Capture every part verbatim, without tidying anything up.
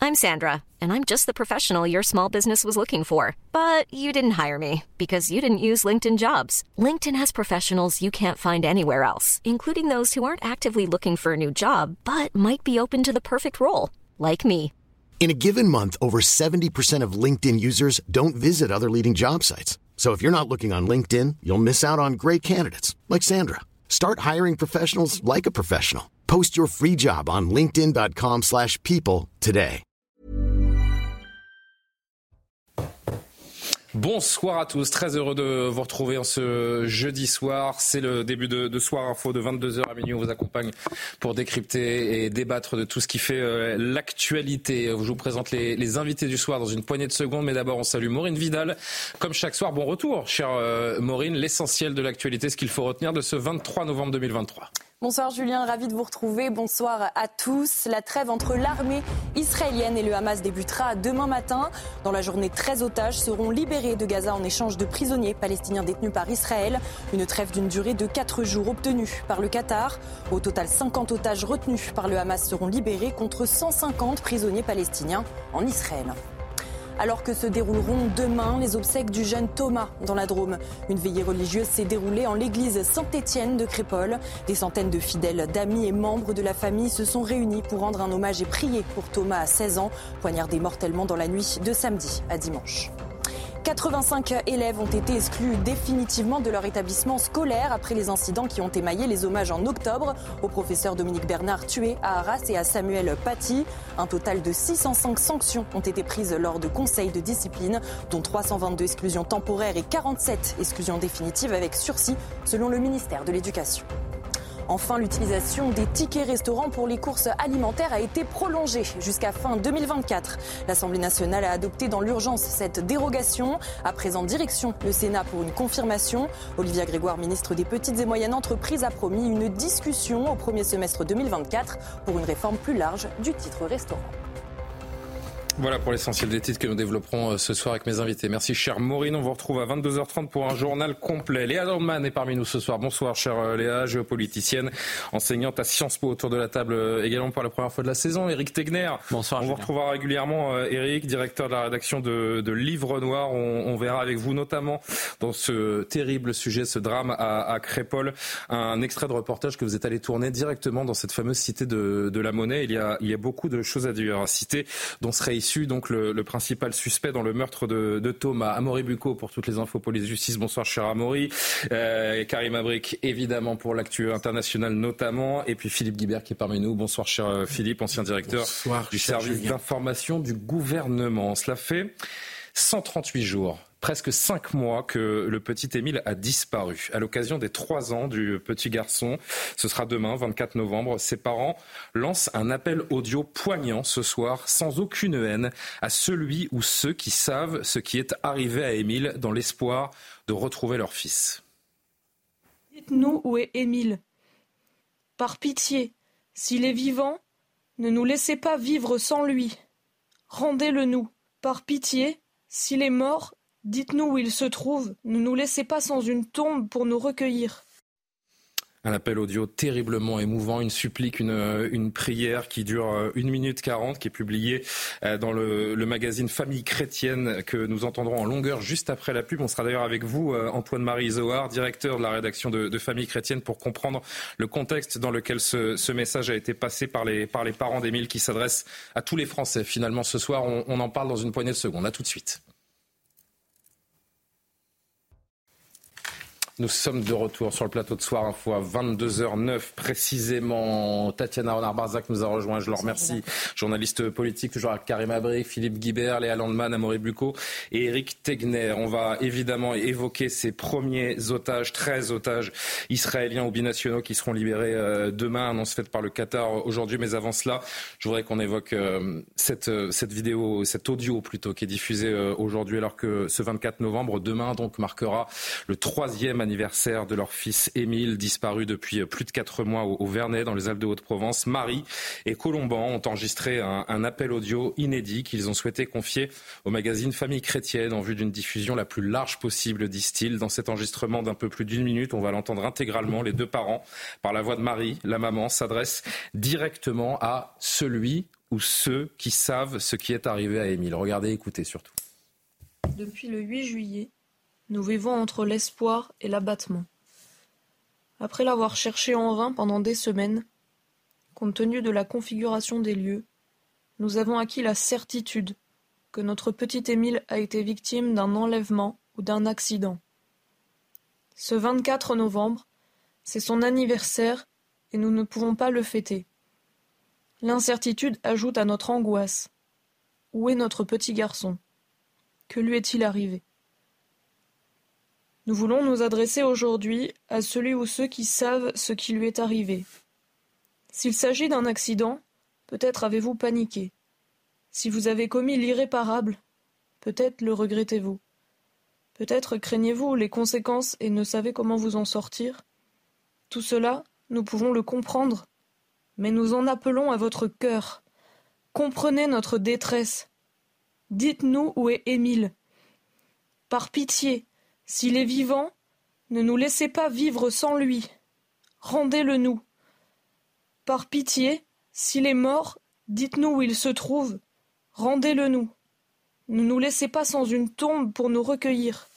I'm Sandra, and I'm just the professional your small business was looking for. But you didn't hire me because you didn't use LinkedIn Jobs. LinkedIn has professionals you can't find anywhere else, including those who aren't actively looking for a new job, but might be open to the perfect role, like me. In a given month, over seventy percent of LinkedIn users don't visit other leading job sites. So if you're not looking on LinkedIn, you'll miss out on great candidates like Sandra. Start hiring professionals like a professional. Post your free job on linkedin.com slash people today. Bonsoir à tous, très heureux de vous retrouver en ce jeudi soir. C'est le début de, de Soir Info de vingt-deux heures à minuit. On vous accompagne pour décrypter et débattre de tout ce qui fait euh, l'actualité. Je vous présente les, les invités du soir dans une poignée de secondes. Mais d'abord, on salue Maureen Vidal. Comme chaque soir, bon retour, chère euh, Maureen. L'essentiel de l'actualité, ce qu'il faut retenir de ce vingt-trois novembre deux mille vingt-trois. Bonsoir Julien, ravi de vous retrouver. Bonsoir à tous. La trêve entre l'armée israélienne et le Hamas débutera demain matin. Dans la journée, treize otages seront libérés de Gaza en échange de prisonniers palestiniens détenus par Israël. Une trêve d'une durée de quatre jours obtenue par le Qatar. Au total, cinquante otages retenus par le Hamas seront libérés contre cent cinquante prisonniers palestiniens en Israël. Alors que se dérouleront demain les obsèques du jeune Thomas dans la Drôme. Une veillée religieuse s'est déroulée en l'église Saint-Étienne de Crépol. Des centaines de fidèles, d'amis et membres de la famille se sont réunis pour rendre un hommage et prier pour Thomas à seize ans, poignardé mortellement dans la nuit de samedi à dimanche. quatre-vingt-cinq élèves ont été exclus définitivement de leur établissement scolaire après les incidents qui ont émaillé les hommages en octobre au professeur Dominique Bernard tué à Arras et à Samuel Paty. Un total de six cent cinq sanctions ont été prises lors de conseils de discipline, dont trois cent vingt-deux exclusions temporaires et quarante-sept exclusions définitives avec sursis, selon le ministère de l'Éducation. Enfin, l'utilisation des tickets restaurants pour les courses alimentaires a été prolongée jusqu'à fin deux mille vingt-quatre. L'Assemblée nationale a adopté dans l'urgence cette dérogation. À présent, direction le Sénat pour une confirmation. Olivia Grégoire, ministre des Petites et Moyennes Entreprises, a promis une discussion au premier semestre deux mille vingt-quatre pour une réforme plus large du titre restaurant. Voilà pour l'essentiel des titres que nous développerons ce soir avec mes invités. Merci chère Maureen, on vous retrouve à vingt-deux heures trente pour un journal complet. Léa Landman est parmi nous ce soir. Bonsoir chère Léa, géopoliticienne, enseignante à Sciences Po autour de la table également pour la première fois de la saison. Éric Tegner, bonsoir. On Julien. Vous retrouvera régulièrement Éric, directeur de la rédaction de, de Livre Noir. On, on verra avec vous notamment dans ce terrible sujet, ce drame à, à Crépol, un extrait de reportage que vous êtes allé tourner directement dans cette fameuse cité de, de la Monnaie. Il y a, il y a beaucoup de choses à dire, à citer, dont serait donc le, le principal suspect dans le meurtre de, de Thomas. Amaury Bucco pour toutes les infos police-justice. Bonsoir cher Amaury. Euh, Karim Abric évidemment pour l'actu international notamment. Et puis Philippe Guibert qui est parmi nous. Bonsoir cher Philippe, ancien directeur Bonsoir, du service Julien. d'information du gouvernement. Cela fait cent trente-huit jours. Presque cinq mois que le petit Émile a disparu. À l'occasion des trois ans du petit garçon, ce sera demain, vingt-quatre novembre, ses parents lancent un appel audio poignant ce soir, sans aucune haine, à celui ou ceux qui savent ce qui est arrivé à Émile dans l'espoir de retrouver leur fils. Dites-nous où est Émile. Par pitié, s'il est vivant, ne nous laissez pas vivre sans lui. Rendez-le nous. Par pitié, s'il est mort, dites-nous où il se trouve, ne nous laissez pas sans une tombe pour nous recueillir. Un appel audio terriblement émouvant, une supplique, une, une prière qui dure une minute quarante, qui est publiée dans le, le magazine Famille Chrétienne que nous entendrons en longueur juste après la pub. On sera d'ailleurs avec vous, Antoine-Marie Zohar, directeur de la rédaction de, de Famille Chrétienne, pour comprendre le contexte dans lequel ce, ce message a été passé par les, par les parents d'Émile qui s'adresse à tous les Français. Finalement, ce soir, on, on en parle dans une poignée de secondes. À tout de suite. Nous sommes de retour sur le plateau de Soir Info à vingt-deux heures neuf précisément. Tatiana Renard-Barzac nous a rejoint, je le remercie. Journaliste politique, toujours avec Karim Abric, Philippe Guibert, Léa Landman, Amaury Bucco et Éric Tegner. On va évidemment évoquer ces premiers otages, treize otages israéliens ou binationaux qui seront libérés euh, demain, annonce faite par le Qatar aujourd'hui. Mais avant cela, je voudrais qu'on évoque euh, cette, cette vidéo, cet audio plutôt, qui est diffusé euh, aujourd'hui, alors que ce vingt-quatre novembre, demain donc, marquera le troisième anniversaire de leur fils Émile, disparu depuis plus de quatre mois au, au Vernet, dans les Alpes de Haute-Provence. Marie et Colomban ont enregistré un, un appel audio inédit qu'ils ont souhaité confier au magazine Famille Chrétienne en vue d'une diffusion la plus large possible, disent-ils. Dans cet enregistrement d'un peu plus d'une minute, on va l'entendre intégralement. Les deux parents, par la voix de Marie, la maman, s'adressent directement à celui ou ceux qui savent ce qui est arrivé à Émile. Regardez, écoutez surtout. Depuis le huit juillet, nous vivons entre l'espoir et l'abattement. Après l'avoir cherché en vain pendant des semaines, compte tenu de la configuration des lieux, nous avons acquis la certitude que notre petit Émile a été victime d'un enlèvement ou d'un accident. Ce vingt-quatre novembre, c'est son anniversaire et nous ne pouvons pas le fêter. L'incertitude ajoute à notre angoisse. Où est notre petit garçon ? Que lui est-il arrivé ? Nous voulons nous adresser aujourd'hui à celui ou ceux qui savent ce qui lui est arrivé. S'il s'agit d'un accident, peut-être avez-vous paniqué. Si vous avez commis l'irréparable, peut-être le regrettez-vous. Peut-être craignez-vous les conséquences et ne savez comment vous en sortir. Tout cela, nous pouvons le comprendre, mais nous en appelons à votre cœur. Comprenez notre détresse. Dites-nous où est Émile. Par pitié, s'il est vivant, ne nous laissez pas vivre sans lui. Rendez-le nous. Par pitié, s'il est mort, dites-nous où il se trouve. Rendez-le nous. Ne nous laissez pas sans une tombe pour nous recueillir.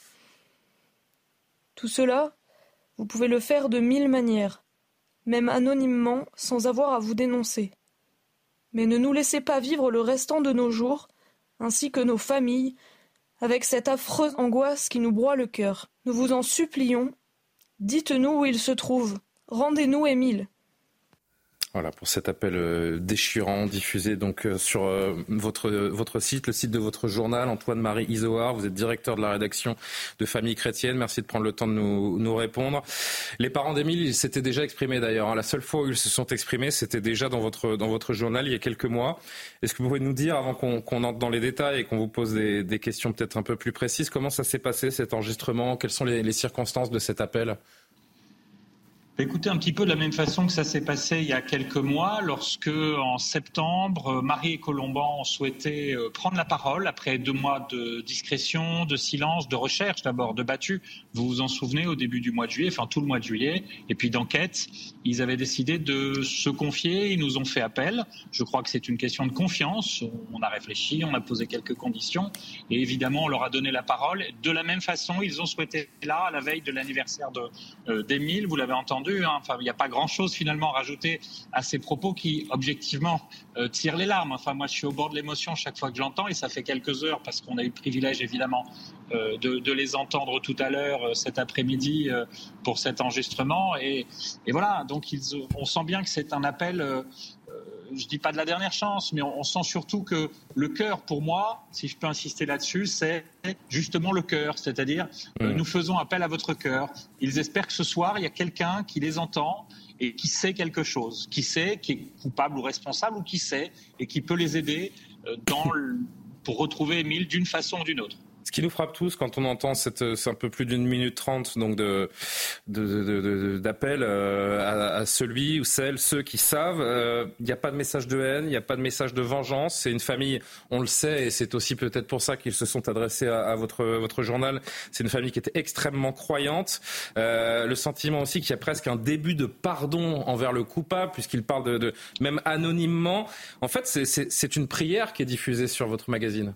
Tout cela, vous pouvez le faire de mille manières, même anonymement, sans avoir à vous dénoncer. Mais ne nous laissez pas vivre le restant de nos jours, ainsi que nos familles, avec cette affreuse angoisse qui nous broie le cœur. Nous vous en supplions, dites-nous où il se trouve. Rendez-nous Émile. Voilà pour cet appel euh, déchirant diffusé donc euh, sur euh, votre votre site, le site de votre journal. Antoine-Marie Izoard, vous êtes directeur de la rédaction de Famille Chrétienne. Merci de prendre le temps de nous, nous répondre. Les parents d'Émile, ils s'étaient déjà exprimés d'ailleurs. Hein. La seule fois où ils se sont exprimés, c'était déjà dans votre dans votre journal il y a quelques mois. Est-ce que vous pouvez nous dire, avant qu'on, qu'on entre dans les détails et qu'on vous pose des, des questions peut-être un peu plus précises, comment ça s'est passé cet enregistrement ? Quelles sont les, les circonstances de cet appel ? Écoutez, un petit peu de la même façon que ça s'est passé il y a quelques mois, lorsque, en septembre, Marie et Colomban ont souhaité prendre la parole après deux mois de discrétion, de silence, de recherche d'abord, de battu. Vous vous en souvenez, au début du mois de juillet, enfin tout le mois de juillet, et puis d'enquête, ils avaient décidé de se confier, ils nous ont fait appel. Je crois que c'est une question de confiance. On a réfléchi, on a posé quelques conditions, et évidemment, on leur a donné la parole. De la même façon, ils ont souhaité, là, à la veille de l'anniversaire de, euh, d'Émile, vous l'avez entendu, Enfin, il n'y a pas grand-chose finalement à rajouter à ces propos qui, objectivement, euh, tirent les larmes. Enfin, moi, je suis au bord de l'émotion chaque fois que je l'entends, et ça fait quelques heures parce qu'on a eu le privilège, évidemment, euh, de, de les entendre tout à l'heure, euh, cet après-midi, euh, pour cet enregistrement. Et, et voilà, donc ils, on sent bien que c'est un appel. Euh, je ne dis pas de la dernière chance, mais on, on sent surtout que le cœur, pour moi, si je peux insister là-dessus, c'est justement le cœur. C'est-à-dire, mmh. euh, nous faisons appel à votre cœur. Ils espèrent que ce soir, il y a quelqu'un qui les entend et qui sait quelque chose, qui sait, qui est coupable ou responsable, ou qui sait, et qui peut les aider euh, dans le, pour retrouver Émile d'une façon ou d'une autre. Ce qui nous frappe tous quand on entend cette, c'est un peu plus d'une minute trente donc de, de, de, de, d'appel euh, à, à celui ou celle, ceux qui savent. Il euh, n'y a pas de message de haine, il n'y a pas de message de vengeance. C'est une famille, on le sait, et c'est aussi peut-être pour ça qu'ils se sont adressés à, à votre, votre journal. C'est une famille qui était extrêmement croyante. Euh, le sentiment aussi qu'il y a presque un début de pardon envers le coupable, puisqu'il parle de, de même anonymement. En fait, c'est, c'est, c'est une prière qui est diffusée sur votre magazine.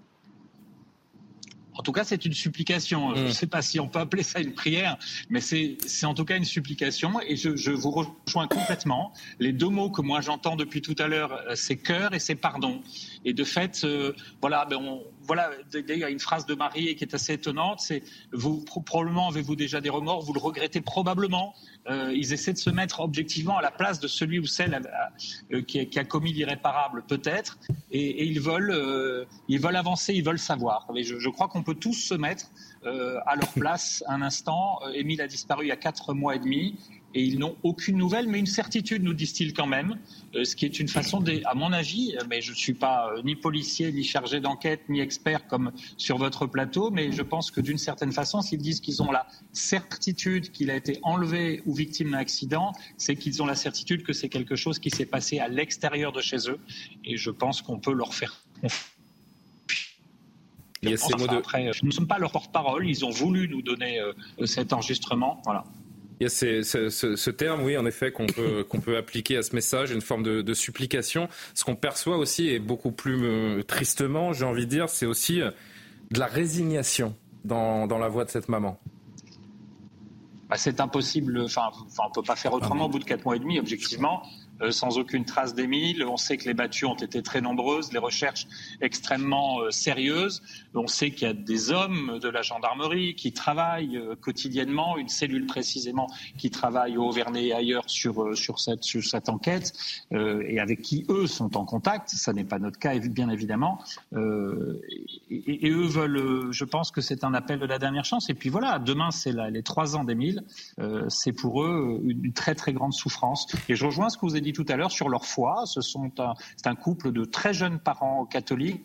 En tout cas, c'est une supplication. Je ne sais pas si on peut appeler ça une prière, mais c'est, c'est en tout cas une supplication. Et je, je vous rejoins complètement. Les deux mots que moi j'entends depuis tout à l'heure, c'est cœur et c'est pardon. Et de fait, euh, voilà, ben on, voilà, il y a une phrase de Marie qui est assez étonnante. C'est vous probablement avez-vous déjà des remords, vous le regrettez probablement. Euh, ils essaient de se mettre objectivement à la place de celui ou celle à, à, euh, qui, a, qui a commis l'irréparable, peut-être, et, et ils veulent, euh, ils veulent avancer, ils veulent savoir. Et je, je crois qu'on peut tous se mettre euh, à leur place un instant. Euh, Émile a disparu il y a quatre mois et demi. Et ils n'ont aucune nouvelle, mais une certitude, nous disent-ils quand même, euh, ce qui est une façon, de, à mon avis, mais je ne suis pas euh, ni policier, ni chargé d'enquête, ni expert comme sur votre plateau, mais je pense que d'une certaine façon, s'ils disent qu'ils ont la certitude qu'il a été enlevé ou victime d'un accident, c'est qu'ils ont la certitude que c'est quelque chose qui s'est passé à l'extérieur de chez eux, et je pense qu'on peut leur faire confiance. Il y a ces mots de... Après, nous ne sommes pas leur porte-parole, ils ont voulu nous donner euh, cet enregistrement, voilà. Il y a ces, ce, ce, ce terme, oui, en effet, qu'on peut, qu'on peut appliquer à ce message, une forme de, de supplication. Ce qu'on perçoit aussi, et beaucoup plus euh, tristement, j'ai envie de dire, c'est aussi euh, de la résignation dans, dans la voix de cette maman. Bah, c'est impossible, enfin, on ne peut pas faire autrement au bout de quatre mois et demi, objectivement. Euh, sans aucune trace d'Émile. On sait que les battues ont été très nombreuses, les recherches extrêmement euh, sérieuses. On sait qu'il y a des hommes de la gendarmerie qui travaillent euh, quotidiennement, une cellule précisément qui travaille au Vernet et ailleurs sur, euh, sur, cette, sur cette enquête euh, et avec qui eux sont en contact. Ça n'est pas notre cas, bien évidemment. Euh, et, et eux veulent, euh, je pense que c'est un appel de la dernière chance. Et puis voilà, demain c'est la, les trois ans d'Émile. Euh, c'est pour eux une, une très très grande souffrance. Et je rejoins ce que vous avez dit tout à l'heure sur leur foi. Ce sont un, c'est un couple de très jeunes parents catholiques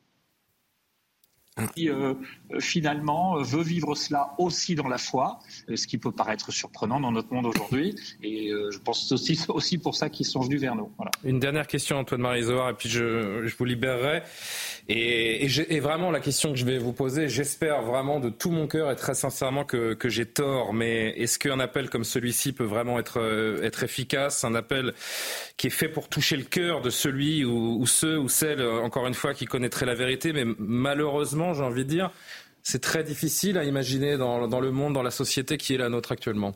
qui euh, finalement veut vivre cela aussi dans la foi, ce qui peut paraître surprenant dans notre monde aujourd'hui. Et euh, je pense aussi, aussi pour ça qu'ils sont venus vers nous. Voilà. Une dernière question, Antoine-Marie Isoard, et puis je, je vous libérerai. Et, et, et vraiment, la question que je vais vous poser, j'espère vraiment de tout mon cœur et très sincèrement que, que j'ai tort, mais est-ce qu'un appel comme celui-ci peut vraiment être, être efficace? Un appel qui est fait pour toucher le cœur de celui ou, ou ceux ou celles, encore une fois, qui connaîtraient la vérité, mais malheureusement, j'ai envie de dire, c'est très difficile à imaginer dans, dans le monde, dans la société qui est la nôtre actuellement.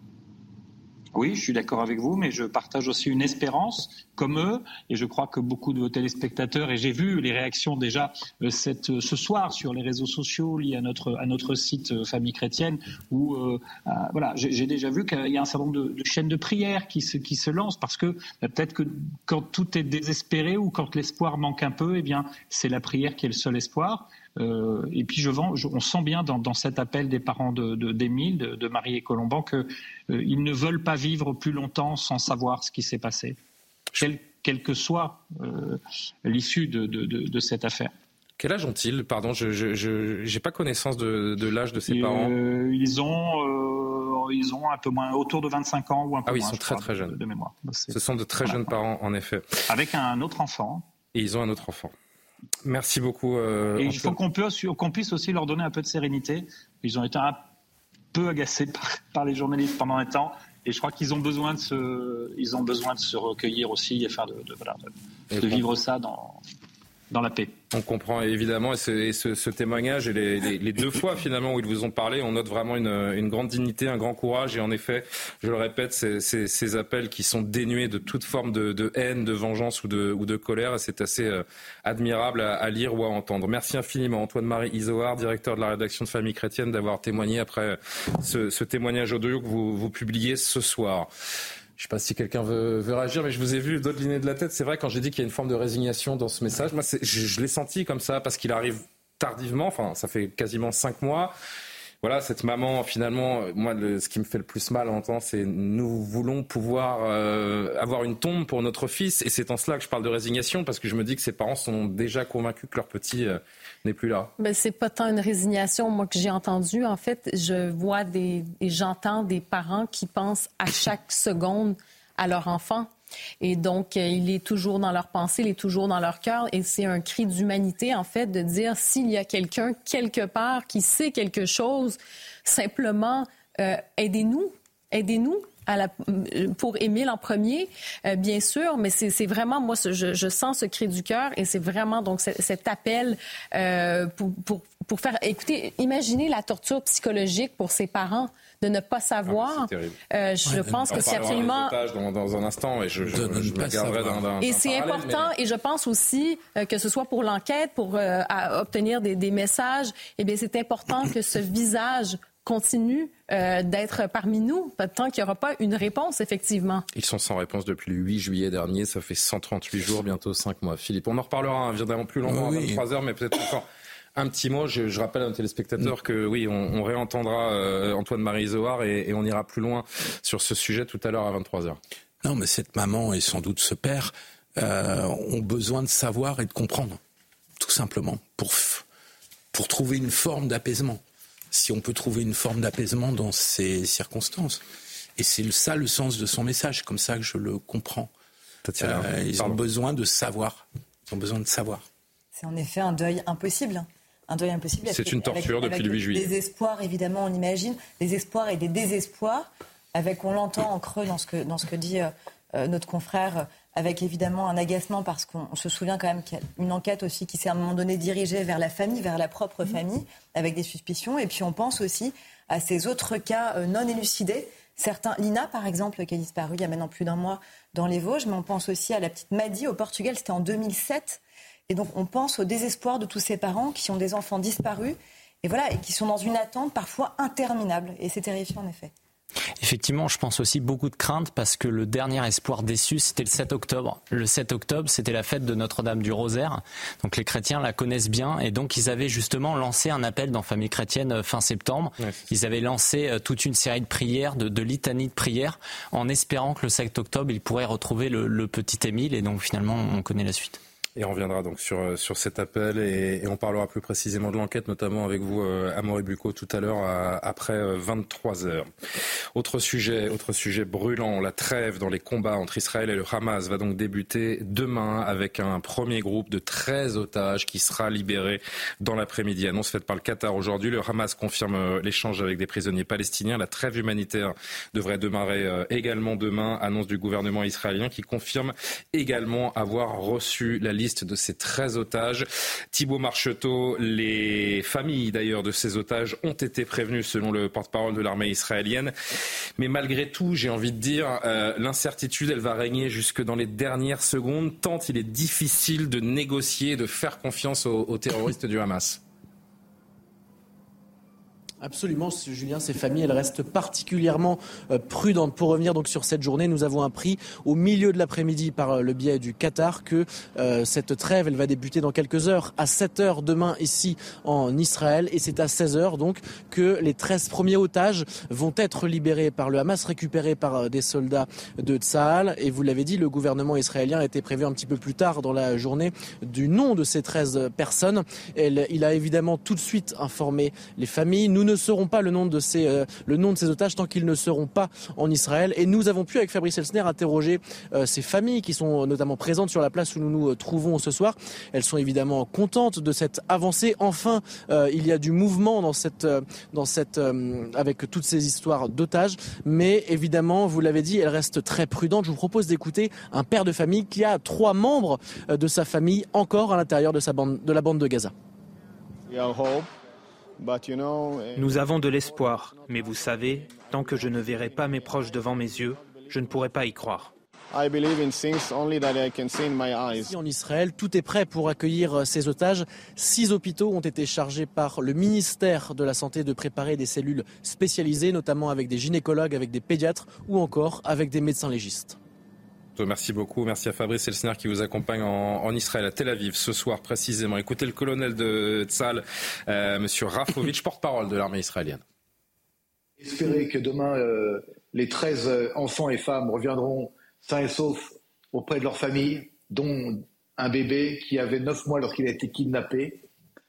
Oui, je suis d'accord avec vous, mais je partage aussi une espérance comme eux, et je crois que beaucoup de vos téléspectateurs, et j'ai vu les réactions déjà euh, cette, ce soir sur les réseaux sociaux liés à notre, à notre site euh, Famille Chrétienne, où euh, euh, voilà, j'ai, j'ai déjà vu qu'il y a un certain nombre de, de chaînes de prières qui se, qui se lancent, parce que euh, peut-être que quand tout est désespéré ou quand l'espoir manque un peu, eh bien, c'est la prière qui est le seul espoir. Euh, et puis je vends, je, on sent bien dans, dans cet appel des parents de, de, d'Émile, de, de Marie et Colomban, qu'ils euh, ne veulent pas vivre plus longtemps sans savoir ce qui s'est passé, quelle quel que soit euh, l'issue de, de, de, de cette affaire. Quel âge ont-ils? Pardon, je n'ai pas connaissance de, de l'âge de ces et parents. Euh, ils, ont, euh, ils ont un peu moins, autour de vingt-cinq ans ou un peu ah oui, moins. Ils sont très crois, très jeunes. De, de mémoire. Ce sont de très voilà. jeunes parents, en effet. Avec un autre enfant. Et ils ont un autre enfant. Merci beaucoup. Euh, et il faut qu'on, peut, qu'on puisse aussi leur donner un peu de sérénité. Ils ont été un peu agacés par, par les journalistes pendant un temps. Et je crois qu'ils ont besoin de se, ils ont besoin de se recueillir aussi et faire de, de, voilà, de, de vivre ça dans, dans la paix. On comprend évidemment, et ce, et ce, ce témoignage et les, les, les deux fois finalement où ils vous ont parlé, on note vraiment une, une grande dignité, un grand courage. Et en effet, je le répète, c'est, c'est, ces appels qui sont dénués de toute forme de, de haine, de vengeance ou de, ou de colère. Et c'est assez euh, admirable à, à lire ou à entendre. Merci infiniment Antoine-Marie Isoard, directeur de la rédaction de Famille Chrétienne, d'avoir témoigné après ce, ce témoignage audio que vous, vous publiez ce soir. Je ne sais pas si quelqu'un veut, veut réagir, mais je vous ai vu dodeliner de la tête. C'est vrai, quand j'ai dit qu'il y a une forme de résignation dans ce message, moi, c'est, je, je l'ai senti comme ça, parce qu'il arrive tardivement, enfin, ça fait quasiment cinq mois. Voilà, cette maman, finalement, moi, le, ce qui me fait le plus mal à entendre, c'est nous voulons pouvoir euh, avoir une tombe pour notre fils. Et c'est en cela que je parle de résignation, parce que je me dis que ses parents sont déjà convaincus que leur petit euh, n'est plus là. Ben, c'est pas tant une résignation, moi, que j'ai entendue. En fait, je vois des, et j'entends des parents qui pensent à chaque seconde à leur enfant. Et donc, euh, il est toujours dans leur pensée, il est toujours dans leur cœur. Et c'est un cri d'humanité, en fait, de dire s'il y a quelqu'un, quelque part, qui sait quelque chose, simplement, euh, aidez-nous, aidez-nous. À la, pour Émile en premier, euh, bien sûr, mais c'est, c'est vraiment, moi, ce, je, je sens ce cri du cœur et c'est vraiment donc cet, cet appel euh, pour, pour, pour faire... Écoutez, imaginez la torture psychologique pour ses parents de ne pas savoir. Ah, c'est terrible. Euh, je ouais, pense que c'est absolument... Dans, dans un instant, et je, je, je, je me garderai d'un, d'un, Et d'un c'est important, mais... et je pense aussi euh, que ce soit pour l'enquête, pour euh, à obtenir des, des messages, eh bien, c'est important que ce visage continue euh, d'être parmi nous, tant qu'il n'y aura pas une réponse, effectivement. Ils sont sans réponse depuis le huit juillet dernier, ça fait cent trente-huit jours, bientôt cinq mois. Philippe, on en reparlera évidemment plus longtemps, oui. à vingt-trois heures, mais peut-être encore un petit mot. Je, je rappelle à nos téléspectateurs mmh. que oui, on, on réentendra euh, Antoine-Marie Isoard et, et on ira plus loin sur ce sujet tout à l'heure à vingt-trois heures. Non, mais cette maman et sans doute ce père euh, ont besoin de savoir et de comprendre, tout simplement, pour, pour trouver une forme d'apaisement. Si on peut trouver une forme d'apaisement dans ces circonstances. Et c'est ça le sens de son message, comme ça que je le comprends. Euh, ils Pardon. ont besoin de savoir. Ils ont besoin de savoir. C'est en effet un deuil impossible. Un deuil impossible. C'est avec, une torture avec, depuis avec le huit juillet. Des espoirs, évidemment, on imagine. Des espoirs et des désespoirs. avec, on l'entend en creux dans ce que, dans ce que dit euh, notre confrère, avec évidemment un agacement parce qu'on se souvient quand même qu'il y a une enquête aussi qui s'est à un moment donné dirigée vers la famille, vers la propre famille, avec des suspicions. Et puis on pense aussi à ces autres cas euh, non élucidés. Certains, Lina par exemple, qui a disparu il y a maintenant plus d'un mois dans les Vosges, mais on pense aussi à la petite Maddy au Portugal, c'était en deux mille sept. Et donc on pense au désespoir de tous ces parents qui ont des enfants disparus et, voilà, et qui sont dans une attente parfois interminable. Et c'est terrifiant en effet. Effectivement, je pense aussi beaucoup de crainte parce que le dernier espoir déçu, c'était le sept octobre. Le sept octobre, c'était la fête de Notre-Dame du Rosaire. Donc les chrétiens la connaissent bien et donc ils avaient justement lancé un appel dans Famille chrétienne fin septembre. Ouais, ils avaient lancé toute une série de prières, de, de litanies de prières, en espérant que le sept octobre, ils pourraient retrouver le, le petit Émile et donc finalement, on connaît la suite. Et on reviendra donc sur, sur cet appel et, et on parlera plus précisément de l'enquête, notamment avec vous, euh, Amaury Bucco, tout à l'heure, à, après euh, vingt-trois heures. Autre sujet, autre sujet brûlant, la trêve dans les combats entre Israël et le Hamas va donc débuter demain avec un premier groupe de treize otages qui sera libéré dans l'après-midi. Annonce faite par le Qatar aujourd'hui. Le Hamas confirme l'échange avec des prisonniers palestiniens. La trêve humanitaire devrait démarrer euh, également demain. Annonce du gouvernement israélien qui confirme également avoir reçu la liste de ces treize otages. Thibaut Marcheteau, les familles d'ailleurs de ces otages ont été prévenues selon le porte-parole de l'armée israélienne. Mais malgré tout, j'ai envie de dire, euh, l'incertitude, elle va régner jusque dans les dernières secondes, tant il est difficile de négocier, de faire confiance aux, aux terroristes du Hamas. Absolument, Julien, ces familles, elles restent particulièrement euh, prudentes. Pour revenir donc sur cette journée, nous avons appris au milieu de l'après-midi par euh, le biais du Qatar que euh, cette trêve, elle va débuter dans quelques heures, à sept heures demain ici en Israël, et c'est à seize heures donc que les treize premiers otages vont être libérés par le Hamas, récupérés par euh, des soldats de Tsahal. Et vous l'avez dit, le gouvernement israélien était prévu un petit peu plus tard dans la journée du nom de ces treize personnes. Elle, il a évidemment tout de suite informé les familles. Nous ne saurons pas le nom de ces, euh, le nom de ces otages tant qu'ils ne seront pas en Israël. Et nous avons pu, avec Fabrice Elsner, interroger euh, ces familles qui sont notamment présentes sur la place où nous nous trouvons ce soir. Elles sont évidemment contentes de cette avancée. Enfin, euh, il y a du mouvement dans cette, euh, dans cette, euh, avec toutes ces histoires d'otages. Mais évidemment, vous l'avez dit, elles restent très prudentes. Je vous propose d'écouter un père de famille qui a trois membres de sa famille encore à l'intérieur de, sa bande, de la bande de Gaza. Nous avons de l'espoir, mais vous savez, tant que je ne verrai pas mes proches devant mes yeux, je ne pourrai pas y croire. Ici en Israël, tout est prêt pour accueillir ces otages. Six hôpitaux ont été chargés par le ministère de la Santé de préparer des cellules spécialisées, notamment avec des gynécologues, avec des pédiatres ou encore avec des médecins légistes. Merci beaucoup. Merci à Fabrice Elsner qui vous accompagne en, en Israël, à Tel Aviv, ce soir précisément. Écoutez le colonel de Tzahal, euh, Monsieur Rafovitch, porte-parole de l'armée israélienne. Espérer que demain, euh, les treize enfants et femmes reviendront sains et saufs auprès de leur famille, dont un bébé qui avait neuf mois lorsqu'il a été kidnappé.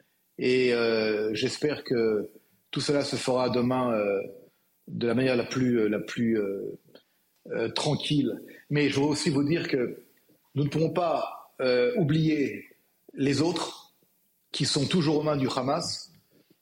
Et euh, j'espère que tout cela se fera demain euh, de la manière la plus, la plus euh, euh, tranquille. Mais je veux aussi vous dire que nous ne pourrons pas euh, oublier les autres qui sont toujours aux mains du Hamas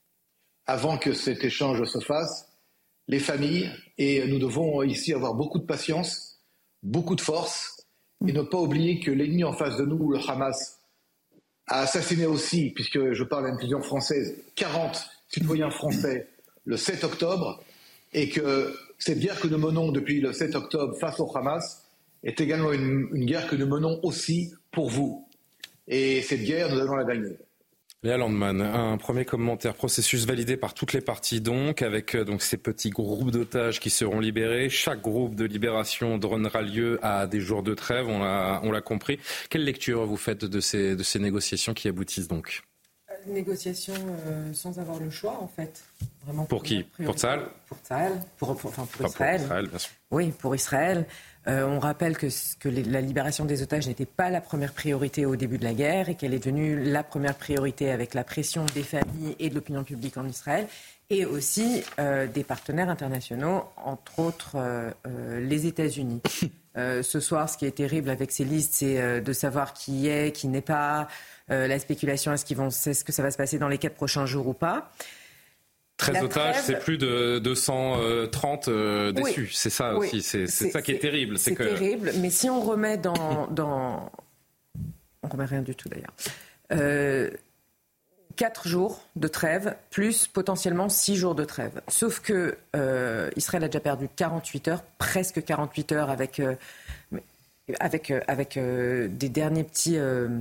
avant que cet échange se fasse, les familles, et nous devons ici avoir beaucoup de patience, beaucoup de force, et ne pas oublier que l'ennemi en face de nous, le Hamas, a assassiné aussi, puisque je parle d'inclusion française, quarante citoyens français le sept octobre, et que cette guerre que nous menons depuis le sept octobre face au Hamas est également une, une guerre que nous menons aussi pour vous. Et cette guerre, nous allons la gagner. Léa Landman, un premier commentaire. Processus validé par toutes les parties donc, avec donc ces petits groupes d'otages qui seront libérés. Chaque groupe de libération donnera lieu à des jours de trêve, on l'a, on l'a compris. Quelle lecture vous faites de ces, de ces négociations qui aboutissent donc ? Négociations euh, sans avoir le choix, en fait. Vraiment pour, pour qui ? Pour Tzahal ? Pour Tzahal, pour, pour, enfin pour enfin, Israël. Pour Israël, bien sûr. Oui, pour Israël. Euh, on rappelle que, que les, la libération des otages n'était pas la première priorité au début de la guerre et qu'elle est devenue la première priorité avec la pression des familles et de l'opinion publique en Israël et aussi euh, des partenaires internationaux, entre autres euh, euh, les États-Unis. Euh, ce soir, ce qui est terrible avec ces listes, c'est euh, de savoir qui est, qui n'est pas, euh, la spéculation, est-ce, qu'ils vont, est-ce que ça va se passer dans les quatre prochains jours ou pas. treize La otages, trêve... c'est plus de deux cent trente euh, déçus. Oui. C'est ça aussi, oui. c'est, c'est, c'est ça qui est terrible. C'est, c'est que... terrible, mais si on remet dans... dans... On remet rien du tout d'ailleurs. Euh, quatre jours de trêve, plus potentiellement six jours de trêve. Sauf que euh, Israël a déjà perdu quarante-huit heures, presque quarante-huit heures avec, euh, avec, euh, avec euh, des derniers petits... Euh,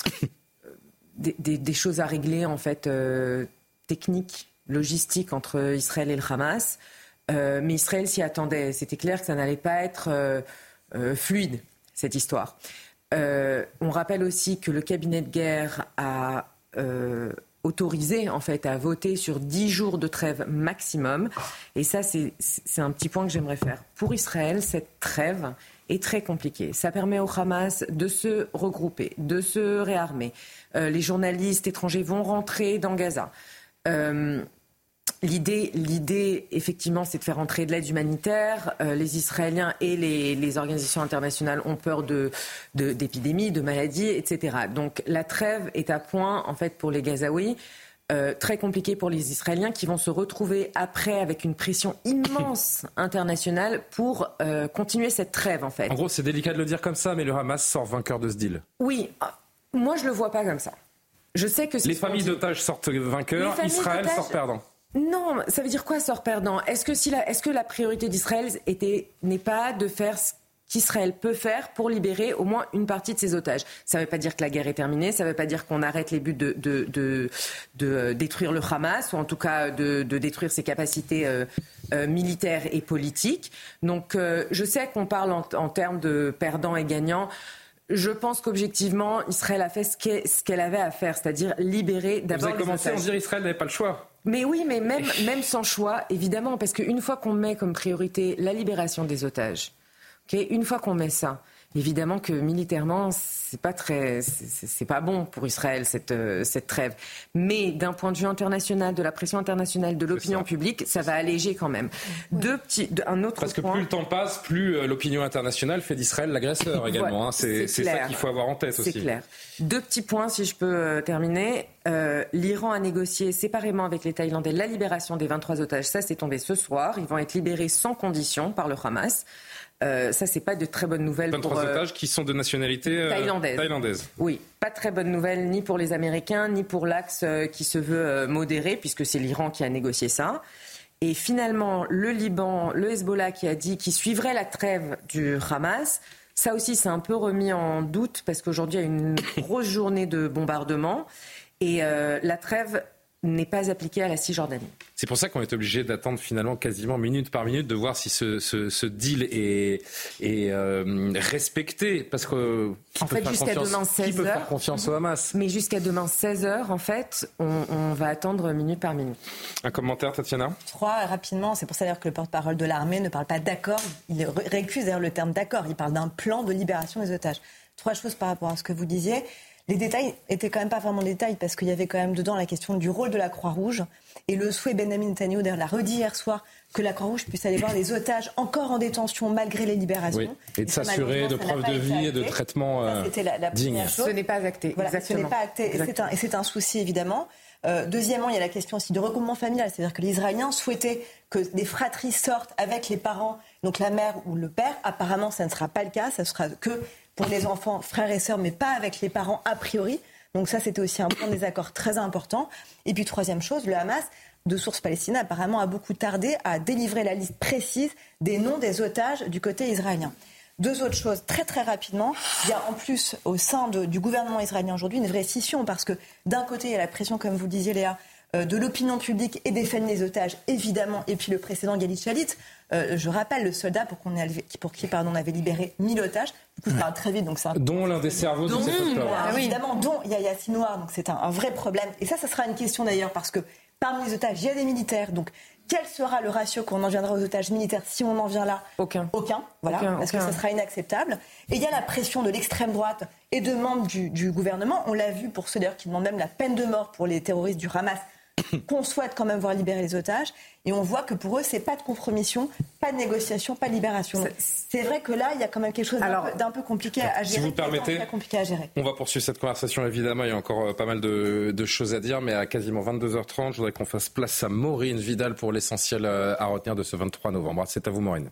des, des, des choses à régler, en fait, euh, techniques, logistiques entre Israël et le Hamas. Euh, mais Israël s'y attendait. C'était clair que ça n'allait pas être euh, euh, fluide, cette histoire. Euh, on rappelle aussi que le cabinet de guerre a euh, autorisé en fait à voter sur dix jours de trêve maximum. Et ça, c'est, c'est un petit point que j'aimerais faire. Pour Israël, cette trêve est très compliquée. Ça permet au Hamas de se regrouper, de se réarmer. Euh, les journalistes étrangers vont rentrer dans Gaza. Euh, L'idée, l'idée, effectivement, c'est de faire entrer de l'aide humanitaire. Euh, les Israéliens et les, les organisations internationales ont peur de, de, d'épidémies, de maladies, et cetera. Donc la trêve est à point, en fait, pour les Gazaouis. Euh, très compliqué pour les Israéliens qui vont se retrouver après avec une pression immense internationale pour euh, continuer cette trêve, en fait. En gros, c'est délicat de le dire comme ça, mais le Hamas sort vainqueur de ce deal. Oui, moi, je le vois pas comme ça. Je sais que les familles d'otages sortent vainqueurs, Israël sort perdant. Non, ça veut dire quoi, sort perdant ? Est-ce que, si la, est-ce que la priorité d'Israël était, n'est pas de faire ce qu'Israël peut faire pour libérer au moins une partie de ses otages ? Ça ne veut pas dire que la guerre est terminée, ça ne veut pas dire qu'on arrête les buts de, de, de, de détruire le Hamas, ou en tout cas de, de détruire ses capacités euh, euh, militaires et politiques. Donc euh, je sais qu'on parle en, en termes de perdants et gagnants. Je pense qu'objectivement, Israël a fait ce, ce qu'elle avait à faire, c'est-à-dire libérer d'abord les otages. Vous avez commencé à en dire Israël n'avait pas le choix. Mais oui, mais même, même sans choix, évidemment, parce qu'une fois qu'on met comme priorité la libération des otages, okay, une fois qu'on met ça, évidemment que militairement, c'est pas très, c'est, c'est pas bon pour Israël cette, euh, cette trêve. Mais d'un point de vue international, de la pression internationale, de l'opinion publique, ça va alléger quand même. Ouais. Deux petits, un autre Parce que point... plus le temps passe, plus euh, l'opinion internationale fait d'Israël l'agresseur également. Voilà, hein. C'est, c'est, c'est ça qu'il faut avoir en tête c'est aussi. C'est clair. Deux petits points, si je peux euh, terminer. Euh, L'Iran a négocié séparément avec les Thaïlandais la libération des vingt-trois otages. Ça, c'est tombé ce soir. Ils vont être libérés sans condition par le Hamas. Euh, ça, c'est pas de très bonnes nouvelles vingt-trois pour... vingt-trois otages qui sont de nationalité euh, thaïlandaise. thaïlandaise. Oui, pas de très bonnes nouvelles ni pour les Américains, ni pour l'Axe euh, qui se veut euh, modéré, puisque c'est l'Iran qui a négocié ça. Et finalement, le Liban, le Hezbollah qui a dit qu'il suivrait la trêve du Hamas. Ça aussi, c'est un peu remis en doute, parce qu'aujourd'hui, il y a une grosse journée de bombardement. Et euh, la trêve n'est pas appliquée à la Cisjordanie. C'est pour ça qu'on est obligé d'attendre finalement quasiment minute par minute de voir si ce, ce, ce deal est, est euh, respecté. Parce que qui en peut fait, faire jusqu'à confiance, demain seize heures, qui peut faire confiance au Hamas ? Mais jusqu'à demain seize heures, en fait, on, on va attendre minute par minute. Un commentaire, Tatiana ? Trois, rapidement. C'est pour ça d'ailleurs que le porte-parole de l'armée ne parle pas d'accord. Il récuse d'ailleurs le terme d'accord. Il parle d'un plan de libération des otages. Trois choses par rapport à ce que vous disiez. Les détails étaient quand même pas vraiment des détails parce qu'il y avait quand même dedans la question du rôle de la Croix-Rouge et le souhait Benjamin Netanyahu, d'ailleurs l'a redit hier soir, que la Croix-Rouge puisse aller voir les otages encore en détention malgré les libérations. Oui. Et, et de s'assurer de preuves de vie et de traitement euh, ça, c'était la, la digne. Chose. Ce n'est pas acté. Voilà, exactement. Ce n'est pas acté et c'est, un, et c'est un souci évidemment. Euh, deuxièmement, il y a la question aussi de regroupement familial, c'est-à-dire que les Israéliens souhaitaient que des fratries sortent avec les parents, donc la mère ou le père. Apparemment, ça ne sera pas le cas, ça sera que pour les enfants, frères et sœurs, mais pas avec les parents a priori. Donc ça, c'était aussi un point de désaccord très important. Et puis, troisième chose, le Hamas, de sources palestiniennes, apparemment a beaucoup tardé à délivrer la liste précise des noms des otages du côté israélien. Deux autres choses, très très rapidement. Il y a en plus, au sein de, du gouvernement israélien aujourd'hui, une vraie scission, parce que d'un côté, il y a la pression, comme vous le disiez Léa, euh, de l'opinion publique et des familles des otages, évidemment, et puis le précédent Gilad Shalit. Euh, je rappelle le soldat pour, qu'on ait, pour qui pardon, on avait libéré mille otages. Du coup, je parle très vite. Donc c'est un... Dont l'un des cerveaux de cette histoire. Ah, oui. Évidemment, dont Yahya Sinwar. Donc c'est un, un vrai problème. Et ça, ça sera une question d'ailleurs, parce que parmi les otages, il y a des militaires. Donc quel sera le ratio qu'on en viendra aux otages militaires si on en vient là ? Aucun. Aucun, voilà, aucun, parce aucun. que ça sera inacceptable. Et il y a la pression de l'extrême droite et de membres du, du gouvernement. On l'a vu pour ceux d'ailleurs qui demandent même la peine de mort pour les terroristes du Hamas qu'on souhaite quand même voir libérer les otages. Et on voit que pour eux, c'est pas de compromission, pas de négociation, pas de libération. Donc, c'est vrai que là, il y a quand même quelque chose d'un, peu, d'un peu compliqué à gérer. Si vous permettez, compliqué à gérer. On va poursuivre cette conversation, évidemment. Il y a encore pas mal de, de choses à dire, mais à quasiment vingt-deux heures trente, je voudrais qu'on fasse place à Maureen Vidal pour l'essentiel à retenir de ce vingt-trois novembre. C'est à vous, Maureen.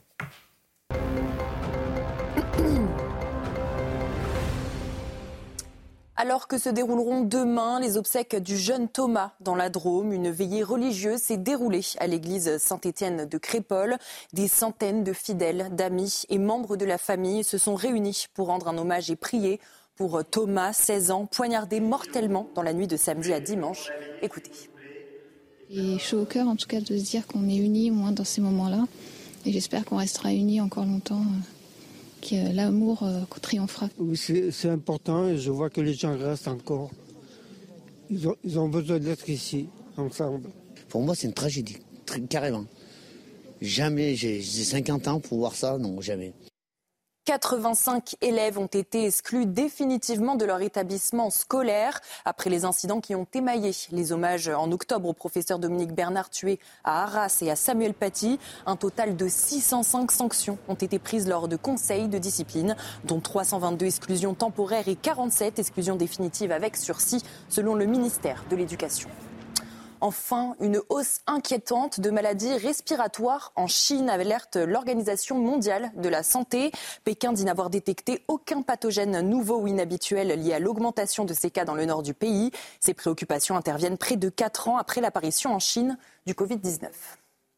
Alors que se dérouleront demain les obsèques du jeune Thomas dans la Drôme, une veillée religieuse s'est déroulée à l'église Saint-Étienne de Crépol. Des centaines de fidèles, d'amis et membres de la famille se sont réunis pour rendre un hommage et prier pour Thomas, seize ans, poignardé mortellement dans la nuit de samedi à dimanche. Écoutez. J'ai chaud au cœur en tout cas de se dire qu'on est unis au moins dans ces moments-là. Et j'espère qu'on restera unis encore longtemps. Que l'amour euh, triomphera. Oui, c'est, c'est important et je vois que les gens restent encore. Ils ont, ils ont besoin d'être ici, ensemble. Pour moi, c'est une tragédie, très, carrément. Jamais, j'ai, j'ai cinquante ans pour voir ça, non, jamais. quatre-vingt-cinq élèves ont été exclus définitivement de leur établissement scolaire après les incidents qui ont émaillé les hommages en octobre au professeur Dominique Bernard tué à Arras et à Samuel Paty. Un total de six cent cinq sanctions ont été prises lors de conseils de discipline, dont trois cent vingt-deux exclusions temporaires et quarante-sept exclusions définitives avec sursis, selon le ministère de l'Éducation. Enfin, une hausse inquiétante de maladies respiratoires en Chine, alerte l'Organisation mondiale de la santé. Pékin dit n'avoir détecté aucun pathogène nouveau ou inhabituel lié à l'augmentation de ces cas dans le nord du pays. Ces préoccupations interviennent près de quatre ans après l'apparition en Chine du covid dix-neuf.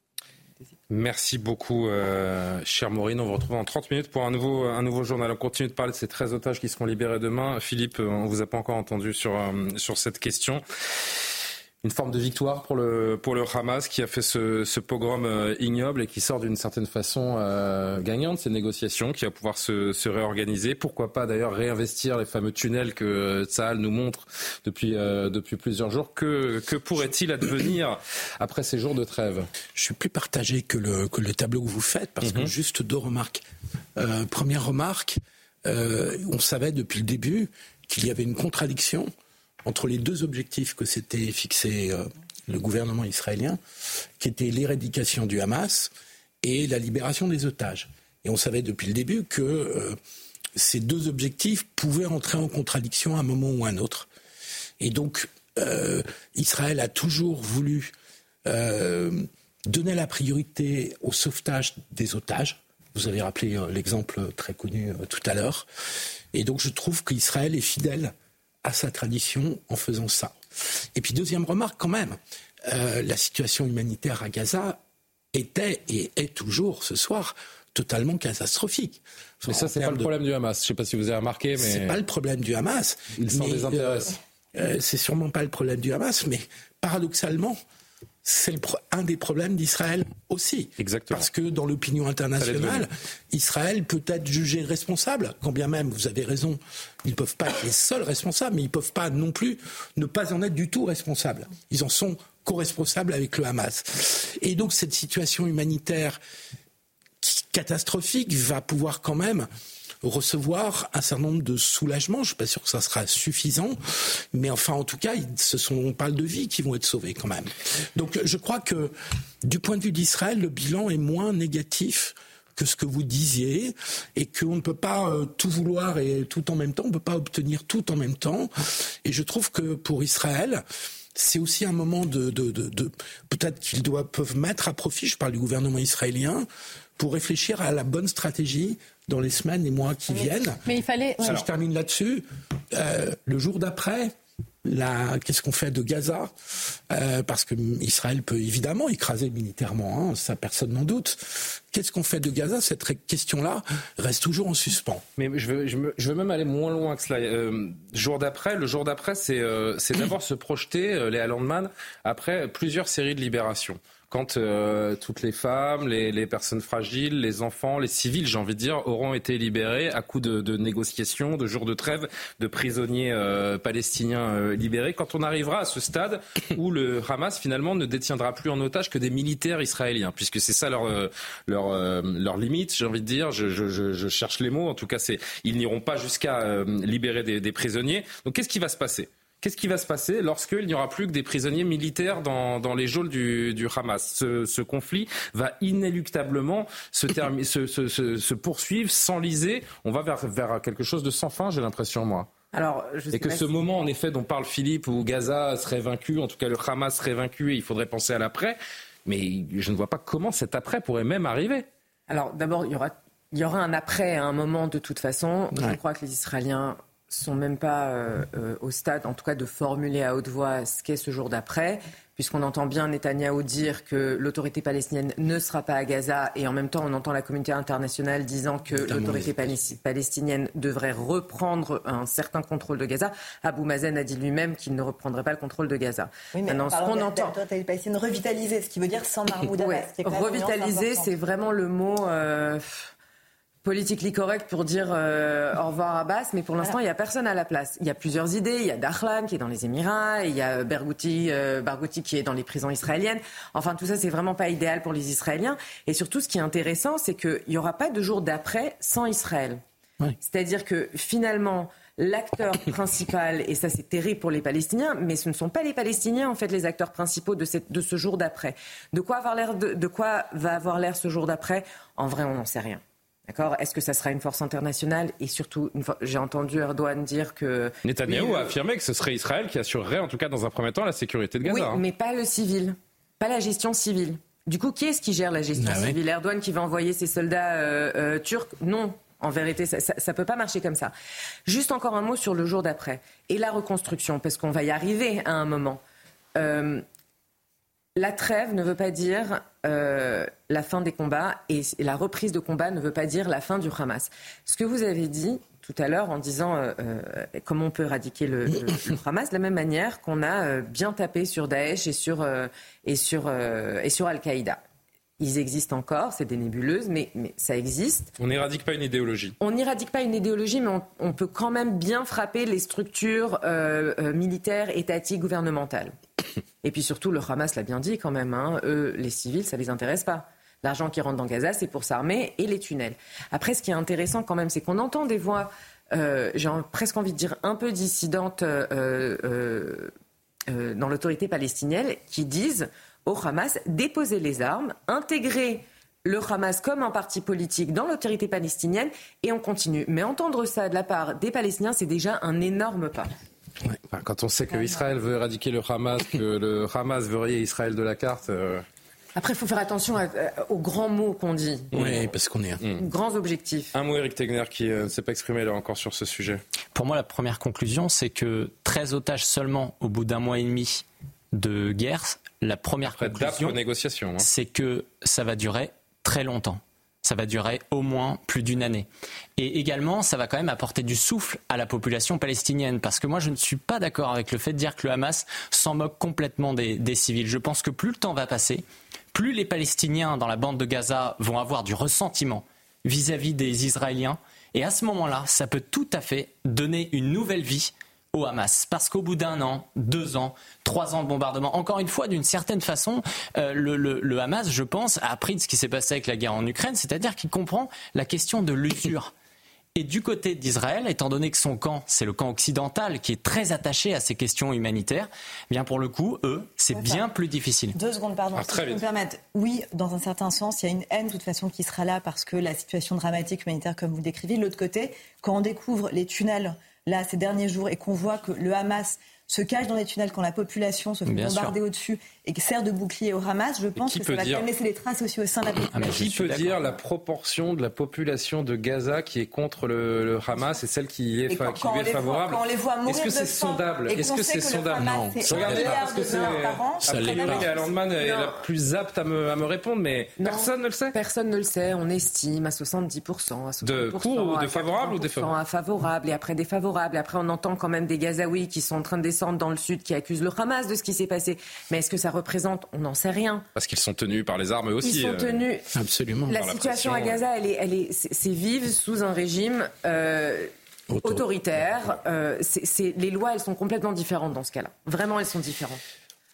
Merci beaucoup, euh, chère Maureen. On vous retrouve dans trente minutes pour un nouveau, un nouveau journal. On continue de parler de ces treize otages qui seront libérés demain. Philippe, on ne vous a pas encore entendu sur, euh, sur cette question. Une forme de victoire pour le, pour le Hamas qui a fait ce, ce pogrom euh, ignoble et qui sort d'une certaine façon euh, gagnant de ces négociations, qui va pouvoir se, se réorganiser. Pourquoi pas d'ailleurs réinvestir les fameux tunnels que Tsahal nous montre depuis, euh, depuis plusieurs jours. Que, que pourrait-il advenir après ces jours de trêve ? Je suis plus partagé que le, que le tableau que vous faites, parce mm-hmm. que juste deux remarques. Euh, première remarque, euh, on savait depuis le début qu'il y avait une contradiction entre les deux objectifs que s'était fixé euh, le gouvernement israélien, qui étaient l'éradication du Hamas et la libération des otages. Et on savait depuis le début que euh, ces deux objectifs pouvaient entrer en contradiction à un moment ou à un autre. Et donc, euh, Israël a toujours voulu euh, donner la priorité au sauvetage des otages. Vous avez rappelé euh, l'exemple très connu euh, tout à l'heure. Et donc, je trouve qu'Israël est fidèle à sa tradition en faisant ça. Et puis deuxième remarque quand même, euh, la situation humanitaire à Gaza était et est toujours ce soir totalement catastrophique. Mais ça, c'est pas le problème de... du Hamas. Je ne sais pas si vous avez remarqué, mais... C'est pas le problème du Hamas. Il s'en désintéresse. Euh, euh, c'est sûrement pas le problème du Hamas, mais paradoxalement, c'est le pro- un des problèmes d'Israël aussi. Exactement. Parce que dans l'opinion internationale, Israël peut être jugé responsable, quand bien même, vous avez raison, ils ne peuvent pas être les seuls responsables, mais ils ne peuvent pas non plus ne pas en être du tout responsables. Ils en sont co-responsables avec le Hamas. Et donc cette situation humanitaire catastrophique va pouvoir quand même recevoir un certain nombre de soulagements. Je ne suis pas sûr que ça sera suffisant, mais enfin, en tout cas, ce sont, on parle de vies qui vont être sauvées quand même. Donc, je crois que du point de vue d'Israël, le bilan est moins négatif que ce que vous disiez, et qu'on ne peut pas euh, tout vouloir et tout en même temps, on ne peut pas obtenir tout en même temps. Et je trouve que pour Israël, c'est aussi un moment de, de, de, de peut-être qu'ils doivent, peuvent mettre à profit, je parle du gouvernement israélien, pour réfléchir à la bonne stratégie dans les semaines et mois qui mais, viennent. Mais il fallait... Si Alors, je termine là-dessus, euh, le jour d'après, la, qu'est-ce qu'on fait de Gaza euh, Parce que Israël peut évidemment écraser militairement, hein, ça personne n'en doute. Qu'est-ce qu'on fait de Gaza ? Cette question-là reste toujours en suspens. Mais je veux, je, me, je veux même aller moins loin que cela. Euh, jour d'après, le jour d'après, c'est, euh, c'est d'abord se projeter, euh, Léa Landman, après plusieurs séries de libérations. Quand euh, toutes les femmes, les, les personnes fragiles, les enfants, les civils, j'ai envie de dire, auront été libérés à coup de, de négociations, de jours de trêve, de prisonniers euh, palestiniens euh, libérés. Quand on arrivera à ce stade où le Hamas finalement ne détiendra plus en otage que des militaires israéliens, puisque c'est ça leur euh, leur euh, leur limite, j'ai envie de dire. Je, je, je, je cherche les mots. En tout cas, c'est ils n'iront pas jusqu'à euh, libérer des, des prisonniers. Donc, qu'est-ce qui va se passer ? Qu'est-ce qui va se passer lorsqu'il n'y aura plus que des prisonniers militaires dans, dans les geôles du, du Hamas ? Ce, ce conflit va inéluctablement se, termi- se, se, se, se poursuivre, s'enliser. On va vers, vers quelque chose de sans fin, j'ai l'impression, moi. Alors, je sais et que ce si... moment, en effet, dont parle Philippe, où Gaza serait vaincu, en tout cas le Hamas serait vaincu et il faudrait penser à l'après, mais je ne vois pas comment cet après pourrait même arriver. Alors d'abord, il y aura, il y aura un après à un moment de toute façon. Ouais. Je crois que les Israéliens sont même pas euh, euh, au stade, en tout cas, de formuler à haute voix ce qu'est ce jour d'après, puisqu'on entend bien Netanyahou dire que l'autorité palestinienne ne sera pas à Gaza, et en même temps, on entend la communauté internationale disant que Notamment l'autorité palestinienne, palestinienne devrait reprendre un certain contrôle de Gaza. Abou Mazen a dit lui-même qu'il ne reprendrait pas le contrôle de Gaza. Oui, mais Maintenant, ce qu'on entend, l'autorité palestinienne revitaliser, ce qui veut dire sans Mahmoud Abbas. Ouais, revitaliser, c'est vraiment le mot. Euh, politically correct pour dire euh, au revoir à Abbas, mais pour l'instant, il n'y a personne à la place. Il y a plusieurs idées. Il y a Dahlan qui est dans les Émirats, il y a Barghouti, euh, Barghouti qui est dans les prisons israéliennes. Enfin, tout ça, c'est vraiment pas idéal pour les Israéliens. Et surtout, ce qui est intéressant, c'est qu'il n'y aura pas de jour d'après sans Israël. Oui. C'est-à-dire que finalement, l'acteur principal, et ça c'est terrible pour les Palestiniens, mais ce ne sont pas les Palestiniens en fait les acteurs principaux de, cette, de ce jour d'après. De quoi, avoir l'air de, de quoi va avoir l'air ce jour d'après ? En vrai, on n'en sait rien. D'accord ? Est-ce que ça sera une force internationale ? Et surtout, une fois, j'ai entendu Erdogan dire que... Netanyahou oui, a affirmé que ce serait Israël qui assurerait, en tout cas dans un premier temps, la sécurité de Gaza. Oui, hein. Mais pas le civil, pas la gestion civile. Du coup, qui est-ce qui gère la gestion ah, civile ? Oui. Erdogan qui va envoyer ses soldats euh, euh, turcs ? Non, en vérité, ça ne peut pas marcher comme ça. Juste encore un mot sur le jour d'après. Et la reconstruction, parce qu'on va y arriver à un moment. Euh, La trêve ne veut pas dire euh, la fin des combats et la reprise de combat ne veut pas dire la fin du Hamas. Ce que vous avez dit tout à l'heure en disant euh, euh, comment on peut éradiquer le, le, le Hamas, de la même manière qu'on a euh, bien tapé sur Daesh et sur, euh, et sur, euh, et sur Al-Qaïda. Ils existent encore, c'est des nébuleuses, mais, mais ça existe. On n'éradique pas une idéologie. On n'éradique pas une idéologie, mais on, on peut quand même bien frapper les structures euh, euh, militaires, étatiques, gouvernementales. Et puis surtout, le Hamas l'a bien dit quand même, hein, eux, les civils, ça ne les intéresse pas. L'argent qui rentre dans Gaza, c'est pour s'armer et les tunnels. Après, ce qui est intéressant quand même, c'est qu'on entend des voix, euh, j'ai presque envie de dire un peu dissidentes euh, euh, euh, dans l'autorité palestinienne, qui disent au Hamas, déposer les armes, intégrer le Hamas comme un parti politique dans l'autorité palestinienne et on continue. Mais entendre ça de la part des Palestiniens, c'est déjà un énorme pas. Ouais. Enfin, quand on sait que Israël veut éradiquer le Hamas, que le Hamas veut rayer Israël de la carte... Euh... Après, il faut faire attention à, à, aux grands mots qu'on dit. Oui, parce qu'on est... Mmh. Grands objectifs. Un mot, Éric Tegner, qui euh, ne s'est pas exprimé là encore sur ce sujet. Pour moi, la première conclusion, c'est que treize otages seulement au bout d'un mois et demi de guerre... La première Après conclusion, négociation, hein. c'est que ça va durer très longtemps. Ça va durer au moins plus d'une année. Et également, ça va quand même apporter du souffle à la population palestinienne. Parce que moi, je ne suis pas d'accord avec le fait de dire que le Hamas s'en moque complètement des, des civils. Je pense que plus le temps va passer, plus les Palestiniens dans la bande de Gaza vont avoir du ressentiment vis-à-vis des Israéliens. Et à ce moment-là, ça peut tout à fait donner une nouvelle vie au Hamas. Parce qu'au bout d'un an, deux ans, trois ans de bombardement, encore une fois, d'une certaine façon, euh, le, le, le Hamas, je pense, a appris de ce qui s'est passé avec la guerre en Ukraine, c'est-à-dire qu'il comprend la question de l'usure. Et du côté d'Israël, étant donné que son camp, c'est le camp occidental, qui est très attaché à ces questions humanitaires, bien pour le coup, eux, c'est ouais, bien plus difficile. Deux secondes, pardon, ah, si je peux me permettre. Oui, dans un certain sens, il y a une haine, de toute façon, qui sera là parce que la situation dramatique humanitaire, comme vous le décrivez. De l'autre côté, quand on découvre les tunnels là, ces derniers jours, et qu'on voit que le Hamas se cache dans les tunnels quand la population se fait Bien bombarder sûr. au-dessus et qui sert de bouclier au Hamas, je pense que ça va dire... laisser des traces aussi au sein de la population. Ah, qui peut dire la proportion de la population de Gaza qui est contre le, le Hamas et celle qui est, fa... quand, qui lui est favorable voit, quand on les voit mourir Est-ce que c'est sondable Est-ce que c'est sondable Non. Regardez là, parce que c'est... A priori, Landman est la plus apte à me, à me répondre, mais non. personne ne le sait. Personne ne le sait. On estime à soixante-dix pour cent, à soixante pour cent. De pour ou de favorable ou défavorable à favorable et après défavorable. Et après, on entend quand même des Gazaouis qui sont en train de descendre dans le sud qui accusent le Hamas de ce qui s'est passé. Mais est-ce que ça représente ? On n'en sait rien. Parce qu'ils sont tenus par les armes aussi. Ils sont tenus. Euh... Absolument. La situation la à Gaza, elle est, elle est, c'est, c'est vivre sous un régime euh, Auto. autoritaire. Euh, c'est, c'est, les lois, elles sont complètement différentes dans ce cas-là. Vraiment, elles sont différentes.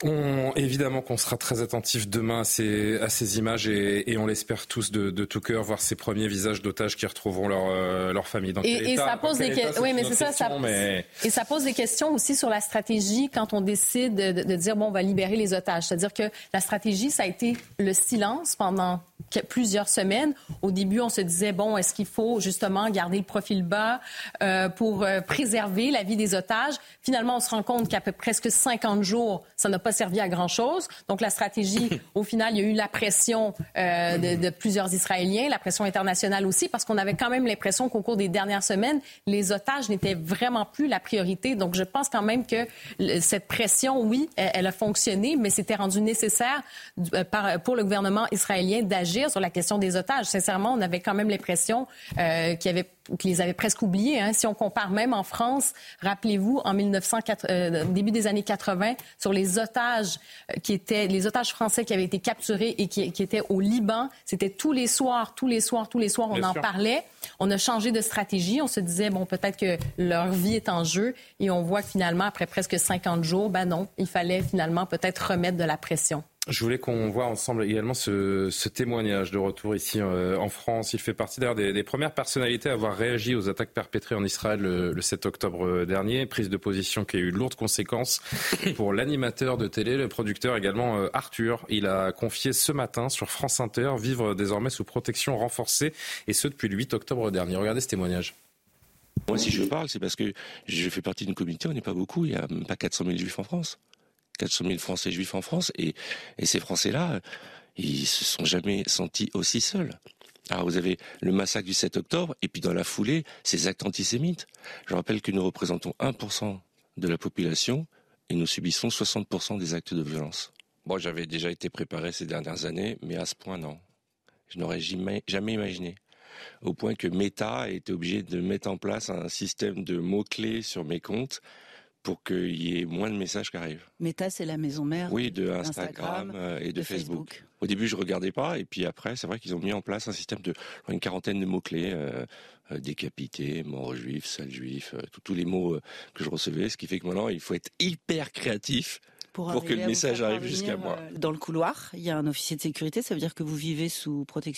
On, évidemment qu'on sera très attentif demain à ces, à ces images et, et on l'espère tous de, de tout cœur, voir ces premiers visages d'otages qui retrouveront leur, euh, leur famille. Dans et, quel et état, ça pose des questions. Oui, mais c'est ça. Question, ça... Mais... Et ça pose des questions aussi sur la stratégie quand on décide de, de, de dire bon, on va libérer les otages. C'est-à-dire que la stratégie, ça a été le silence pendant plusieurs semaines. Au début, on se disait bon, est-ce qu'il faut justement garder le profil bas euh, pour euh, préserver la vie des otages? Finalement, on se rend compte qu'à peu presque cinquante jours, ça n'a pas servi à grand-chose. Donc, la stratégie, au final, il y a eu la pression euh, de, de plusieurs Israéliens, la pression internationale aussi, parce qu'on avait quand même l'impression qu'au cours des dernières semaines, les otages n'étaient vraiment plus la priorité. Donc, je pense quand même que cette pression, oui, elle, elle a fonctionné, mais c'était rendu nécessaire euh, par, pour le gouvernement israélien d'agir sur la question des otages. Sincèrement, on avait quand même l'impression euh, qu'il y avait qu'ils les avaient presque oubliés. Hein. Si on compare même en France, rappelez-vous, en mille neuf cent quatre, euh, début des années quatre-vingt, sur les otages euh, qui étaient, les otages français qui avaient été capturés et qui, qui étaient au Liban, c'était tous les soirs, tous les soirs, tous les soirs, on Bien en sûr. parlait. On a changé de stratégie. On se disait, bon, peut-être que leur vie est en jeu. Et on voit que finalement, après presque cinquante jours, ben non, il fallait finalement peut-être remettre de la pression. Je voulais qu'on voit ensemble également ce, ce témoignage de retour ici euh, en France. Il fait partie d'ailleurs des, des premières personnalités à avoir réagi aux attaques perpétrées en Israël le, le sept octobre dernier. Prise de position qui a eu de lourdes conséquences pour l'animateur de télé, le producteur également euh, Arthur. Il a confié ce matin sur France Inter vivre désormais sous protection renforcée et ce depuis le huit octobre dernier. Regardez ce témoignage. Moi, si je parle, c'est parce que je fais partie d'une communauté, on n'est pas beaucoup, il n'y a même pas quatre cent mille juifs en France. quatre cent mille Français juifs en France, et, et ces Français-là, ils se sont jamais sentis aussi seuls. Alors vous avez le massacre du sept octobre, et puis dans la foulée, ces actes antisémites. Je rappelle que nous représentons un pour cent de la population, et nous subissons soixante pour cent des actes de violence. Bon, j'avais déjà été préparé ces dernières années, mais à ce point, non. Je n'aurais jamais, jamais imaginé. Au point que Meta a été obligé de mettre en place un système de mots-clés sur mes comptes, pour qu'il y ait moins de messages qui arrivent. Meta, c'est la maison mère. Oui, de Instagram et de, de Facebook. Facebook. Au début, je regardais pas, et puis après, c'est vrai qu'ils ont mis en place un système de une quarantaine de mots-clés, euh, euh, décapité, mort juif, sale juif, euh, tous les mots euh, que je recevais, ce qui fait que maintenant, il faut être hyper créatif pour, pour que le message arrive jusqu'à moi. Dans le couloir, il y a un officier de sécurité, ça veut dire que vous vivez sous protection ?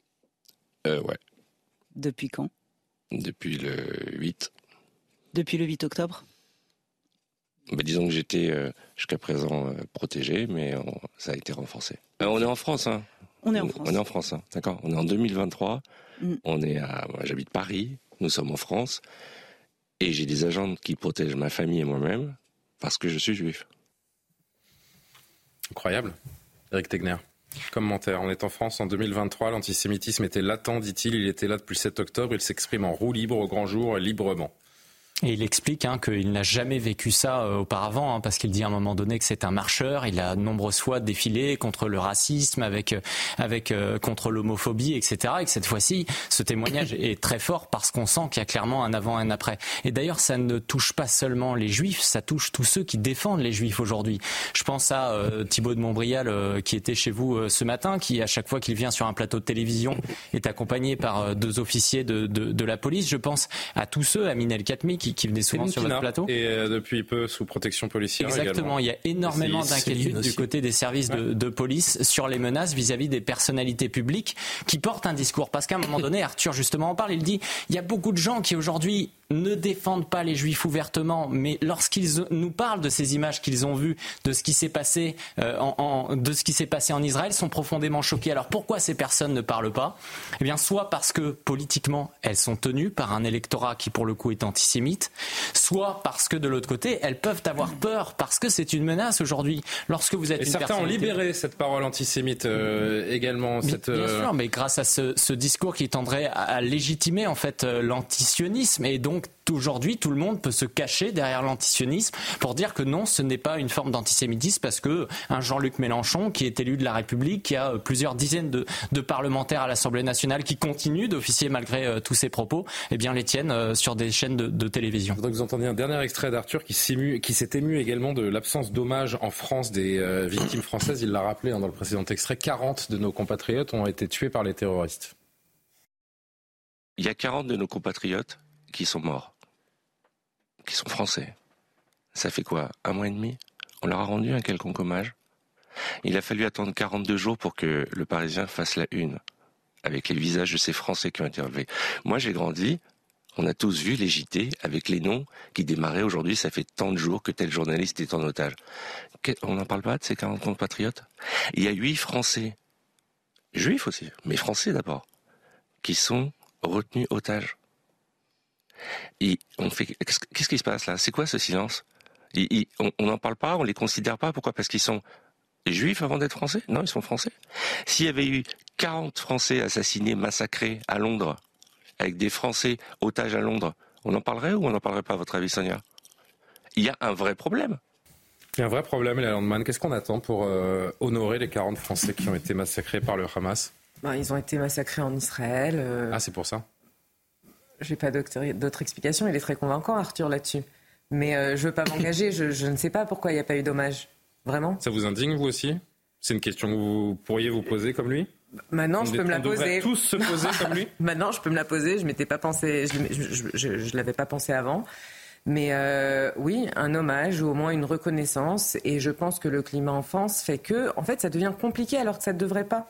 Euh, ouais. Depuis quand ? Depuis le huit. Depuis le huit octobre ? Ben, disons que j'étais euh, jusqu'à présent euh, protégé, mais on, ça a été renforcé. Euh, on est en France, hein. On est en France. On est en France, hein. D'accord. On est en deux mille vingt-trois. Mm. On est à, moi, j'habite Paris. Nous sommes en France, et j'ai des agents qui protègent ma famille et moi-même parce que je suis juif. Incroyable, Éric Tegner. Commentaire. On est en France en deux mille vingt-trois. L'antisémitisme était latent, dit-il. Il était là depuis le sept octobre. Il s'exprime en roue libre au grand jour, librement. Et il explique hein, qu'il n'a jamais vécu ça euh, auparavant, hein, parce qu'il dit à un moment donné que c'est un marcheur. Il a de nombreuses fois défilé contre le racisme, avec, euh, avec euh, contre l'homophobie, et cetera. Et que cette fois-ci, ce témoignage est très fort parce qu'on sent qu'il y a clairement un avant et un après. Et d'ailleurs, ça ne touche pas seulement les juifs, ça touche tous ceux qui défendent les juifs aujourd'hui. Je pense à euh, Thibaut de Montbrial euh, qui était chez vous euh, ce matin, qui à chaque fois qu'il vient sur un plateau de télévision est accompagné par euh, deux officiers de, de, de la police. Je pense à tous ceux, à Minel Katmi, qui, qui venait souvent sur votre plateau. Et euh, depuis peu sous protection policière. Exactement, également. Il y a énormément d'inquiétudes du côté des services de, de police sur les menaces vis-à-vis des personnalités publiques qui portent un discours. Parce qu'à un moment donné, Arthur justement en parle, il dit il y a beaucoup de gens qui aujourd'hui ne défendent pas les juifs ouvertement, mais lorsqu'ils nous parlent de ces images qu'ils ont vues, de ce qui s'est passé euh, en, en, de ce qui s'est passé en Israël, sont profondément choqués. Alors pourquoi ces personnes ne parlent pas ? Eh bien, soit parce que politiquement elles sont tenues par un électorat qui pour le coup est antisémite, soit parce que de l'autre côté elles peuvent avoir peur parce que c'est une menace aujourd'hui. Lorsque vous êtes et une certains ont libéré cette parole antisémite euh, également. Bien, cette, euh... bien sûr, mais grâce à ce, ce discours qui tendrait à, à légitimer en fait euh, l'antisionisme et donc aujourd'hui, tout le monde peut se cacher derrière l'antisionisme pour dire que non, ce n'est pas une forme d'antisémitisme parce que un Jean-Luc Mélenchon, qui est élu de la République, qui a plusieurs dizaines de, de parlementaires à l'Assemblée nationale qui continuent d'officier malgré euh, tous ses propos, eh bien les tiennent euh, sur des chaînes de, de télévision. Je voudrais que vous entendiez un dernier extrait d'Arthur qui, qui s'est ému également de l'absence d'hommage en France des euh, victimes françaises. Il l'a rappelé hein, dans le précédent extrait, quarante de nos compatriotes ont été tués par les terroristes. Il y a quarante de nos compatriotes qui sont morts, qui sont français. Ça fait quoi, un mois et demi ? On leur a rendu un quelconque hommage. Il a fallu attendre quarante-deux jours pour que le Parisien fasse la une, avec les visages de ces Français qui ont été enlevés. Moi, j'ai grandi, on a tous vu les J T avec les noms qui démarraient aujourd'hui, ça fait tant de jours que tel journaliste est en otage. On n'en parle pas de ces quarante compatriotes ? Il y a huit Français, juifs aussi, mais Français d'abord, qui sont retenus otages. Et on fait, qu'est-ce qui se passe là ? C'est quoi ce silence ? Ils, ils, On n'en parle pas, on les considère pas. Pourquoi ? Parce qu'ils sont juifs avant d'être français ? Non, ils sont français. S'il y avait eu quarante Français assassinés, massacrés à Londres, avec des Français otages à Londres, on en parlerait ou on n'en parlerait pas, à votre avis, Sonia ? Il y a un vrai problème. Il y a un vrai problème, Léa Landman. Qu'est-ce qu'on attend pour euh, honorer les quarante Français qui ont été massacrés par le Hamas ? Ben, ils ont été massacrés en Israël. Euh... Ah, c'est pour ça ? J'ai pas d'autre, d'autre explication. Il est très convaincant, Arthur, là-dessus. Mais euh, je veux pas m'engager. Je, je ne sais pas pourquoi il n'y a pas eu d'hommage. Vraiment ? Ça vous indigne, vous aussi ? C'est une question que vous pourriez vous poser comme lui ? Maintenant, on je peux me la poser. On devrait tous se poser comme lui. Maintenant, je peux me la poser. Je m'étais pas pensé. Je, je, je, je l'avais pas pensé avant. Mais euh, oui, un hommage ou au moins une reconnaissance. Et je pense que le climat en France fait que, en fait, ça devient compliqué alors que ça ne devrait pas.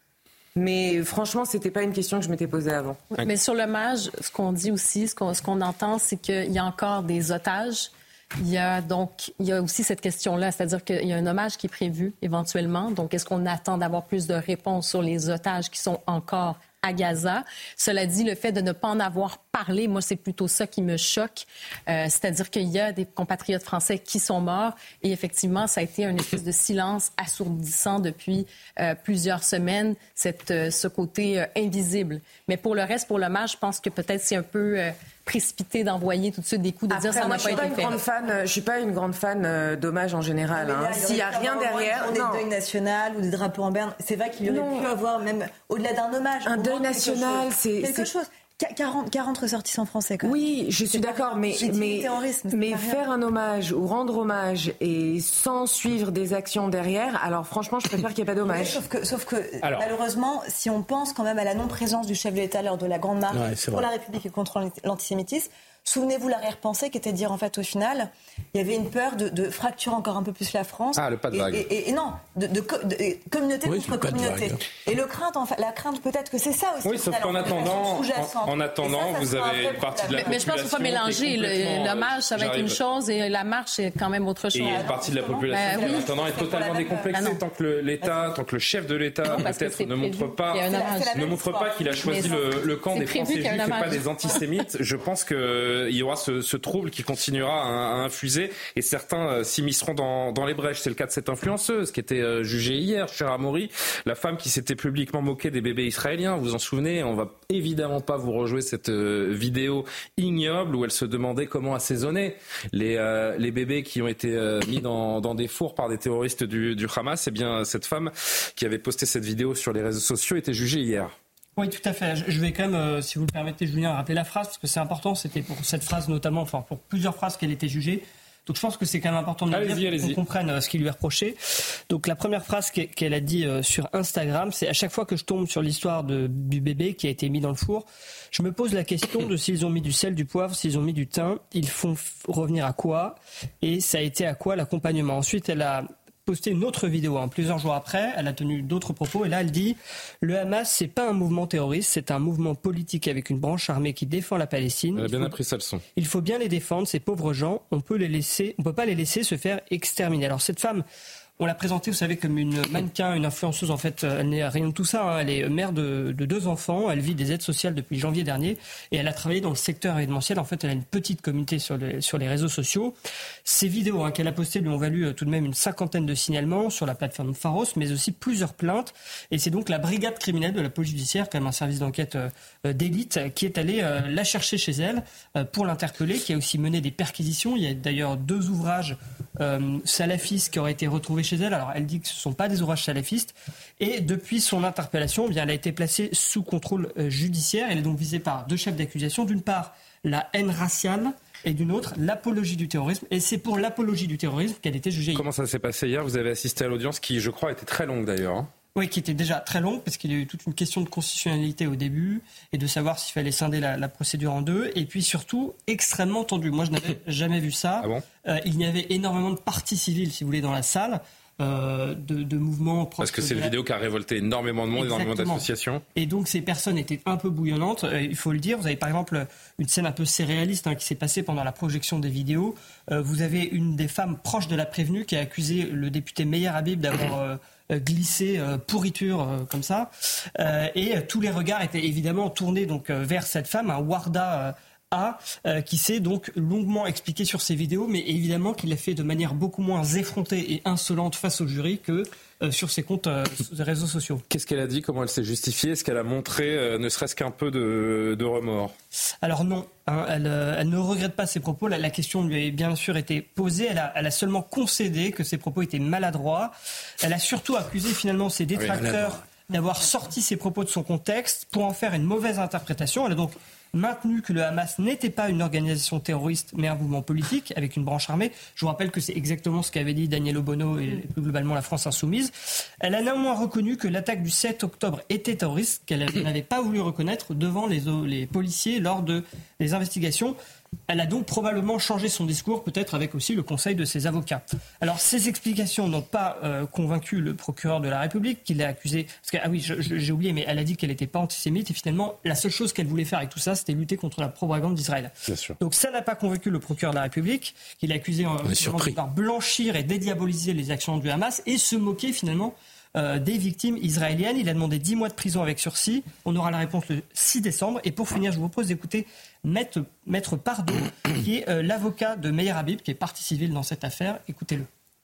Mais franchement, c'était pas une question que je m'étais posée avant. Oui, mais sur l'hommage, ce qu'on dit aussi, ce qu'on, ce qu'on entend, c'est qu'il y a encore des otages. Il y a donc, il y a aussi cette question-là, c'est-à-dire qu'il y a un hommage qui est prévu éventuellement. Donc, est-ce qu'on attend d'avoir plus de réponses sur les otages qui sont encore à Gaza? Cela dit, le fait de ne pas en avoir parlé, moi, c'est plutôt ça qui me choque. Euh, c'est-à-dire qu'il y a des compatriotes français qui sont morts et effectivement, ça a été un espèce de silence assourdissant depuis euh, plusieurs semaines, cette, euh, ce côté euh, invisible. Mais pour le reste, pour l'hommage, je pense que peut-être c'est un peu... Euh, précipité d'envoyer tout de suite des coups, de Après, dire ça n'a pas été fait. Fan, je ne suis pas une grande fan euh, d'hommage en général. Hein. S'il n'y a rien derrière... Des deuils nationaux ou des drapeaux en berne, c'est vrai qu'il y aurait non. pu avoir, même au-delà d'un hommage... Un deuil national, c'est... Quelque chose. quarante, quarante ressortissants français, quand même. Oui, je suis d'accord, mais, mais, mais faire un hommage ou rendre hommage et sans suivre des actions derrière, alors franchement, je préfère qu'il n'y ait pas d'hommage. Oui, sauf que, sauf que malheureusement, si on pense quand même à la non-présence du chef de l'État lors de la Grande Marche ouais, pour vrai. la République et contre l'antisémitisme, souvenez-vous l'arrière-pensée qui était de dire, en fait, au final, il y avait une peur de, de fracturer encore un peu plus la France. Ah, le pas de vague. Et, et, et non, de, de, de, de communauté oui, contre communauté. Et le crainte, en fait, la crainte, peut-être que c'est ça aussi. Oui, sauf qu'en attendant, en, en attendant ça, ça vous avez une partie de la mais, population. Mais je pense qu'il ne faut pas mélanger. L'hommage, ça va être une chose et la marche, c'est quand même autre chose. Et il y a une partie de la population qui, en attendant, est totalement décomplexée tant que l'État, tant que le chef de l'État, peut-être, ne montre pas, ne montre pas qu'il a choisi le camp des Français juifs et pas des antisémites. Je pense qu'il y aura ce trouble qui continuera à, à infuser et certains euh, s'immisceront dans, dans les brèches. C'est le cas de cette influenceuse qui était euh, jugée hier, Cher Amoury, la femme qui s'était publiquement moquée des bébés israéliens. Vous vous en souvenez? On va évidemment pas vous rejouer cette euh, vidéo ignoble où elle se demandait comment assaisonner les, euh, les bébés qui ont été euh, mis dans, dans des fours par des terroristes du, du Hamas. Eh bien, cette femme qui avait posté cette vidéo sur les réseaux sociaux était jugée hier. Oui, tout à fait. Je vais quand même, euh, si vous le permettez, Julien, rappeler la phrase, parce que c'est important. C'était pour cette phrase notamment, enfin pour plusieurs phrases qu'elle était jugée. Donc je pense que c'est quand même important de le dire pour qu'on comprenne euh, ce qui lui est reproché. Donc la première phrase qu'elle a dit euh, sur Instagram, c'est « À chaque fois que je tombe sur l'histoire de, du bébé qui a été mis dans le four, je me pose la question de s'ils ont mis du sel, du poivre, s'ils ont mis du thym, ils font revenir à quoi et ça a été à quoi l'accompagnement ?» Ensuite, elle a posté une autre vidéo, hein, plusieurs jours après, elle a tenu d'autres propos et là elle dit « Le Hamas, c'est pas un mouvement terroriste, c'est un mouvement politique avec une branche armée qui défend la Palestine. Elle a bien appris sa leçon. Il faut bien les défendre, ces pauvres gens, on peut les laisser, on peut pas les laisser se faire exterminer. » Alors cette femme, on l'a présentée, vous savez, comme une mannequin, une influenceuse. En fait, elle n'est rien de tout ça. Hein. Elle est mère de, de deux enfants. Elle vit des aides sociales depuis janvier dernier. Et elle a travaillé dans le secteur événementiel. En fait, elle a une petite communauté sur les, sur les réseaux sociaux. Ces vidéos hein, qu'elle a postées lui ont valu tout de même une cinquantaine de signalements sur la plateforme Pharos, mais aussi plusieurs plaintes. Et c'est donc la brigade criminelle de la police judiciaire, quand même un service d'enquête euh, d'élite, qui est allé euh, la chercher chez elle euh, pour l'interpeller, qui a aussi mené des perquisitions. Il y a d'ailleurs deux ouvrages euh, salafistes qui auraient été retrouvés chez elle. Alors, elle dit que ce ne sont pas des ouvrages salafistes. Et depuis son interpellation, eh bien, elle a été placée sous contrôle euh, judiciaire. Elle est donc visée par deux chefs d'accusation. D'une part, la haine raciale et d'une autre, l'apologie du terrorisme. Et c'est pour l'apologie du terrorisme qu'elle était jugée. Comment ça s'est passé hier? Vous avez assisté à l'audience qui, je crois, était très longue d'ailleurs. Hein. Oui, qui était déjà très long, parce qu'il y a eu toute une question de constitutionnalité au début, et de savoir s'il fallait scinder la, la procédure en deux, et puis surtout extrêmement tendu. Moi, je n'avais jamais vu ça. Ah bon euh, il y avait énormément de parties civiles, si vous voulez, dans la salle. Euh, de, de mouvements parce que c'est une la... vidéo qui a révolté énormément de monde, Exactement. énormément d'associations. Et donc ces personnes étaient un peu bouillonnantes, euh, il faut le dire. Vous avez par exemple une scène un peu surréaliste hein, qui s'est passée pendant la projection des vidéos. Euh, vous avez une des femmes proches de la prévenue qui a accusé le député Meyer Habib d'avoir euh, glissé euh, pourriture euh, comme ça. Euh, et euh, tous les regards étaient évidemment tournés donc euh, vers cette femme, un Warda euh, A, euh, qui s'est donc longuement expliqué sur ses vidéos, mais évidemment qu'il l'a fait de manière beaucoup moins effrontée et insolente face au jury que euh, sur ses comptes euh, réseaux sociaux. Qu'est-ce qu'elle a dit? Comment elle s'est justifiée? Est-ce qu'elle a montré euh, ne serait-ce qu'un peu de, de remords? Alors non, hein, elle, euh, elle ne regrette pas ses propos. La, la question lui a bien sûr été posée. Elle a, elle a seulement concédé que ses propos étaient maladroits. Elle a surtout accusé finalement ses détracteurs oui, d'avoir sorti ses propos de son contexte pour en faire une mauvaise interprétation. Elle a donc maintenu que le Hamas n'était pas une organisation terroriste mais un mouvement politique avec une branche armée. Je vous rappelle que c'est exactement ce qu'avait dit Daniel Obono et plus globalement la France insoumise. Elle a néanmoins reconnu que l'attaque du sept octobre était terroriste, qu'elle n'avait pas voulu reconnaître devant les, les policiers lors de, des investigations. Elle a donc probablement changé son discours, peut-être avec aussi le conseil de ses avocats. Alors, ces explications n'ont pas euh, convaincu le procureur de la République, qui l'a accusé... Parce que, ah oui, je, je, j'ai oublié, mais elle a dit qu'elle n'était pas antisémite, et finalement, la seule chose qu'elle voulait faire avec tout ça, c'était lutter contre la propagande d'Israël. Bien sûr. Donc ça n'a pas convaincu le procureur de la République, qui l'a accusé en, de blanchir et dédiaboliser les actions du Hamas, et se moquer finalement Euh, des victimes israéliennes. Il a demandé dix mois de prison avec sursis. On aura la réponse le six décembre. Et pour finir, je vous propose d'écouter Maître, Maître Pardo, qui est euh, l'avocat de Meyer Habib, qui est partie civile dans cette affaire. Écoutez-le.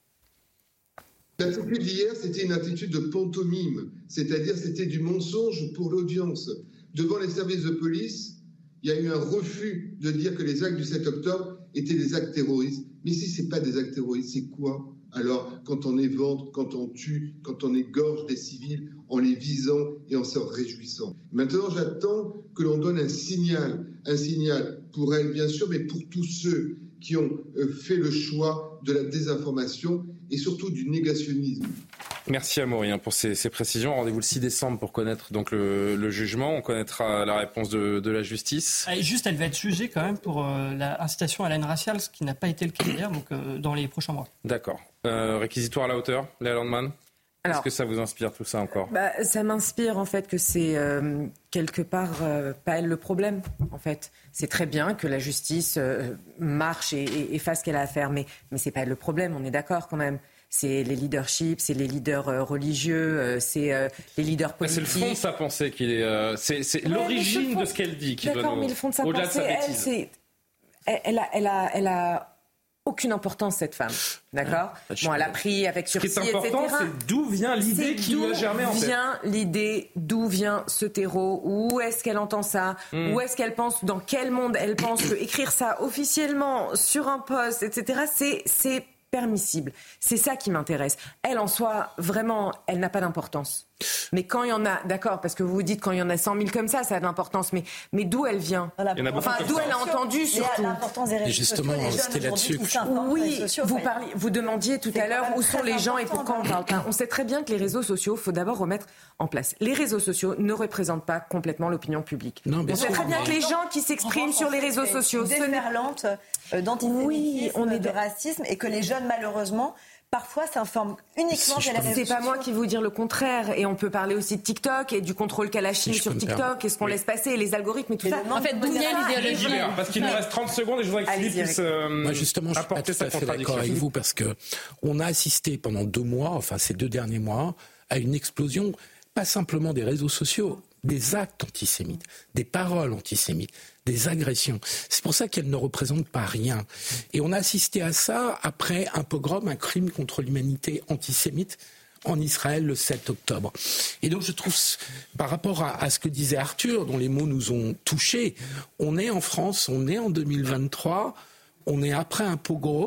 L'attitude d'hier, c'était une attitude de pantomime, c'est-à-dire c'était du mensonge pour l'audience. Devant les services de police, il y a eu un refus de dire que les actes du sept octobre étaient des actes terroristes. Mais si ce n'est pas des actes terroristes, c'est quoi ? Alors, quand on évente, quand on tue, quand on égorge des civils en les visant et en se réjouissant. Maintenant, j'attends que l'on donne un signal, un signal pour elle, bien sûr, mais pour tous ceux qui ont fait le choix de la désinformation et surtout du négationnisme. Merci Amaury pour ces, ces précisions. Rendez-vous le six décembre pour connaître donc le, le jugement. On connaîtra la réponse de, de la justice. Et juste, elle va être jugée quand même pour euh, la incitation à la haine raciale, ce qui n'a pas été le cas hier, donc euh, dans les prochains mois. D'accord. Euh, réquisitoire à la hauteur, Léa Landman. Alors, est-ce que ça vous inspire tout ça encore? bah, Ça m'inspire en fait que c'est euh, quelque part euh, pas elle le problème. En fait, c'est très bien que la justice euh, marche et, et, et fasse ce qu'elle a à faire, mais mais c'est pas elle le problème. On est d'accord quand même. C'est les leaderships, c'est les leaders euh, religieux, euh, c'est euh, les leaders politiques. C'est le fond de sa pensée qui est. Euh, c'est c'est ouais, l'origine de ce qu'elle dit qui doit nous. D'accord, mais le fond de sa au-delà pensée, de sa elle, c'est, elle, elle a, elle a, elle a aucune importance cette femme, d'accord. Ah, bon, elle a pris avec sursis, et cetera. Ce qui est important, c'est d'où vient l'idée qui lui a germé en tête. D'où vient l'idée, d'où vient ce terreau, où est-ce qu'elle entend ça, mm. où est-ce qu'elle pense, dans quel monde elle pense que écrire ça officiellement sur un poste, et cetera. C'est c'est permissible. C'est ça qui m'intéresse. Elle, en soi, vraiment, elle n'a pas d'importance. Mais quand il y en a, d'accord, parce que vous vous dites quand il y en a cent mille comme ça, ça a de l'importance, mais, mais d'où elle vient? Enfin, d'où elle a entendu surtout. L'importance des réseaux justement, sociaux, c'était là-dessus. Oui, vous, parliez, vous demandiez tout à l'heure où sont les gens et pourquoi on parle pas. On sait très bien que les réseaux sociaux, il faut d'abord remettre en place. Les réseaux sociaux ne représentent pas complètement l'opinion publique. Non, on sait très bien que les gens qui s'expriment sur les réseaux sociaux... C'est une déferlante d'antisémitisme, oui, on est de racisme, et que les jeunes, malheureusement... Parfois, s'informent uniquement si de la réseau. C'est pas moi qui vous dire le contraire. Et on peut parler aussi de TikTok et du contrôle Kalachnikov si sur TikTok et ce qu'on oui. laisse passer, les algorithmes et tout et ça. En fait, d'où vient l'idéologie? Parce qu'il nous reste trente secondes et je voudrais que Philippe puisse euh, Moi, justement, je suis pas tout à fait d'accord avec vous parce que on a assisté pendant deux mois, enfin ces deux derniers mois, à une explosion, pas simplement des réseaux sociaux, des actes antisémites, des paroles antisémites, des agressions. C'est pour ça qu'elles ne représentent pas rien. Et on a assisté à ça après un pogrom, un crime contre l'humanité antisémite en Israël le sept octobre. Et donc je trouve, par rapport à, à ce que disait Arthur, dont les mots nous ont touchés, on est en France, on est en deux mille vingt-trois, on est après un pogrom,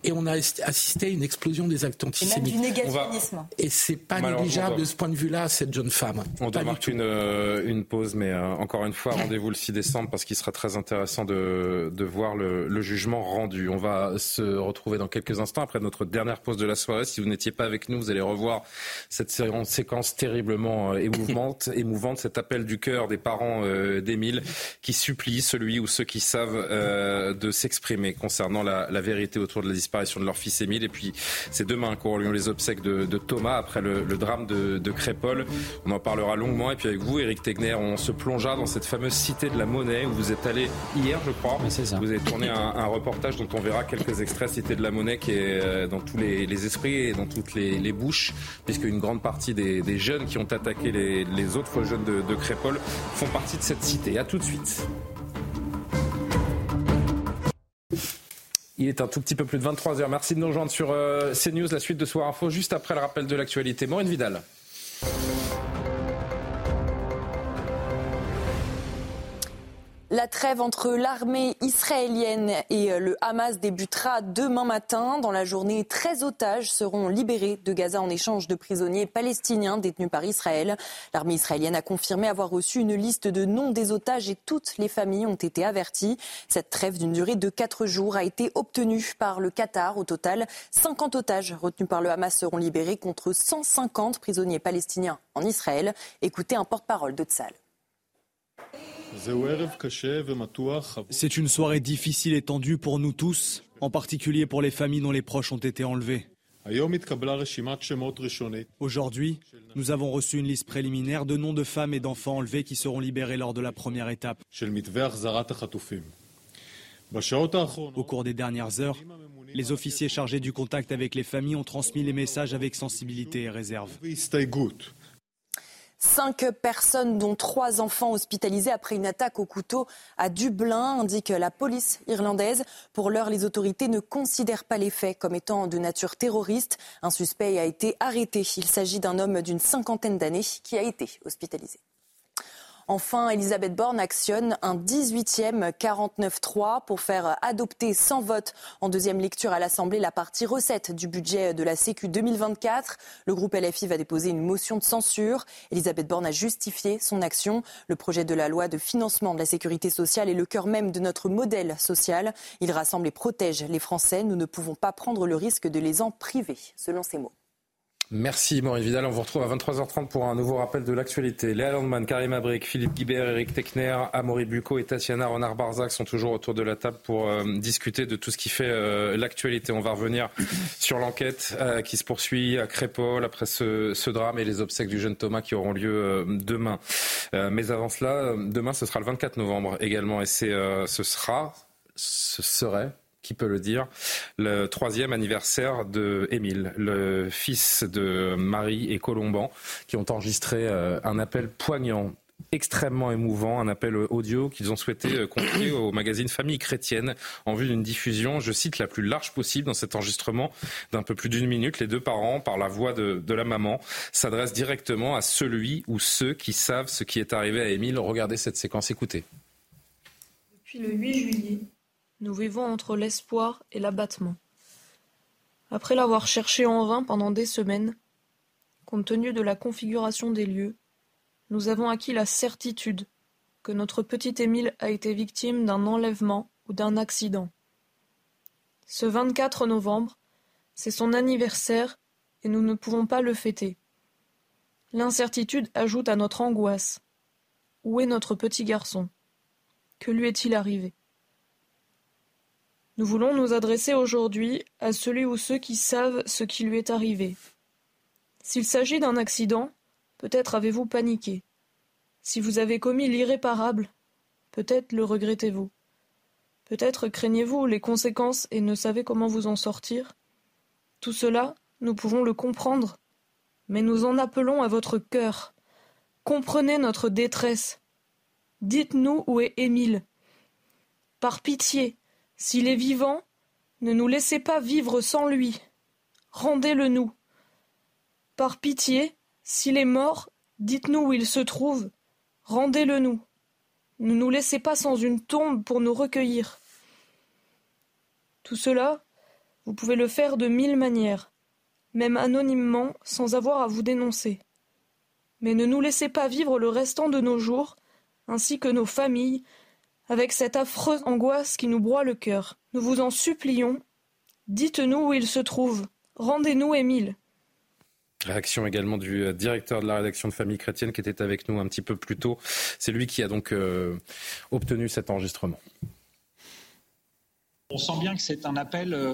Et on a assisté à une explosion des actes antisémites. Et même du négationnisme. Va... Et c'est pas négligeable de ce point de vue-là, cette jeune femme. On doit marquer une, une pause, mais euh, encore une fois, rendez-vous le six décembre parce qu'il sera très intéressant de, de voir le, le jugement rendu. On va se retrouver dans quelques instants après notre dernière pause de la soirée. Si vous n'étiez pas avec nous, vous allez revoir cette séquence terriblement émouvante, émouvante, cet appel du cœur des parents euh, d'Émile qui supplie celui ou ceux qui savent euh, de s'exprimer concernant la, la vérité autour de la disparition de leur fils Émile. Et puis c'est demain qu'auront lieu les obsèques de, de Thomas après le, le drame de, de Crépol. On en parlera longuement. Et puis avec vous, Éric Tegner, on se plongera dans cette fameuse cité de la Monnaie où vous êtes allé hier, je crois. Oui, c'est ça. Vous avez tourné un, un reportage dont on verra quelques extraits. Cité de la Monnaie qui est dans tous les, les esprits et dans toutes les, les bouches, puisque une grande partie des, des jeunes qui ont attaqué les, les autres jeunes de, de Crépol font partie de cette cité. À tout de suite. Il est un tout petit peu plus de vingt-trois heures. Merci de nous rejoindre sur euh, CNews, la suite de Soir Info, juste après le rappel de l'actualité. Maureen Vidal. La trêve entre l'armée israélienne et le Hamas débutera demain matin. Dans la journée, treize otages seront libérés de Gaza en échange de prisonniers palestiniens détenus par Israël. L'armée israélienne a confirmé avoir reçu une liste de noms des otages et toutes les familles ont été averties. Cette trêve d'une durée de quatre jours a été obtenue par le Qatar. Au total, cinquante otages retenus par le Hamas seront libérés contre cent cinquante prisonniers palestiniens en Israël. Écoutez un porte-parole de Tzahal. C'est une soirée difficile et tendue pour nous tous, en particulier pour les familles dont les proches ont été enlevés. Aujourd'hui, nous avons reçu une liste préliminaire de noms de femmes et d'enfants enlevés qui seront libérés lors de la première étape. Au cours des dernières heures, les officiers chargés du contact avec les familles ont transmis les messages avec sensibilité et réserve. Cinq personnes, dont trois enfants hospitalisés après une attaque au couteau à Dublin, indique la police irlandaise. Pour l'heure, les autorités ne considèrent pas les faits comme étant de nature terroriste. Un suspect a été arrêté. Il s'agit d'un homme d'une cinquantaine d'années qui a été hospitalisé. Enfin, Elisabeth Borne actionne un dix-huitième quarante-neuf trois pour faire adopter sans vote en deuxième lecture à l'Assemblée la partie recette du budget de la Sécu deux mille vingt-quatre. Le groupe L F I va déposer une motion de censure. Elisabeth Borne a justifié son action. Le projet de la loi de financement de la sécurité sociale est le cœur même de notre modèle social. Il rassemble et protège les Français. Nous ne pouvons pas prendre le risque de les en priver, selon ses mots. Merci Maureen Vidal. On vous retrouve à vingt-trois heures trente pour un nouveau rappel de l'actualité. Léa Landman, Karim Abric, Philippe Guibert, Éric Techner, Amaury Bucco et Tatiana Renard-Barzac sont toujours autour de la table pour euh, discuter de tout ce qui fait euh, l'actualité. On va revenir sur l'enquête euh, qui se poursuit à Crépol après ce, ce drame et les obsèques du jeune Thomas qui auront lieu euh, demain. Euh, mais avant cela, demain ce sera le vingt-quatre novembre également et c'est, euh, ce sera, ce serait... qui peut le dire, le troisième anniversaire de Émile, le fils de Marie et Colomban, qui ont enregistré un appel poignant, extrêmement émouvant, un appel audio qu'ils ont souhaité confier au magazine Famille Chrétienne en vue d'une diffusion, je cite, la plus large possible. Dans cet enregistrement d'un peu plus d'une minute, les deux parents, par la voix de, de la maman, s'adressent directement à celui ou ceux qui savent ce qui est arrivé à Émile. Regardez cette séquence, écoutez. Depuis le huit juillet, nous vivons entre l'espoir et l'abattement. Après l'avoir cherché en vain pendant des semaines, compte tenu de la configuration des lieux, nous avons acquis la certitude que notre petit Émile a été victime d'un enlèvement ou d'un accident. Ce vingt-quatre novembre, c'est son anniversaire et nous ne pouvons pas le fêter. L'incertitude ajoute à notre angoisse. Où est notre petit garçon ? Que lui est-il arrivé ? Nous voulons nous adresser aujourd'hui à celui ou ceux qui savent ce qui lui est arrivé. S'il s'agit d'un accident, peut-être avez-vous paniqué. Si vous avez commis l'irréparable, peut-être le regrettez-vous. Peut-être craignez-vous les conséquences et ne savez comment vous en sortir. Tout cela, nous pouvons le comprendre, mais nous en appelons à votre cœur. Comprenez notre détresse. Dites-nous où est Émile. Par pitié, s'il est vivant, ne nous laissez pas vivre sans lui. Rendez-le nous. Par pitié, s'il est mort, dites-nous où il se trouve. Rendez-le nous. Ne nous laissez pas sans une tombe pour nous recueillir. Tout cela, Vous pouvez le faire de mille manières, même anonymement, sans avoir à vous dénoncer. Mais ne nous laissez pas vivre le restant de nos jours, ainsi que nos familles, avec cette affreuse angoisse qui nous broie le cœur. Nous vous en supplions, dites-nous où il se trouve. Rendez-nous Émile. Réaction également du directeur de la rédaction de Famille Chrétienne qui était avec nous un petit peu plus tôt. C'est lui qui a donc euh, obtenu cet enregistrement. On sent bien que c'est un appel, euh,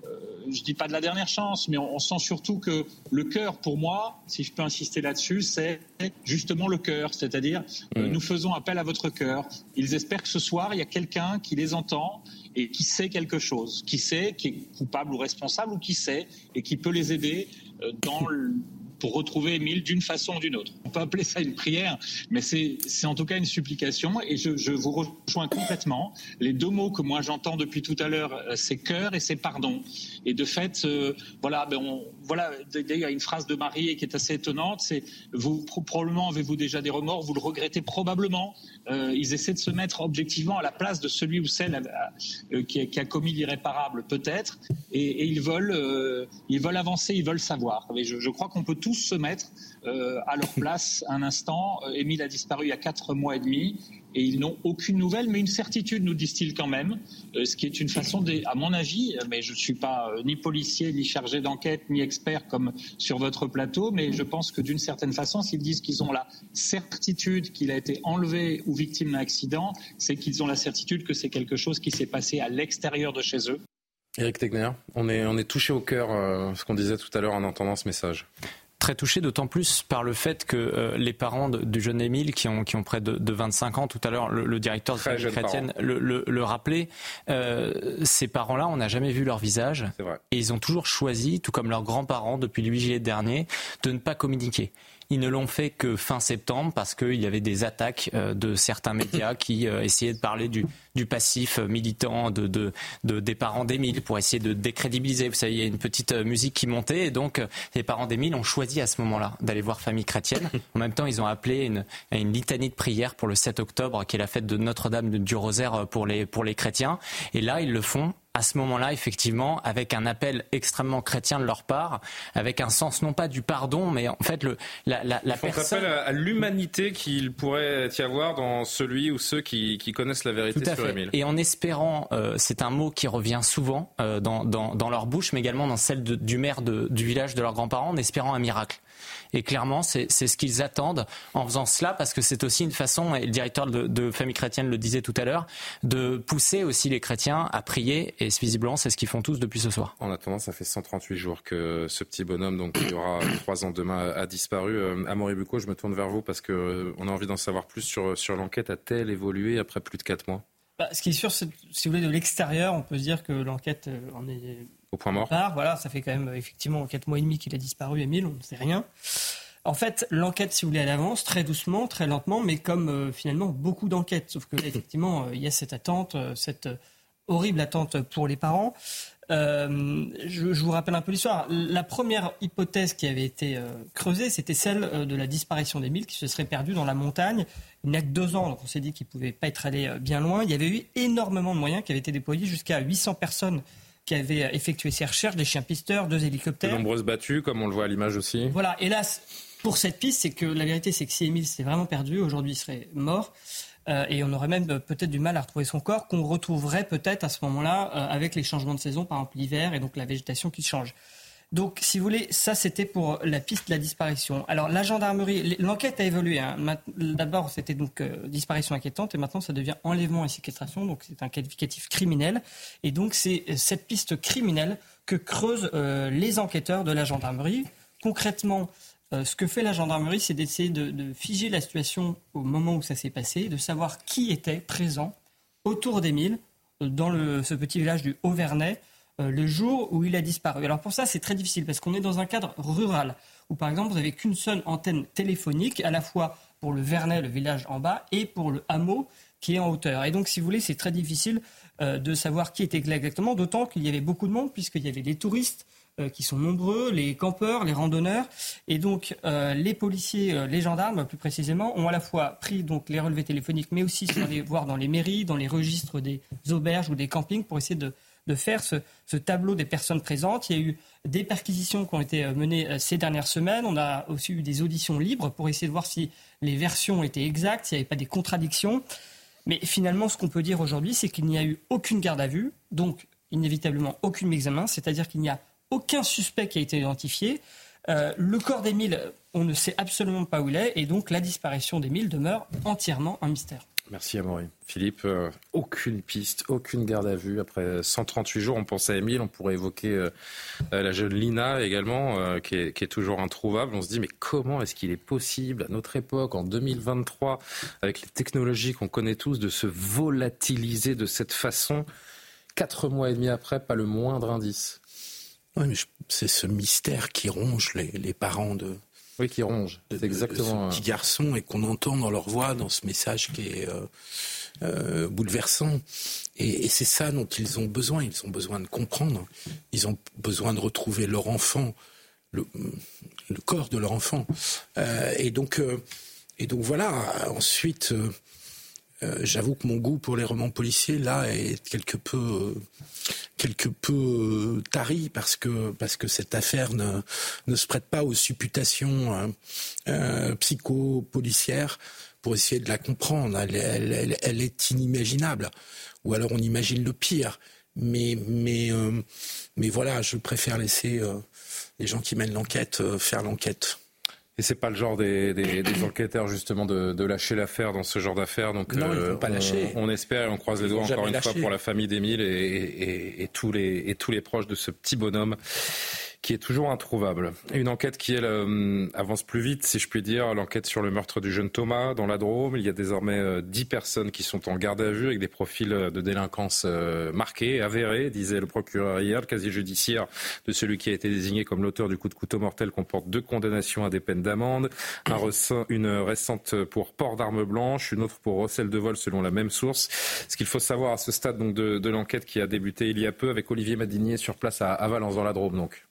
je ne dis pas de la dernière chance, mais on, on sent surtout que le cœur, pour moi, si je peux insister là-dessus, c'est justement le cœur. C'est-à-dire, mmh. euh, nous faisons appel à votre cœur. Ils espèrent que ce soir, il y a quelqu'un qui les entend et qui sait quelque chose, qui sait, qui est coupable ou responsable, ou qui sait, et qui peut les aider euh, dans le... pour retrouver Émile d'une façon ou d'une autre. On peut appeler ça une prière, mais c'est, c'est en tout cas une supplication, et je, je vous rejoins complètement. Les deux mots que moi j'entends depuis tout à l'heure, c'est cœur et c'est pardon. Et de fait, euh, voilà, ben on, voilà, il y a une phrase de Marie qui est assez étonnante, c'est vous, probablement avez-vous déjà des remords, vous le regrettez probablement. Euh, ils essaient de se mettre objectivement à la place de celui ou celle euh, qui, a, qui a commis l'irréparable, peut-être, et, et ils veulent, euh, ils veulent avancer, ils veulent savoir. Et je, je crois qu'on peut tous se mettre euh, à leur place un instant. Euh, Émile a disparu il y a quatre mois et demi et ils n'ont aucune nouvelle, mais une certitude, nous disent-ils quand même, euh, ce qui est une façon, de, à mon avis, mais je ne suis pas euh, ni policier, ni chargé d'enquête, ni expert comme sur votre plateau, mais je pense que d'une certaine façon, s'ils disent qu'ils ont la certitude qu'il a été enlevé ou victime d'un accident, c'est qu'ils ont la certitude que c'est quelque chose qui s'est passé à l'extérieur de chez eux. Éric Tegner, on est, on est touché au cœur, euh, ce qu'on disait tout à l'heure en entendant ce message. Très touché, d'autant plus par le fait que euh, les parents de, du jeune Émile, qui ont, qui ont près de, de vingt-cinq ans, tout à l'heure, le, le directeur de Famille Chrétienne le, le, le rappelait, euh, ces parents-là, on n'a jamais vu leur visage. C'est vrai. Et ils ont toujours choisi, tout comme leurs grands-parents depuis le huit juillet dernier, de ne pas communiquer. Ils ne l'ont fait que fin septembre parce qu'il y avait des attaques euh, de certains médias qui euh, essayaient de parler du, du passif militant de, de, de, des parents d'Émile pour essayer de décrédibiliser. Vous savez, il y a une petite musique qui montait et donc euh, les parents d'Émile ont choisi à ce moment-là d'aller voir Famille Chrétienne. En même temps, ils ont appelé une, une litanie de prière pour le sept octobre, qui est la fête de Notre-Dame du Rosaire pour les, pour les chrétiens. Et là, ils le font à ce moment-là, effectivement, avec un appel extrêmement chrétien de leur part, avec un sens non pas du pardon, mais en fait le la la, la Ils font personne. appel à, à l'humanité qu'il pourrait y avoir dans celui ou ceux qui, qui connaissent la vérité Tout à sur fait. Émile. Et en espérant, euh, c'est un mot qui revient souvent euh, dans, dans dans leur bouche, mais également dans celle de, du maire de, du village de leurs grands-parents, en espérant un miracle. Et clairement, c'est, c'est ce qu'ils attendent en faisant cela, parce que c'est aussi une façon, et le directeur de, de Famille Chrétienne le disait tout à l'heure, de pousser aussi les chrétiens à prier, et visiblement, c'est ce qu'ils font tous depuis ce soir. En attendant, ça fait cent trente-huit jours que ce petit bonhomme, donc qui aura trois ans demain, a disparu. Euh, Amaury Bucco, je me tourne vers vous parce qu'on euh, a envie d'en savoir plus sur, sur l'enquête. A-t-elle évolué après plus de quatre mois ? Bah, ce qui est sûr, c'est, si vous voulez, de l'extérieur, on peut se dire que l'enquête euh, en est au point mort. Part. Voilà, ça fait quand même effectivement quatre mois et demi qu'il a disparu, Émile, on ne sait rien. En fait, l'enquête, si vous voulez, elle avance très doucement, très lentement, mais comme euh, finalement beaucoup d'enquêtes. Sauf que effectivement, il euh, y a cette attente, euh, cette euh, horrible attente pour les parents. Euh, je, je vous rappelle un peu l'histoire. La première hypothèse qui avait été euh, creusée, c'était celle euh, de la disparition d'Émile, qui se serait perdu dans la montagne. Il n'a que deux ans, donc on s'est dit qu'il ne pouvait pas être allé euh, bien loin. Il y avait eu énormément de moyens qui avaient été déployés, jusqu'à huit cents personnes qui avaient effectué ces recherches, des chiens pisteurs, deux hélicoptères. De nombreuses battues, comme on le voit à l'image aussi. Voilà, hélas, pour cette piste, c'est que la vérité, c'est que si Émile s'est vraiment perdu, aujourd'hui il serait mort. Euh, et on aurait même euh, peut-être du mal à retrouver son corps, qu'on retrouverait peut-être à ce moment-là euh, avec les changements de saison, par exemple l'hiver, et donc la végétation qui change. Donc, si vous voulez, ça c'était pour la piste de la disparition. Alors, la gendarmerie, l'enquête a évolué. Hein. D'abord, c'était donc euh, disparition inquiétante, et maintenant ça devient enlèvement et séquestration, donc c'est un qualificatif criminel. Et donc, c'est cette piste criminelle que creusent euh, les enquêteurs de la gendarmerie. Concrètement, Euh, ce que fait la gendarmerie, c'est d'essayer de, de figer la situation au moment où ça s'est passé, de savoir qui était présent autour d'Émile, euh, dans le, ce petit village du Haut-Vernay, euh, le jour où il a disparu. Alors pour ça, c'est très difficile, parce qu'on est dans un cadre rural, où par exemple, vous n'avez qu'une seule antenne téléphonique, à la fois pour le Vernay, le village en bas, et pour le hameau qui est en hauteur. Et donc, si vous voulez, c'est très difficile euh, de savoir qui était exactement, d'autant qu'il y avait beaucoup de monde, puisqu'il y avait les touristes, Euh, qui sont nombreux, les campeurs, les randonneurs. Et donc, euh, les policiers, euh, les gendarmes, plus précisément, ont à la fois pris donc, les relevés téléphoniques, mais aussi sont allés voir dans les mairies, dans les registres des auberges ou des campings pour essayer de de faire ce, ce tableau des personnes présentes. Il y a eu des perquisitions qui ont été menées ces dernières semaines. On a aussi eu des auditions libres pour essayer de voir si les versions étaient exactes, s'il n'y avait pas des contradictions. Mais finalement, ce qu'on peut dire aujourd'hui, c'est qu'il n'y a eu aucune garde à vue, donc inévitablement aucun examen, c'est-à-dire qu'il n'y a aucun suspect qui a été identifié. Euh, le corps d'Émile, on ne sait absolument pas où il est, et donc la disparition d'Émile demeure entièrement un mystère. Merci Amaury. Philippe, euh, aucune piste, aucune garde à vue. Après cent trente-huit jours, on pense à Émile, on pourrait évoquer euh, la jeune Lina également, euh, qui, est, qui est toujours introuvable. On se dit, mais comment est-ce qu'il est possible, à notre époque, en deux mille vingt-trois, avec les technologies qu'on connaît tous, de se volatiliser de cette façon, quatre mois et demi après, pas le moindre indice. Oui, mais je, c'est ce mystère qui ronge les, les parents de... Oui, qui ronge. C'est exactement ce petit garçon et qu'on entend dans leur voix, dans ce message qui est euh, euh, bouleversant. Et, et c'est ça dont ils ont besoin. Ils ont besoin de comprendre. Ils ont besoin de retrouver leur enfant, le, le corps de leur enfant. Euh, et donc, euh, et donc voilà. Ensuite, euh, euh, j'avoue que mon goût pour les romans policiers là est quelque peu. Euh, quelque peu euh, tari parce que parce que cette affaire ne ne se prête pas aux supputations euh, euh, psycho-policières pour essayer de la comprendre. Elle, elle, elle, elle est inimaginable. Ou alors on imagine le pire. Mais mais euh, mais voilà, je préfère laisser euh, les gens qui mènent l'enquête euh, faire l'enquête. Et c'est pas le genre des, des, des enquêteurs justement de, de lâcher l'affaire dans ce genre d'affaires. Donc non, euh, ils vont pas on, lâcher. on espère et on croise les doigts encore une lâché. fois pour la famille d'Émile et, et, et, tous les, et tous les proches de ce petit bonhomme qui est toujours introuvable. Une enquête qui, elle, euh, avance plus vite, si je puis dire, l'enquête sur le meurtre du jeune Thomas dans la Drôme. Il y a désormais euh, dix personnes qui sont en garde à vue avec des profils de délinquance euh, marqués, avérés, disait le procureur hier. Le casier judiciaire de celui qui a été désigné comme l'auteur du coup de couteau mortel comporte deux condamnations à des peines d'amende, un recin, une récente pour port d'armes blanches, une autre pour recel de vol selon la même source. Ce qu'il faut savoir à ce stade donc, de, de l'enquête qui a débuté il y a peu avec Olivier Madinier sur place à, à Valence dans la Drôme donc.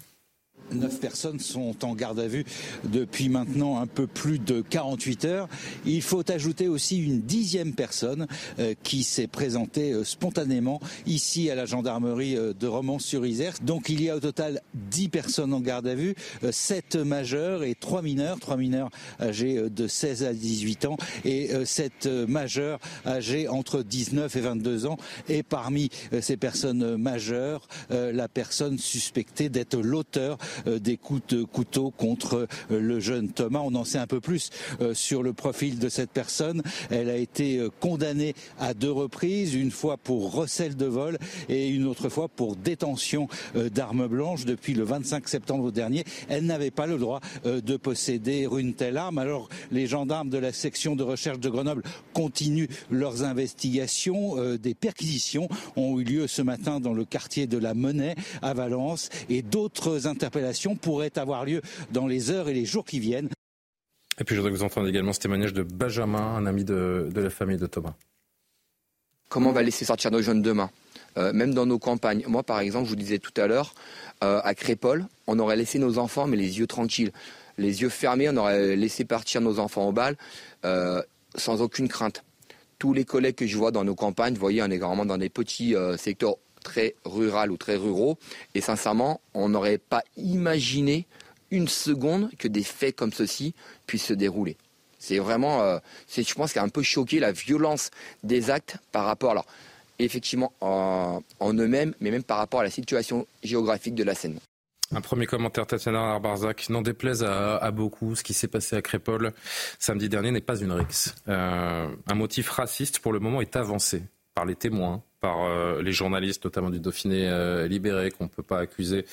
Neuf personnes sont en garde à vue depuis maintenant un peu plus de quarante-huit heures. Il faut ajouter aussi une dixième personne euh, qui s'est présentée euh, spontanément ici à la gendarmerie euh, de Romans-sur-Isère. Donc il y a au total dix personnes en garde à vue, euh, sept majeurs et trois mineurs, trois mineurs âgés euh, de seize à dix-huit ans et euh, sept euh, majeurs âgés entre dix-neuf et vingt-deux ans. Et parmi euh, ces personnes majeures, euh, la personne suspectée d'être l'auteur des coups de couteau contre le jeune Thomas. On en sait un peu plus sur le profil de cette personne. Elle a été condamnée à deux reprises, une fois pour recel de vol et une autre fois pour détention d'armes blanches depuis le vingt-cinq septembre dernier. Elle n'avait pas le droit de posséder une telle arme. Alors les gendarmes de la section de recherche de Grenoble continuent leurs investigations. Des perquisitions ont eu lieu ce matin dans le quartier de la Monnaie à Valence et d'autres interpellations pourraient avoir lieu dans les heures et les jours qui viennent. Et puis je voudrais que vous entendiez également ce témoignage de Benjamin, un ami de, de la famille de Thomas. Comment on va laisser sortir nos jeunes demain, euh, même dans nos campagnes. Moi par exemple, je vous disais tout à l'heure, euh, à Crépol, on aurait laissé nos enfants mais les yeux tranquilles, les yeux fermés, on aurait laissé partir nos enfants au bal euh, sans aucune crainte. Tous les collègues que je vois dans nos campagnes, vous voyez, on est vraiment dans des petits euh, secteurs très rural ou très ruraux, et sincèrement, on n'aurait pas imaginé une seconde que des faits comme ceci puissent se dérouler. C'est vraiment, euh, c'est, je pense, qu'il a un peu choqué la violence des actes par rapport, alors, effectivement, en, en eux-mêmes, mais même par rapport à la situation géographique de la Seine. Un premier commentaire, Tatiana Arbarzac. N'en déplaise à, à beaucoup, ce qui s'est passé à Crépol samedi dernier n'est pas une rixe. Euh, un motif raciste, pour le moment, est avancé par les témoins, par euh, les journalistes, notamment du Dauphiné euh, libéré, qu'on ne peut pas accuser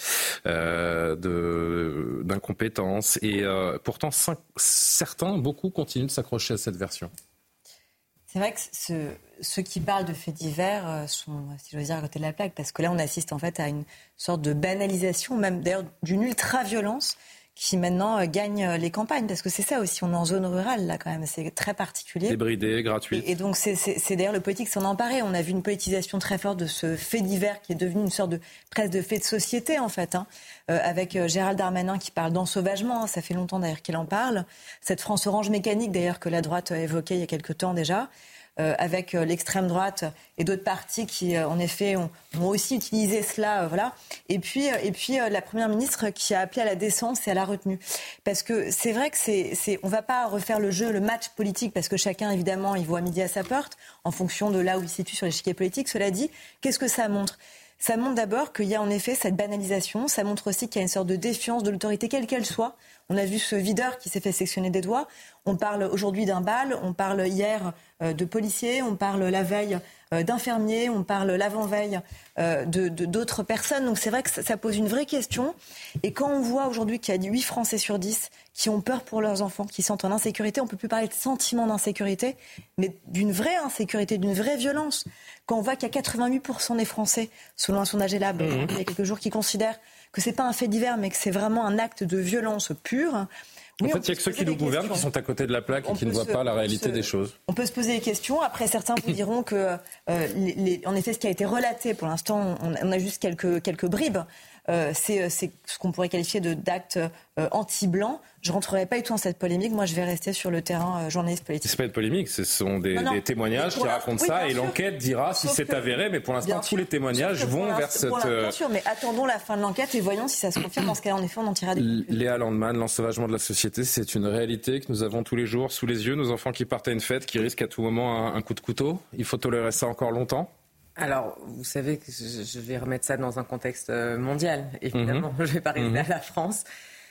euh, de, d'incompétence. Et euh, pourtant, cinq, certains, beaucoup, continuent de s'accrocher à cette version. C'est vrai que ce, ceux qui parlent de faits divers sont, si je veux dire, à côté de la plaque, parce que là, on assiste en fait à une sorte de banalisation, même d'ailleurs d'une ultra-violence, qui maintenant gagne les campagnes, parce que c'est ça aussi, on est en zone rurale là quand même, c'est très particulier. Débridé, gratuit. Et, et donc c'est, c'est, c'est d'ailleurs le politique s'en emparer. On a vu une politisation très forte de ce fait divers qui est devenu une sorte de presque de fait de société en fait, hein, euh, avec euh, Gérald Darmanin qui parle d'ensauvagement, hein, ça fait longtemps d'ailleurs qu'il en parle. Cette France Orange mécanique d'ailleurs que la droite a évoquée il y a quelque temps déjà. euh, avec euh, l'extrême droite et d'autres partis qui, euh, en effet, ont, ont aussi utilisé cela. Euh, voilà. Et puis, euh, et puis euh, la Première ministre qui a appelé à la décence et à la retenue. Parce que c'est vrai que c'est, c'est, on ne va pas refaire le jeu, le match politique, parce que chacun, évidemment, il voit midi à sa porte, en fonction de là où il se situe sur l'échiquier politique. Cela dit, qu'est-ce que ça montre ? Ça montre d'abord qu'il y a en effet cette banalisation. Ça montre aussi qu'il y a une sorte de défiance de l'autorité, quelle qu'elle soit. On a vu ce videur qui s'est fait sectionner des doigts. On parle aujourd'hui d'un bal, on parle hier euh, de policiers, on parle la veille euh, d'infirmiers, on parle l'avant-veille euh, de, de, d'autres personnes. Donc c'est vrai que ça, ça pose une vraie question. Et quand on voit aujourd'hui qu'il y a huit Français sur dix qui ont peur pour leurs enfants, qui sentent en insécurité, on ne peut plus parler de sentiment d'insécurité, mais d'une vraie insécurité, d'une vraie violence. Quand on voit qu'il y a quatre-vingt-huit pour cent des Français, selon un sondage Elab, mmh. il y a quelques jours, qui considèrent que ce n'est pas un fait divers, mais que c'est vraiment un acte de violence pure. Oui, en fait, il y a que ceux qui nous gouvernent qui sont à côté de la plaque et qui ne voient pas la réalité des choses. On peut se poser des questions. Après, certains vous diront que, euh, les, les, en effet, ce qui a été relaté, pour l'instant, on, on a juste quelques, quelques bribes. Euh, c'est, c'est ce qu'on pourrait qualifier de, d'actes euh, anti-blancs. Je ne rentrerai pas du tout dans cette polémique. Moi, je vais rester sur le terrain euh, journaliste politique. Ce n'est pas une polémique, ce sont des, non, non. des témoignages qui racontent oui, ça et sûr. L'enquête dira si Sauf c'est que, avéré. Mais pour l'instant, tous sûr. les témoignages vont vers cette... Bien sûr, mais attendons la fin de l'enquête et voyons si ça se confirme. Dans ce cas-là, en effet, on en tirera des conclusions. Léa Landman, l'ensauvagement de la société, c'est une réalité que nous avons tous les jours sous les yeux. Nos enfants qui partent à une fête, qui risquent à tout moment un, un coup de couteau. Il faut tolérer ça encore longtemps ? Alors, vous savez que je vais remettre ça dans un contexte mondial, évidemment. Mmh. Je ne vais pas rester mmh. à la France.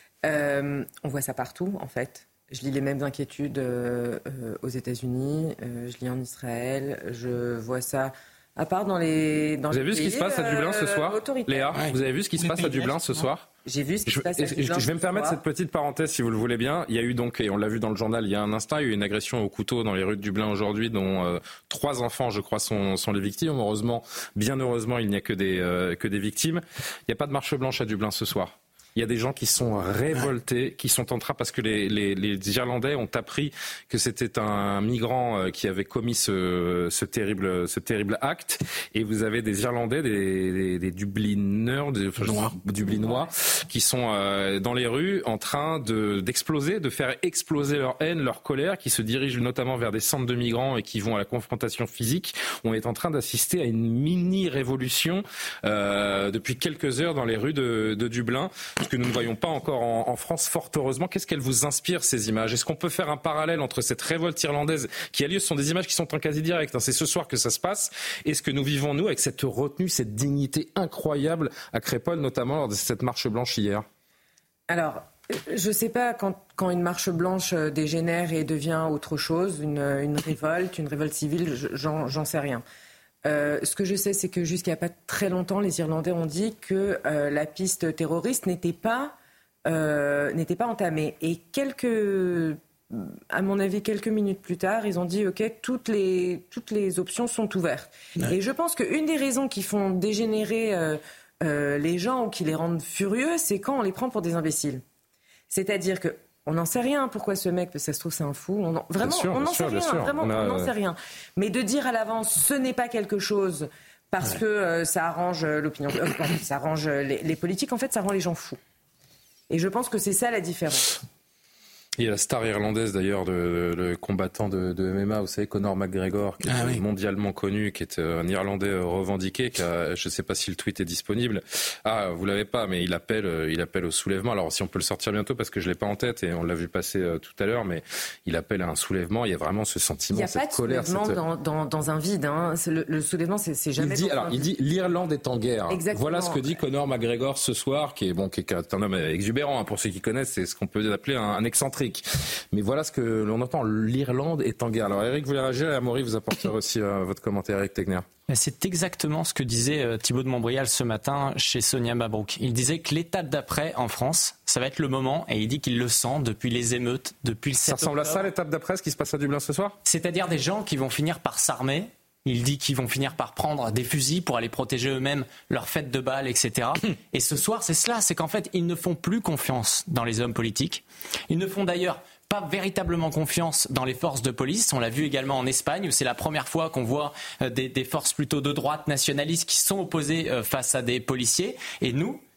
Euh, on voit ça partout, en fait. Je lis les mêmes inquiétudes euh, euh, aux États-Unis, euh, je lis en Israël, je vois ça... À part dans les dans Vous avez les vu ce qui se passe à Dublin ce soir, Léa ouais. Vous avez vu ce qui se passe à Dublin ce soir ? J'ai vu ce qui se passe à Dublin. Je vais me permettre cette petite parenthèse, si vous le voulez bien. Il y a eu donc, et on l'a vu dans le journal il y a un instant, il y a eu une agression au couteau dans les rues de Dublin aujourd'hui, dont euh, trois enfants, je crois, sont, sont les victimes. Heureusement, bien heureusement, il n'y a que des, euh, que des victimes. Il n'y a pas de marche blanche à Dublin ce soir. Il y a des gens qui sont révoltés, qui sont en train, parce que les, les, les Irlandais ont appris que c'était un migrant qui avait commis ce, ce, terrible, ce terrible acte. Et vous avez des Irlandais, des, des, des Dublineurs, des enfin, Dublinois, qui sont euh, dans les rues en train de, d'exploser, de faire exploser leur haine, leur colère, qui se dirigent notamment vers des centres de migrants et qui vont à la confrontation physique. On est en train d'assister à une mini-révolution euh, depuis quelques heures dans les rues de, de Dublin. Ce que nous ne voyons pas encore en, en France, fort heureusement. Qu'est-ce qu'elles vous inspirent, ces images ? Est-ce qu'on peut faire un parallèle entre cette révolte irlandaise qui a lieu ? Ce sont des images qui sont en quasi direct, hein. C'est ce soir que ça se passe. Et ce que nous vivons, nous, avec cette retenue, cette dignité incroyable à Crépol, notamment lors de cette marche blanche hier ? Alors, je ne sais pas quand, quand une marche blanche dégénère et devient autre chose, une, une révolte, une révolte civile, j'en, j'en sais rien. Euh, ce que je sais, c'est que jusqu'à pas très longtemps, les Irlandais ont dit que euh, la piste terroriste n'était pas, euh, n'était pas entamée. Et quelques, à mon avis, quelques minutes plus tard, ils ont dit OK, toutes les, toutes les options sont ouvertes. Ouais. Et je pense qu'une des raisons qui font dégénérer euh, euh, les gens ou qui les rendent furieux, c'est quand on les prend pour des imbéciles. C'est-à-dire que on n'en sait rien pourquoi ce mec, ça se trouve c'est un fou. On en, vraiment, sûr, on n'en sait rien. Vraiment, on n'en sait rien. Mais de dire à l'avance, ce n'est pas quelque chose parce ouais. que euh, ça arrange l'opinion, euh, ça arrange les, les politiques. En fait, ça rend les gens fous. Et je pense que c'est ça la différence. Il y a la star irlandaise d'ailleurs, de, le combattant de, de M M A, vous savez, Conor McGregor, qui est ah, oui. mondialement connu, qui est un Irlandais revendiqué, qui a, je ne sais pas si le tweet est disponible. Ah, vous l'avez pas, mais il appelle, il appelle au soulèvement. Alors si on peut le sortir bientôt, parce que je l'ai pas en tête et on l'a vu passer euh, tout à l'heure, mais il appelle à un soulèvement. Il y a vraiment ce sentiment, cette colère. Il n'y a pas de soulèvement cette... dans, dans, dans un vide. Hein. Le, le soulèvement, c'est, c'est jamais. Il dit, alors, il dit, l'Irlande est en guerre. Exactement. Voilà ce que dit Conor McGregor ce soir, qui est bon, qui est un homme exubérant. Hein, pour ceux qui connaissent, c'est ce qu'on peut appeler un, un excentrique. Mais voilà ce que l'on entend, l'Irlande est en guerre. Alors Eric, vous voulez réagir et Amaury vous apportera aussi euh, votre commentaire, Eric Tegner. C'est exactement ce que disait euh, Thibault de Montbrial ce matin chez Sonia Mabrouk. Il disait que l'étape d'après en France, ça va être le moment, et il dit qu'il le sent depuis les émeutes, depuis le sept octobre. Ça ressemble à ça l'étape d'après, ce qui se passe à Dublin ce soir ? C'est-à-dire des gens qui vont finir par s'armer. Il dit qu'ils vont finir par prendre des fusils pour aller protéger eux-mêmes leur fête de bal, et cetera. Et ce soir, c'est cela, c'est qu'en fait, ils ne font plus confiance dans les hommes politiques. Ils ne font d'ailleurs pas véritablement confiance dans les forces de police. On l'a vu également en Espagne, où c'est la première fois qu'on voit des, des forces plutôt de droite nationalistes qui sont opposées face à des policiers. Et nous,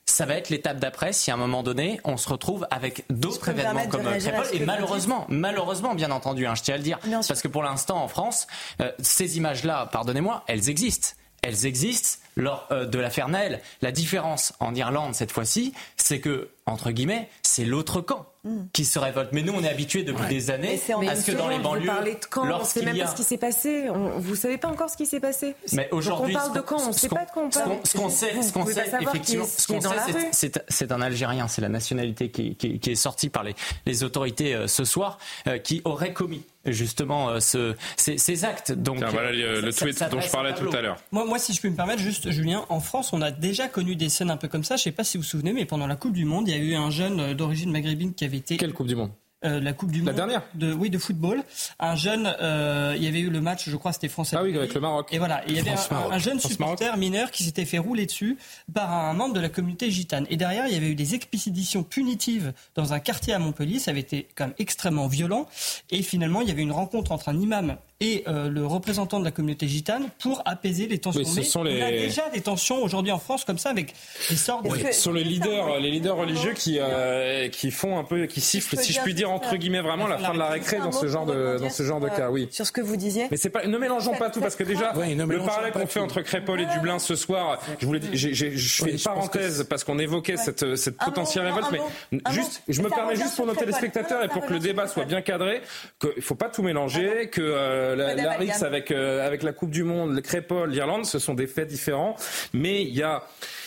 ça va être l'étape d'après si à un moment donné on se retrouve avec d'autres événements comme Crépol et malheureusement, malheureusement bien entendu, hein, je tiens à le dire, parce que pour l'instant en France, euh, ces images-là, pardonnez-moi, elles existent. Elles existent lors euh, de l'affaire Naël. La différence en Irlande cette fois-ci, c'est que, entre guillemets, c'est l'autre camp mm. qui se révolte. Mais nous, on est habitués depuis ouais. des années à ce que dans les banlieues, vous parlez de camp, on ne sait même a... pas ce qui s'est passé. On, vous ne savez pas encore ce qui s'est passé. Mais aujourd'hui, donc on parle de camp, on ne sait pas de quoi on parle. Ce qu'on sait, ce qu'on sait, effectivement, ce qu'on sait, c'est, c'est un Algérien, c'est la nationalité qui, qui, qui est sortie par les, les autorités euh, ce soir, euh, qui aurait commis justement euh, ce, ces, ces actes. Donc, Tiens, voilà le, le tweet ça, ça dont je parlais tout à l'heure. Moi, moi, si je peux me permettre, juste Julien, en France, on a déjà connu des scènes un peu comme ça. Je ne sais pas si vous vous souvenez, mais pendant la Coupe du Monde, il y a eu un jeune d'origine maghrébine qui avait été... Quelle Coupe du Monde ? Euh, la Coupe du la Monde. La dernière de, Oui, de football. Un jeune, euh, il y avait eu le match, je crois, c'était France. Ah oui, avec le Maroc. Et voilà, et il y avait un, un jeune supporter mineur qui s'était fait rouler dessus par un membre de la communauté gitane. Et derrière, il y avait eu des expéditions punitives dans un quartier à Montpellier. Ça avait été quand même extrêmement violent. Et finalement, il y avait une rencontre entre un imam et euh, le représentant de la communauté gitane pour apaiser les tensions. Oui, ce sont les... On a déjà des tensions aujourd'hui en France comme ça avec des sortes oui, de... Ce sont les leaders, les leaders religieux qui euh, qui font un peu, qui sifflent, si je puis dire entre guillemets vraiment la fin de la récré dans ce genre de dans ce genre de cas. Oui. Sur ce que vous disiez. Mais c'est pas, ne mélangeons pas tout parce que déjà oui, le parallèle qu'on fait entre Crépol et Dublin ce soir, je voulais, j'ai, j'ai, je fais oui, une parenthèse que... parce qu'on évoquait ouais. cette cette potentielle révolte, mais juste, je me permets juste pour nos téléspectateurs et pour que le débat soit bien cadré, qu'il faut pas tout mélanger, que la R X avec euh, avec la Coupe du Monde, le Crépol, l'Irlande, ce sont des faits différents, mais il y a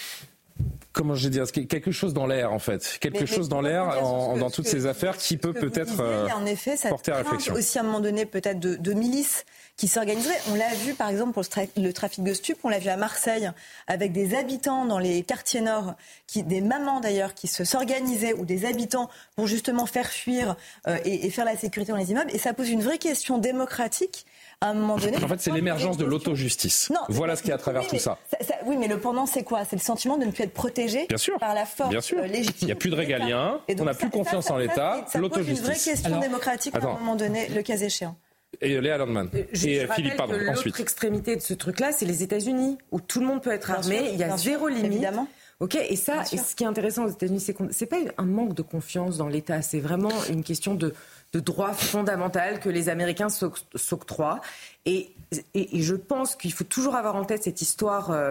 comment je vais dire, quelque chose dans l'air en fait, quelque mais, chose mais dans l'air en, que, dans toutes ces affaires qui peut peut-être disiez, euh, en effet, ça porter à réflexion. Aussi à un moment donné peut-être de, de milices qui s'organiseraient. On l'a vu par exemple pour le, tra- le trafic de stupes, on l'a vu à Marseille avec des habitants dans les quartiers nord, qui, des mamans d'ailleurs, qui se s'organisaient ou des habitants pour justement faire fuir euh, et, et faire la sécurité dans les immeubles. Et ça pose une vraie question démocratique. À un moment donné, en fait, c'est l'émergence de l'autojustice. Non, voilà ce qu'il y a à travers oui, tout ça. Ça, ça. Oui, mais le pendant, c'est quoi ? C'est le sentiment de ne plus être protégé Bien sûr. par la force Bien sûr. légitime. Il n'y a plus de régalien, on n'a plus confiance ça, ça, en l'État, ça, l'autojustice. Ça pose une vraie question Alors, démocratique attends. à un moment donné, le cas échéant. Et Léa Landman. Je, et je Philippe, pardon, que ensuite. L'autre extrémité de ce truc-là, c'est les États-Unis, où tout le monde peut être bien armé, sûr, il y a zéro sûr, limite. Évidemment. Ok, et ça, et ce qui est intéressant aux États-Unis, c'est qu'on, c'est pas un manque de confiance dans l'État, c'est vraiment une question de, de droit fondamental que les Américains s'octroient. Et, et, et je pense qu'il faut toujours avoir en tête cette histoire. Euh,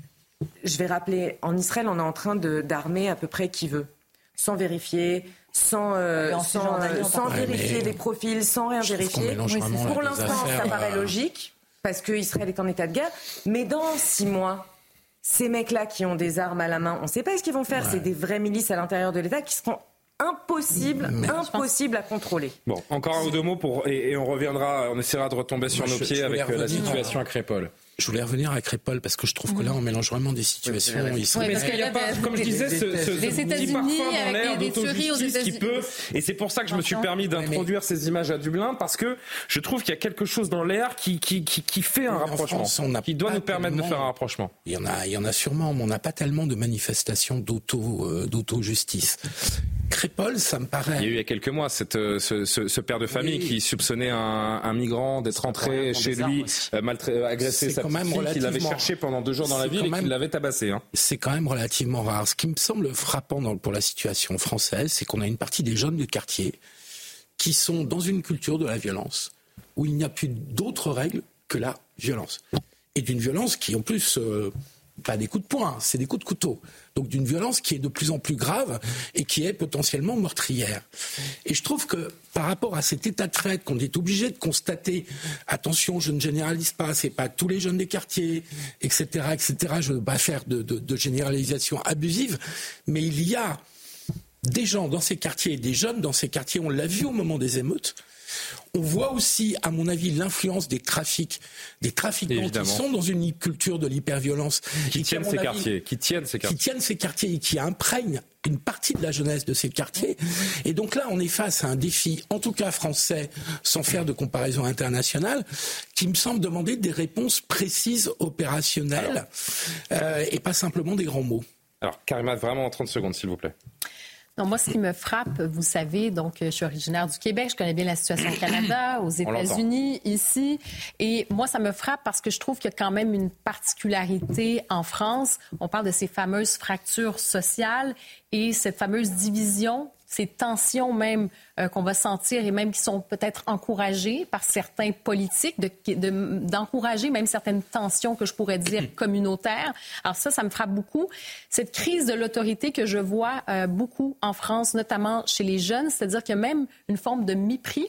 je vais rappeler, en Israël, on est en train de, d'armer à peu près qui veut, sans vérifier. Sans, euh, sans, euh, sans ouais, vérifier des profils, sans rien vérifier. Oui, pour l'instant, affaires, ça paraît euh... logique, parce qu'Israël est en état de guerre. Mais dans six mois, ces mecs-là qui ont des armes à la main, on ne sait pas ce qu'ils vont faire. Ouais. C'est des vraies milices à l'intérieur de l'État qui seront impossibles, Mais impossibles à contrôler. Bon, encore un ou deux mots pour, et, et on reviendra, on essaiera de retomber sur Moi, nos je, pieds je avec la situation à Crépol. Je voulais revenir à Crépol parce que je trouve que là, on mélange vraiment des situations. Oui, oui, parce qu'il n'y a pas, comme je disais, ce, ce, ce petit parfum dans l'air d'autojustice qui peut. Et c'est pour ça que je me suis permis d'introduire ces images à Dublin, parce que je trouve qu'il y a quelque chose dans l'air qui, qui, qui, qui fait un rapprochement, France, qui doit nous permettre tellement, de faire un rapprochement. Il y en a, il y en a sûrement, mais on n'a pas tellement de manifestations d'auto, euh, d'auto-justice. Crépol, ça me paraît. Il y a eu il y a quelques mois cette, ce, ce, ce père de famille oui. qui soupçonnait un, un migrant d'être entré chez lui, euh, maltra- agressé sa petite fille, qu'il avait cherché pendant deux jours dans la ville et qu'il l'avait tabassé. Hein. C'est quand même relativement rare. Ce qui me semble frappant dans, pour la situation française, c'est qu'on a une partie des jeunes de quartier qui sont dans une culture de la violence, où il n'y a plus d'autres règles que la violence. Et d'une violence qui, en plus... Euh, pas des coups de poing, c'est des coups de couteau. Donc d'une violence qui est de plus en plus grave et qui est potentiellement meurtrière. Et je trouve que par rapport à cet état de fait qu'on est obligé de constater, attention, je ne généralise pas, c'est pas tous les jeunes des quartiers, et cetera, et cetera. Je ne veux pas faire de, de, de généralisation abusive, mais il y a des gens dans ces quartiers, des jeunes dans ces quartiers, on l'a vu au moment des émeutes. On voit aussi, à mon avis, l'influence des trafics, des trafiquants Évidemment. qui sont dans une culture de l'hyperviolence. Qui, qui tiennent ces avis, quartiers, qui tiennent ces quartiers. Qui tiennent ces quartiers et qui imprègnent une partie de la jeunesse de ces quartiers. Et donc là, on est face à un défi, en tout cas français, sans faire de comparaison internationale, qui me semble demander des réponses précises, opérationnelles, euh, et pas simplement des grands mots. Alors, Karima, vraiment en trente secondes, s'il vous plaît. Non, moi, ce qui me frappe, vous savez, donc, je suis originaire du Québec, je connais bien la situation au Canada, aux États-Unis, ici. Et moi, ça me frappe parce que je trouve qu'il y a quand même une particularité en France. On parle de ces fameuses fractures sociales et cette fameuse division, ces tensions même euh, qu'on va sentir et même qui sont peut-être encouragées par certains politiques, de, de, d'encourager même certaines tensions que je pourrais dire communautaires. Alors ça, ça me frappe beaucoup. Cette crise de l'autorité que je vois euh, beaucoup en France, notamment chez les jeunes, c'est-à-dire qu'il y a même une forme de mépris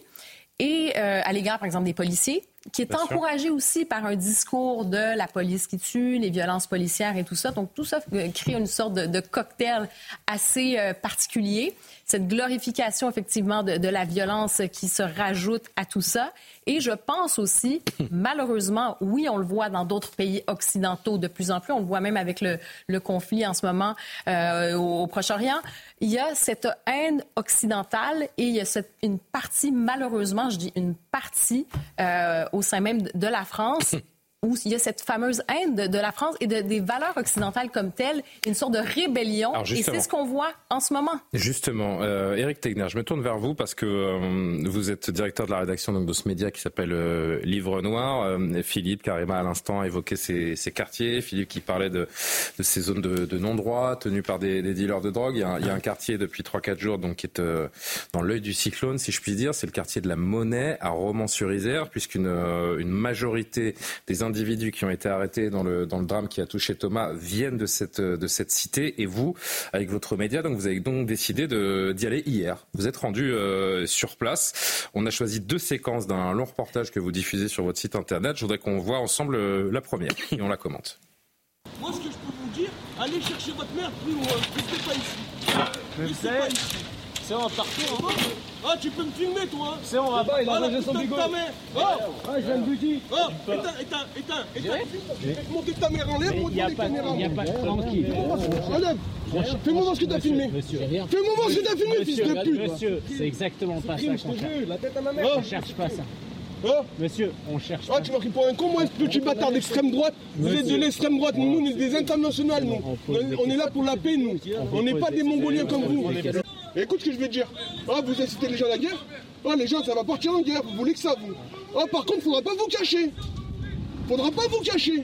et euh, à l'égard, par exemple, des policiers, qui est Bien encouragé sûr. aussi par un discours de la police qui tue, les violences policières et tout ça. Donc, tout ça crée une sorte de, de cocktail assez euh, particulier. Cette glorification, effectivement, de, de la violence qui se rajoute à tout ça. Et je pense aussi, malheureusement, oui, on le voit dans d'autres pays occidentaux de plus en plus. On le voit même avec le, le conflit en ce moment euh, au, au Proche-Orient. Il y a cette haine occidentale et il y a cette, une partie, malheureusement, je dis une partie euh, au sein même de, de la France où il y a cette fameuse haine de, de la France et de, des valeurs occidentales comme telles, une sorte de rébellion. Et c'est ce qu'on voit en ce moment. Justement, euh, Éric Tegner, je me tourne vers vous parce que euh, vous êtes directeur de la rédaction donc, de ce média qui s'appelle euh, Livre Noir. Euh, Philippe Karima, à l'instant, a évoqué ces, ces quartiers. Philippe qui parlait de, de ces zones de, de non-droit tenues par des, des dealers de drogue. Il y a un, il y a un quartier depuis trois quatre jours donc, qui est euh, dans l'œil du cyclone, si je puis dire. C'est le quartier de la Monnaie à Romans-sur-Isère, puisqu'une euh, une majorité des individus qui ont été arrêtés dans le, dans le drame qui a touché Thomas viennent de cette, de cette cité. Et vous, avec votre média, donc vous avez donc décidé de, d'y aller hier. Vous êtes rendu euh, sur place. On a choisi deux séquences d'un long reportage que vous diffusez sur votre site internet. Je voudrais qu'on voit ensemble euh, la première et on la commente. Moi, ce que je peux vous dire, allez chercher votre mère plus loin. Restez pas ici. Restez pas ici. C'est on va partir, hein. Ah, tu peux me filmer, toi. C'est on va pas, il a rangé son bigot. Oh, ah, je viens de vous dire. Oh, éteins, éteins, éteins, éteins. Montez ta mère en l'air, montez les caméras. Il n'y a pas de tranquille. Enlève. Fais-moi voir ce que t'as filmé. Fais-moi voir ce que t'as filmé, fils de pute. Monsieur, c'est exactement pas ça qu'on cherche. La tête à ma mère. On cherche pas ça. Oh. Monsieur, on cherche pas. Ah, tu m'as pris pour un con, moi, petit bâtard d'extrême droite. Vous Monsieur. êtes de l'extrême droite, nous, on est des internationales, nous. On, on est là pour la paix, nous. On n'est pas des Mongoliens comme vous. Et écoute ce que je vais te dire. Ah, vous incitez les gens à la guerre. Ah, les gens, ça va partir en guerre. Vous voulez que ça, vous. Ah, par contre, faudra pas vous cacher. Faudra pas vous cacher.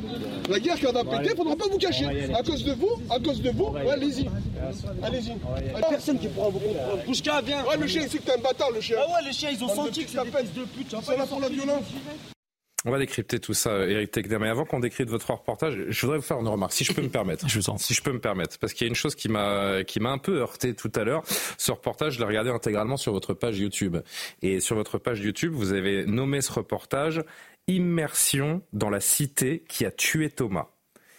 La guerre quand elle va péter, faudra pas vous cacher. À cause de vous, à cause de vous, ouais, allez-y. Allez-y. Personne qui pourra vous comprendre. Pouchka, viens. Ouais, le chien, il sait que t'es un bâtard, le chien. Ah ouais, les chiens, ils ont senti que c'est des fils de pute. Ça va pour la violence. On va décrypter tout ça, Éric Tegner. Mais avant qu'on décrypte votre reportage, je voudrais vous faire une remarque, si je peux me permettre. Je vous en. Si je peux me permettre, parce qu'il y a une chose qui m'a qui m'a un peu heurté tout à l'heure. Ce reportage, je l'ai regardé intégralement sur votre page YouTube. Et sur votre page YouTube, vous avez nommé ce reportage « Immersion dans la cité qui a tué Thomas ».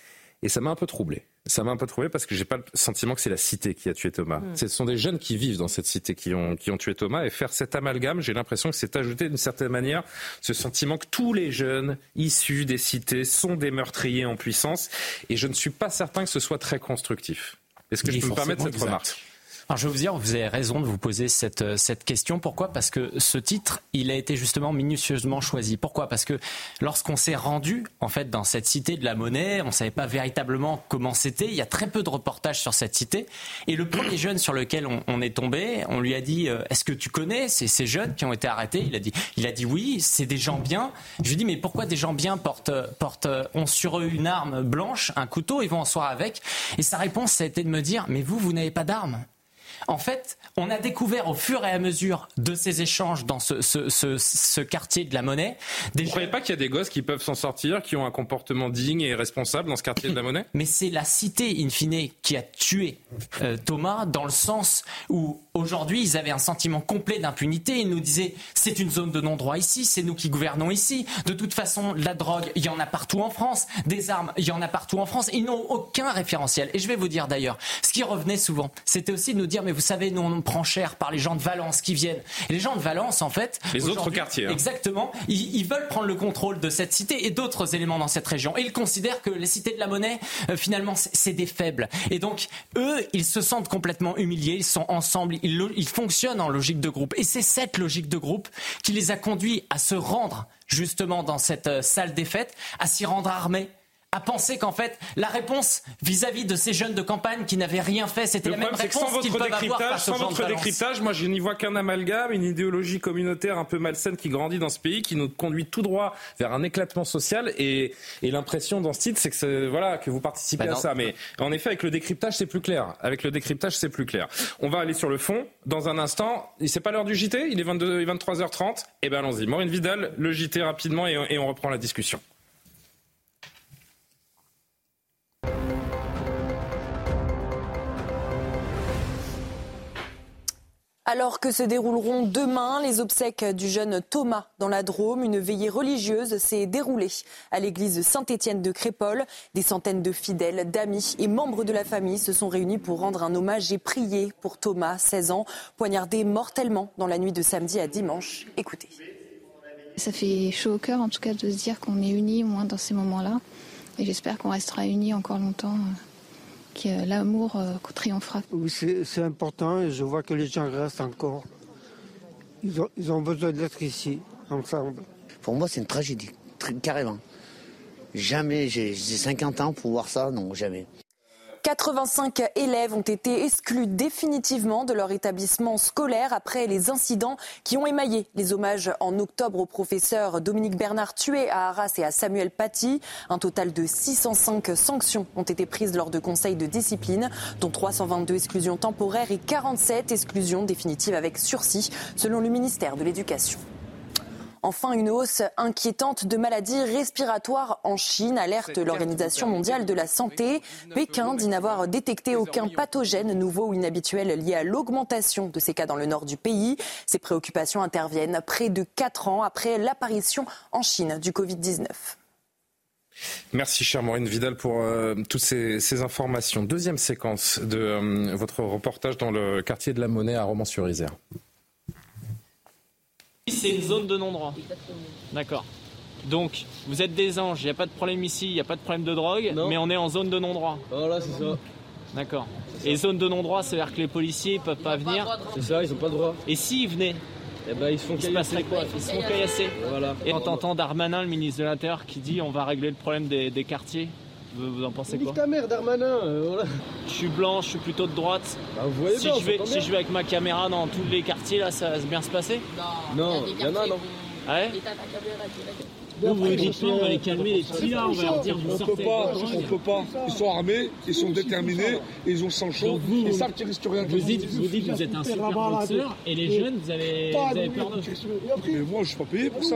Et ça m'a un peu troublé. Ça m'a un peu troublé parce que j'ai pas le sentiment que c'est la cité qui a tué Thomas. Mmh. Ce sont des jeunes qui vivent dans cette cité qui ont, qui ont tué Thomas. Et faire cet amalgame, j'ai l'impression que c'est ajouter d'une certaine manière ce sentiment que tous les jeunes issus des cités sont des meurtriers en puissance. Et je ne suis pas certain que ce soit très constructif. Est-ce que oui, je peux me permettre cette exact. remarque ? Alors je vais vous dire, vous avez raison de vous poser cette, cette question. Pourquoi ? Parce que ce titre, il a été justement minutieusement choisi. Pourquoi ? Parce que lorsqu'on s'est rendu en fait dans cette cité de la Monnaie, on ne savait pas véritablement comment c'était. Il y a très peu de reportages sur cette cité. Et le premier jeune sur lequel on, on est tombé, on lui a dit euh, « Est-ce que tu connais ces, ces jeunes qui ont été arrêtés ?» Il a dit, il a dit oui, c'est des gens bien. Je lui ai dit « Mais pourquoi des gens bien portent, portent, ont sur eux une arme blanche, un couteau, ils vont en soir avec ?» Et sa réponse, ça a été de me dire « Mais vous, vous n'avez pas d'armes ?» En fait, on a découvert au fur et à mesure de ces échanges dans ce, ce, ce, ce quartier de la Monnaie... Des... Vous ne croyez pas qu'il y a des gosses qui peuvent s'en sortir, qui ont un comportement digne et responsable dans ce quartier de la Monnaie ? Mais c'est la cité, in fine, qui a tué euh, Thomas, dans le sens où aujourd'hui, ils avaient un sentiment complet d'impunité. Ils nous disaient, c'est une zone de non-droit ici, c'est nous qui gouvernons ici. De toute façon, la drogue, il y en a partout en France. Des armes, il y en a partout en France. Ils n'ont aucun référentiel. Et je vais vous dire d'ailleurs, ce qui revenait souvent, c'était aussi de nous dire, mais vous savez, nous on prend cher par les gens de Valence qui viennent. Et les gens de Valence, en fait... Les autres quartiers. Hein. Exactement. Ils, ils veulent prendre le contrôle de cette cité et d'autres éléments dans cette région. Et ils considèrent que les cités de la Monnaie, euh, finalement, c'est, c'est des faibles. Et donc, eux, ils se sentent complètement humiliés. Ils sont ensemble. Ils, ils fonctionnent en logique de groupe. Et c'est cette logique de groupe qui les a conduits à se rendre, justement, dans cette euh, salle des fêtes, à s'y rendre armés, à penser qu'en fait, la réponse vis-à-vis de ces jeunes de campagne qui n'avaient rien fait, c'était le la même problème, réponse c'est que qu'ils sans peuvent votre avoir décryptage, face aux sans gens de votre Valence. décryptage, moi je n'y vois qu'un amalgame, une idéologie communautaire un peu malsaine qui grandit dans ce pays, qui nous conduit tout droit vers un éclatement social. Et, et l'impression dans ce titre, c'est que, c'est, voilà, que vous participez bah à ça. Mais en effet, avec le décryptage, c'est plus clair. Avec le décryptage, c'est plus clair. On va aller sur le fond dans un instant. C'est pas l'heure du J T, il est vingt-deux, vingt-trois heures trente. Eh bien allons-y. Maureen Vidal, le J T rapidement et, et on reprend la discussion. Alors que se dérouleront demain les obsèques du jeune Thomas dans la Drôme, une veillée religieuse s'est déroulée à l'église Saint-Étienne de Crépol. Des centaines de fidèles, d'amis et membres de la famille se sont réunis pour rendre un hommage et prier pour Thomas, seize ans, poignardé mortellement dans la nuit de samedi à dimanche. Écoutez. Ça fait chaud au cœur en tout cas de se dire qu'on est unis au moins dans ces moments-là. Et j'espère qu'on restera unis encore longtemps. Que l'amour euh, triomphera. Oui, c'est, c'est important et je vois que les gens restent encore. Ils ont, ils ont besoin d'être ici, ensemble. Pour moi, c'est une tragédie, tr- carrément. Jamais, j'ai, j'ai cinquante ans pour voir ça, non, jamais. quatre-vingt-cinq élèves ont été exclus définitivement de leur établissement scolaire après les incidents qui ont émaillé les hommages en octobre au professeur Dominique Bernard tué à Arras et à Samuel Paty. Un total de six cent cinq sanctions ont été prises lors de conseils de discipline, dont trois cent vingt-deux exclusions temporaires et quarante-sept exclusions définitives avec sursis, selon le ministère de l'Éducation. Enfin, une hausse inquiétante de maladies respiratoires en Chine, alerte l'Organisation mondiale de la santé. Pékin dit n'avoir détecté aucun pathogène nouveau ou inhabituel lié à l'augmentation de ces cas dans le nord du pays. Ces préoccupations interviennent près de quatre ans après l'apparition en Chine du covid dix-neuf. Merci, chère Maureen Vidal, pour euh, toutes ces, ces informations. Deuxième séquence de euh, votre reportage dans le quartier de la Monnaie à Romans-sur-Isère. C'est une zone de non-droit. D'accord. Donc, vous êtes des anges, il n'y a pas de problème ici, il n'y a pas de problème de drogue, non. Mais on est en zone de non-droit. Voilà, c'est ça. D'accord. Et zone de non-droit, c'est-à-dire que les policiers ne peuvent pas venir. C'est ça, ils n'ont pas le droit. Et s'ils venaient, eh ben, ils se font il se passerait quoi? Ils se font caillasser. Voilà. Et on entend Darmanin, le ministre de l'Intérieur, qui dit on va régler le problème des, des quartiers. Vous, vous en pensez quoi? Nique ta mère, Darmanin, euh, voilà. Je suis blanc, je suis plutôt de droite. Bah, vous voyez si, bien, je vais, si je vais avec ma caméra dans tous les quartiers, là, ça va bien se passer? Non, il y en a, non. Ah ouais? Vous, vous dites pas, on va les calmer, les petits là, on va leur dire vous on sortez. Peut pas, on peut pas. Ils sont armés, ils sont déterminés, et ils ont le sang chaud, ils savent qu'ils risquent rien. Vous dites, vous dites que vous êtes un super boxeur, et les jeunes, vous avez, vous avez peur d'eux. Mais moi, je suis pas payé pour ça.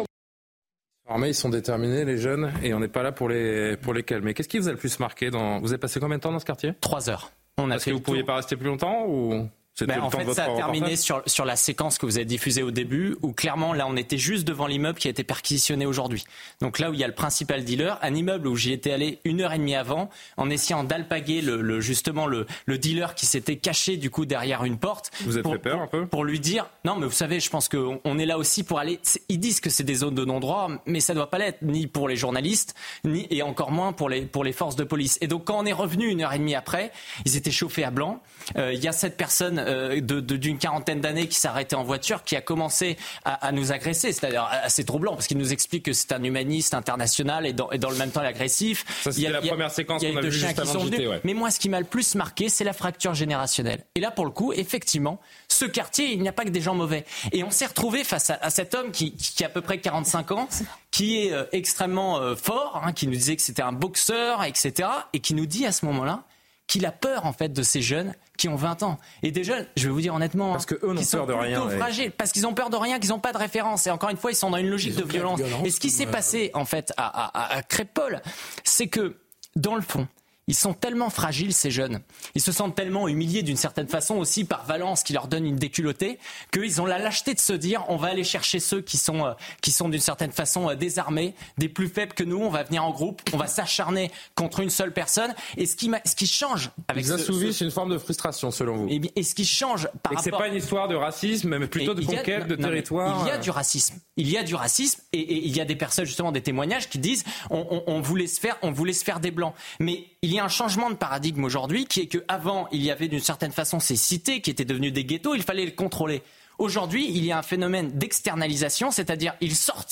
Armés, ils sont déterminés, les jeunes, et on n'est pas là pour les, pour les calmer. Qu'est-ce qui vous a le plus marqué dans... Vous avez passé combien de temps dans ce quartier? Trois heures. On a Parce fait que vous ne pouviez pas rester plus longtemps ou... Ben, en fait, ça a terminé sur, sur la séquence que vous avez diffusée au début, où clairement, là, on était juste devant l'immeuble qui a été perquisitionné aujourd'hui. Donc là où il y a le principal dealer, un immeuble où j'y étais allé une heure et demie avant, en essayant d'alpaguer le, le, justement le, le dealer qui s'était caché du coup derrière une porte. Vous avez pour, fait peur un peu? Pour lui dire, non, mais vous savez, je pense qu'on on est là aussi pour aller. Ils disent que c'est des zones de non-droit, mais ça ne doit pas l'être, ni pour les journalistes, ni et encore moins pour les pour les forces de police. Et donc quand on est revenu une heure et demie après, ils étaient chauffés à blanc. Euh, il y a cette personne euh, de, de d'une quarantaine d'années qui s'est arrêté en voiture, qui a commencé à, à nous agresser. C'est-à-dire assez troublant parce qu'il nous explique que c'est un humaniste international et dans, et dans le même temps agressif. Ça, c'était la première séquence qu'on a vue juste avant le J T. Ouais. Mais moi, ce qui m'a le plus marqué, c'est la fracture générationnelle. Et là, pour le coup, effectivement, ce quartier, il n'y a pas que des gens mauvais. Et on s'est retrouvé face à, à cet homme qui, qui a à peu près quarante-cinq ans, qui est euh, extrêmement euh, fort, hein, qui nous disait que c'était un boxeur, et cetera, et qui nous dit à ce moment-là qu'il a peur en fait de ces jeunes qui ont vingt ans. Et des jeunes, je vais vous dire honnêtement, parce que eux n'ont peur de rien, fragiles, ouais. Parce qu'ils ont peur de rien, qu'ils n'ont pas de référence. Et encore une fois, ils sont dans une logique de violence. violence. Et ce qui s'est ouais. passé en fait à, à, à Crépol, c'est que dans le fond, ils sont tellement fragiles, ces jeunes. Ils se sentent tellement humiliés d'une certaine façon aussi par Valence qui leur donne une déculottée, qu'ils ont la lâcheté de se dire on va aller chercher ceux qui sont, euh, qui sont d'une certaine façon euh, désarmés, des plus faibles que nous, on va venir en groupe, on va s'acharner contre une seule personne. Et ce qui, ce qui change avec Ils assouvissent ce... une forme de frustration selon vous. Et, et ce qui change par et rapport... c'est pas une histoire de racisme, mais plutôt de conquête, de territoire. Il y a du racisme. Il y a du racisme et, et il y a des personnes, justement, des témoignages qui disent on, on, on voulait se faire, on voulait se faire des blancs. Mais il y a un changement de paradigme aujourd'hui qui est qu'avant, il y avait d'une certaine façon ces cités qui étaient devenues des ghettos, il fallait les contrôler. Aujourd'hui, il y a un phénomène d'externalisation, c'est-à-dire ils sortent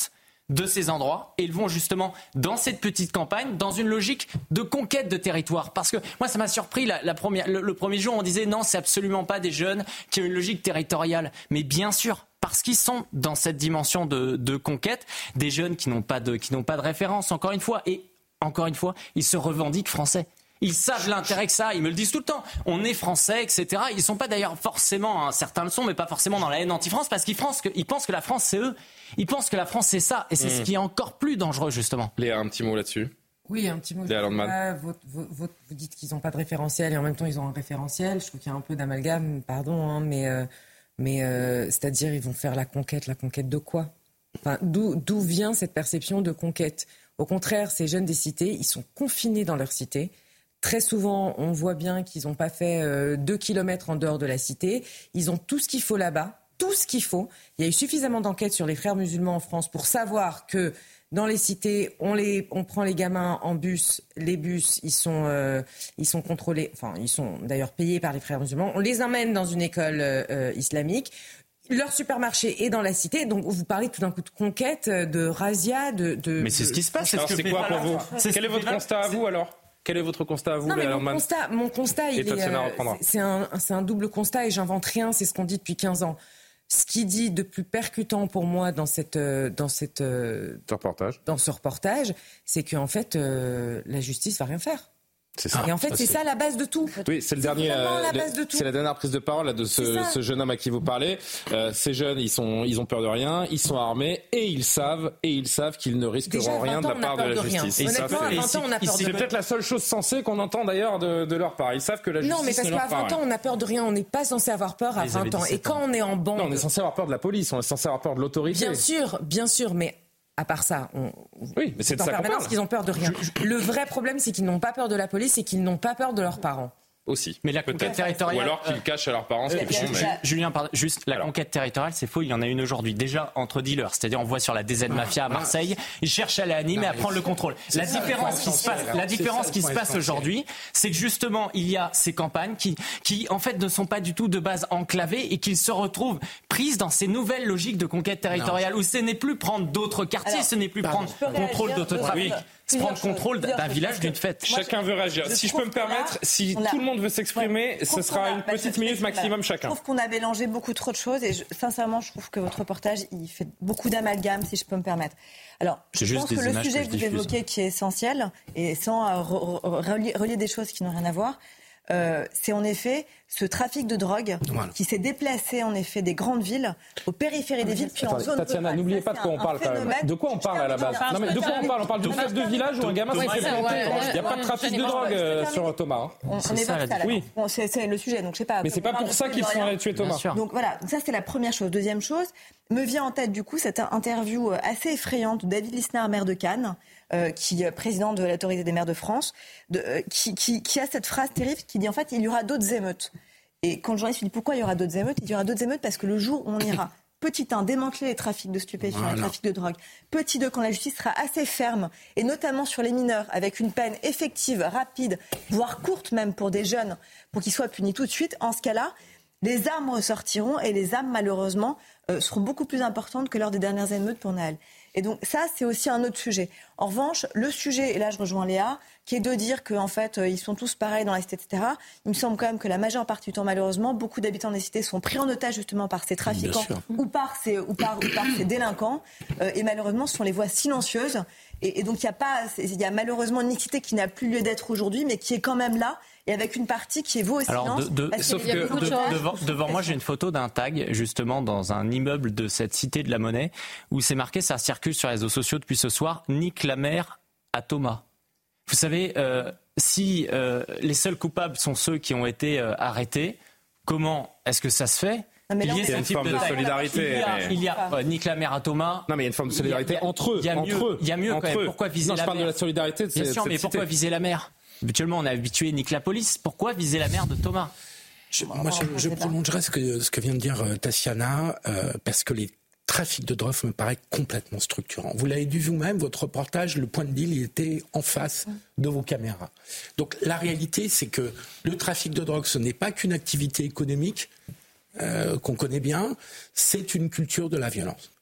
de ces endroits et ils vont justement dans cette petite campagne, dans une logique de conquête de territoire. Parce que moi, ça m'a surpris, la, la première, le, le premier jour, on disait non, c'est absolument pas des jeunes qui ont une logique territoriale. Mais bien sûr, parce qu'ils sont dans cette dimension de, de conquête, des jeunes qui n'ont pas de, qui n'ont pas de référence, encore une fois. Et encore une fois, ils se revendiquent français. Ils savent l'intérêt que ça a, ils me le disent tout le temps. On est français, et cetera. Ils ne sont pas d'ailleurs forcément, hein, certains le sont, mais pas forcément dans la haine anti-France, parce qu'ils pensent que, ils pensent que la France, c'est eux. Ils pensent que la France, c'est ça. Et c'est mmh. ce qui est encore plus dangereux, justement. Léa, un petit mot là-dessus. Oui, un petit mot. Léa Landman. Vous, vous, vous, vous dites qu'ils n'ont pas de référentiel et en même temps, ils ont un référentiel. Je trouve qu'il y a un peu d'amalgame, pardon, hein, mais, euh, mais euh, c'est-à-dire, ils vont faire la conquête. La conquête de quoi ? Enfin, d'où, d'où vient cette perception de conquête ? Au contraire, ces jeunes des cités, ils sont confinés dans leur cité. Très souvent, on voit bien qu'ils n'ont pas fait euh, deux kilomètres en dehors de la cité. Ils ont tout ce qu'il faut là-bas, tout ce qu'il faut. Il y a eu suffisamment d'enquêtes sur les frères musulmans en France pour savoir que dans les cités, on, les, on prend les gamins en bus. Les bus, ils sont, euh, ils sont contrôlés, enfin, ils sont d'ailleurs payés par les frères musulmans. On les emmène dans une école euh, islamique. Leur supermarché est dans la cité, donc vous parlez tout d'un coup de conquête, de razzia, de... de Mais c'est ce qui se passe. C'est, alors, ce que c'est quoi pour vous ? C'est Quel est votre constat à vous alors ? Quel est votre constat à vous, non, mais mon constat, mon constat, il est, euh, c'est, un, c'est un double constat et j'invente rien, c'est ce qu'on dit depuis quinze ans. Ce qui dit de plus percutant pour moi dans, cette, dans, cette, ce reportage. dans ce reportage, c'est qu'en fait, euh, la justice va rien faire. C'est ça. Et en fait, ça, c'est, c'est ça la base de tout. Oui, c'est le c'est dernier. Euh, la le, base de tout. C'est la dernière prise de parole là, de ce, ce jeune homme à qui vous parlez. Euh, ces jeunes, ils sont, ils ont peur de rien, ils sont armés et ils savent, et ils savent qu'ils ne risqueront Déjà, rien de la part de la de justice. Et Honnêtement, ça, à vingt ans, on a peur de c'est rien. peut-être la seule chose sensée qu'on entend d'ailleurs de, de leur part. Ils savent que la justice. Non, mais parce ne leur qu'à vingt ans, on a peur de rien. On n'est pas censé avoir peur à vingt ans. Et quand on est en bande, non, on est censé avoir peur de la police. On est censé avoir peur de l'autorité. Bien sûr, bien sûr, mais. À part ça, on... oui, mais c'est, c'est de ça qu'on parle. Qu'ils ont peur de rien. Je, je... Le vrai problème, c'est qu'ils n'ont pas peur de la police et qu'ils n'ont pas peur de leurs parents. Aussi. Mais la conquête territoriale. Ou alors qu'ils cachent à leurs parents ce qu'ils font. Mais... Julien, pardon, juste la alors. conquête territoriale, c'est faux. Il y en a une aujourd'hui. Déjà entre dealers, c'est-à-dire on voit sur la D Z Mafia à Marseille, ils cherchent à aller à Nîmes et à prendre le contrôle. La ça, différence qui se passe, la différence qui se passe aujourd'hui, c'est que justement il y a ces campagnes qui, qui en fait ne sont pas du tout de base enclavées et qu'ils se retrouvent prises dans ces nouvelles logiques de conquête territoriale non. où ce n'est plus prendre d'autres quartiers, alors, ce n'est plus prendre contrôle d'autres trafics. Se prendre contrôle d'un village, d'une fête. Chacun veut réagir. Si je peux me permettre, si tout le monde veut s'exprimer, ce sera une petite minute maximum chacun. Je trouve qu'on a mélangé beaucoup trop de choses et je, sincèrement, je trouve que votre reportage, il fait beaucoup d'amalgame, si je peux me permettre. Alors, je pense que le sujet que vous évoquez, qui est essentiel, et sans euh, re, re, relier, relier des choses qui n'ont rien à voir, euh, c'est en effet ce trafic de drogue voilà. qui s'est déplacé en effet des grandes villes aux périphéries des villes puis Attends, en zone Tatiana, n'oubliez pas de quoi on parle quand même. De quoi on parle à la base ? Non mais de quoi on parle ? On parle de fête de village où un gamin s'est fait planter. Il n'y a pas de trafic de drogue sur Thomas. On évoque ça. Oui. C'est le sujet, donc je sais pas. Mais c'est pas pour ça qu'ils sont allés tuer Thomas. Donc voilà, ça c'est la première chose. Deuxième chose, me vient en tête du coup cette interview assez effrayante de David Lisnard, maire de Cannes. Euh, qui est président de l'autorité des maires de France, de, euh, qui, qui, qui a cette phrase terrible qui dit en fait il y aura d'autres émeutes. Et quand le journaliste lui dit pourquoi il y aura d'autres émeutes, il dit il y aura d'autres émeutes parce que le jour où on ira petit un, démanteler les trafics de stupéfiants, voilà. les trafics de drogue. Petit deux, quand la justice sera assez ferme, et notamment sur les mineurs, avec une peine effective, rapide, voire courte même pour des jeunes, pour qu'ils soient punis tout de suite, en ce cas-là, les armes ressortiront et les armes, malheureusement, euh, seront beaucoup plus importantes que lors des dernières émeutes pour Naël. Et donc ça, c'est aussi un autre sujet. En revanche, le sujet, et là je rejoins Léa, qui est de dire qu'en fait, euh, ils sont tous pareils dans la cité, et cetera. Il me semble quand même que la majeure partie du temps, malheureusement, beaucoup d'habitants des cités sont pris en otage justement par ces trafiquants ou par ces, ou par, ou par ces délinquants. Euh, et malheureusement, ce sont les voies silencieuses. Et, et donc il y a pas, il y a malheureusement une cité qui n'a plus lieu d'être aujourd'hui, mais qui est quand même là. Et avec une partie qui est vaut au silence. Alors, de, de, sauf que de, de, devant, devant moi, j'ai une photo d'un tag, justement, dans un immeuble de cette cité de la Monnaie, où c'est marqué, ça circule sur les réseaux sociaux depuis ce soir, nique la mère à Thomas. Vous savez, euh, si euh, les seuls coupables sont ceux qui ont été euh, arrêtés, comment est-ce que ça se fait ? Il y a une forme de solidarité. Il y a, il y a euh, nique la mère à Thomas. Non, mais il y a une forme de solidarité a, entre eux. Il y a mieux, entre eux, il y a mieux quand même. Eux. Pourquoi viser non, la je parle mère ? de la solidarité de Bien cette, sûr, mais cette pourquoi cité. viser la mère ? Habituellement, on a habitué nique la police. Pourquoi viser la mère de Thomas ? je, Moi, je, je prolongerai ce que, ce que vient de dire euh, Tatiana, euh, parce que les trafics de drogue me paraît complètement structurant. Vous l'avez dit vous-même, votre reportage, le point de deal, il était en face de vos caméras. Donc la réalité, c'est que le trafic de drogue, ce n'est pas qu'une activité économique euh, qu'on connaît bien, c'est une culture de la violence.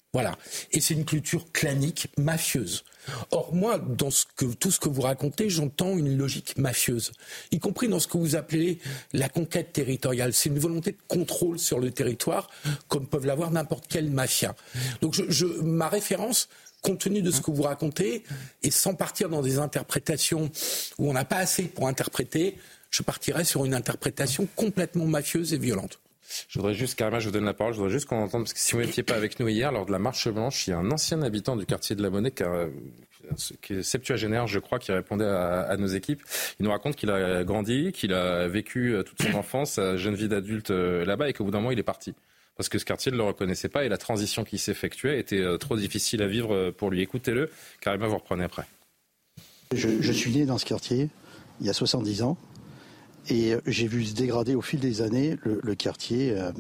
Voilà. Et c'est une culture clanique, mafieuse. Or, moi, dans ce que, tout ce que vous racontez, j'entends une logique mafieuse, y compris dans ce que vous appelez la conquête territoriale. C'est une volonté de contrôle sur le territoire, comme peuvent l'avoir n'importe quelle mafia. Donc, je, je, ma référence, compte tenu de ce que vous racontez, et sans partir dans des interprétations où on n'a pas assez pour interpréter, je partirais sur une interprétation complètement mafieuse et violente. Je voudrais juste, Karima, je vous donne la parole, je voudrais juste qu'on entende, parce que si vous n'étiez pas avec nous hier, lors de la Marche Blanche, il y a un ancien habitant du quartier de la Monnaie, qui, a, qui est septuagénaire, je crois, qui répondait à, à nos équipes. Il nous raconte qu'il a grandi, qu'il a vécu toute son enfance, sa jeune vie d'adulte là-bas, et qu'au bout d'un moment, il est parti. Parce que ce quartier ne le reconnaissait pas, et la transition qui s'effectuait était trop difficile à vivre pour lui. Écoutez-le, Karima, vous reprenez après. Je, je suis né dans ce quartier, il y a soixante-dix ans. Et j'ai vu se dégrader au fil des années le, le quartier. Euh,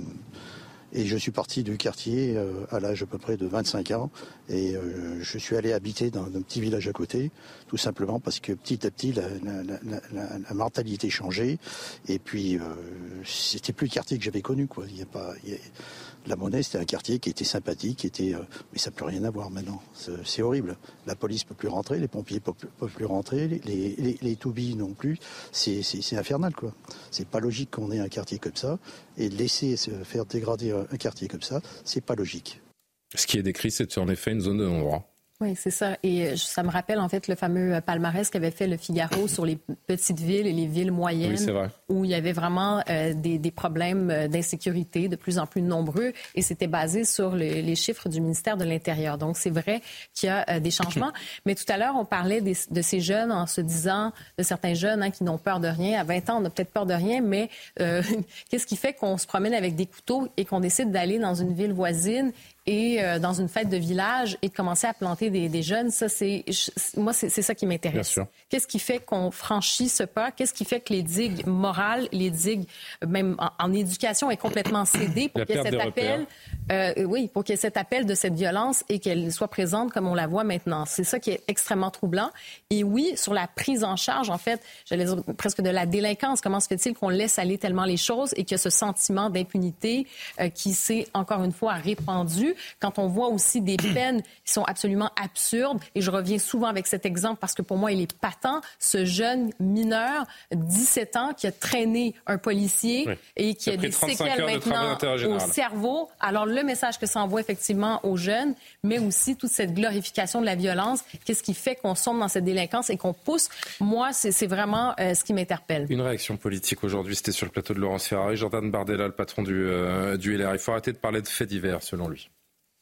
et je suis parti du quartier euh, à l'âge à peu près de vingt-cinq ans. Et euh, je suis allé habiter dans un petit village à côté, tout simplement parce que petit à petit, la, la, la, la, la mentalité changeait. Et puis, euh, c'était plus le quartier que j'avais connu, quoi. Il y a pas, il y a... La Monnaie, c'était un quartier qui était sympathique, qui était, euh, mais ça n'a plus rien à voir maintenant. C'est, c'est horrible. La police ne peut plus rentrer, les pompiers ne peuvent plus rentrer, les, les, les toubis non plus. C'est, c'est, c'est infernal, quoi. C'est pas logique qu'on ait un quartier comme ça. Et laisser se faire dégrader un quartier comme ça, c'est pas logique. Ce qui est décrit, c'est en effet une zone de non-droit. Oui, c'est ça. Et ça me rappelle en fait le fameux palmarès qu'avait fait le Figaro sur les petites villes et les villes moyennes, oui, c'est vrai, où il y avait vraiment euh, des, des problèmes d'insécurité de plus en plus nombreux, et c'était basé sur le, les chiffres du ministère de l'Intérieur. Donc c'est vrai qu'il y a euh, des changements. Mais tout à l'heure, on parlait des, de ces jeunes en se disant, de certains jeunes hein, qui n'ont peur de rien. À vingt ans, on n'a peut-être peur de rien, mais euh, qu'est-ce qui fait qu'on se promène avec des couteaux et qu'on décide d'aller dans une ville voisine et euh, dans une fête de village et de commencer à planter des, des jeunes? Ça, c'est, je, moi, c'est, c'est ça qui m'intéresse. Qu'est-ce qui fait qu'on franchit ce pas? Qu'est-ce qui fait que les digues morales, les digues même en, en éducation, est complètement cédée pour qu'il y ait cet appel, euh, oui, pour qu'il y ait cet appel de cette violence et qu'elle soit présente comme on la voit maintenant? C'est ça qui est extrêmement troublant. Et oui, sur la prise en charge, en fait, j'allais dire presque de la délinquance, comment se fait-il qu'on laisse aller tellement les choses et qu'il y a ce sentiment d'impunité euh, qui s'est, encore une fois, répandu? Quand on voit aussi des peines qui sont absolument absurdes, et je reviens souvent avec cet exemple parce que pour moi, il est patent, ce jeune mineur, dix-sept ans, qui a traîné un policier oui. et qui a, a des séquelles maintenant au cerveau. Alors, le message que ça envoie effectivement aux jeunes, mais aussi toute cette glorification de la violence, qu'est-ce qui fait qu'on sombre dans cette délinquance et qu'on pousse? Moi, c'est, c'est vraiment euh, ce qui m'interpelle. Une réaction politique aujourd'hui, c'était sur le plateau de Laurence Ferrari. Jordan Bardella, le patron du, euh, du L R. Il faut arrêter de parler de faits divers, selon lui.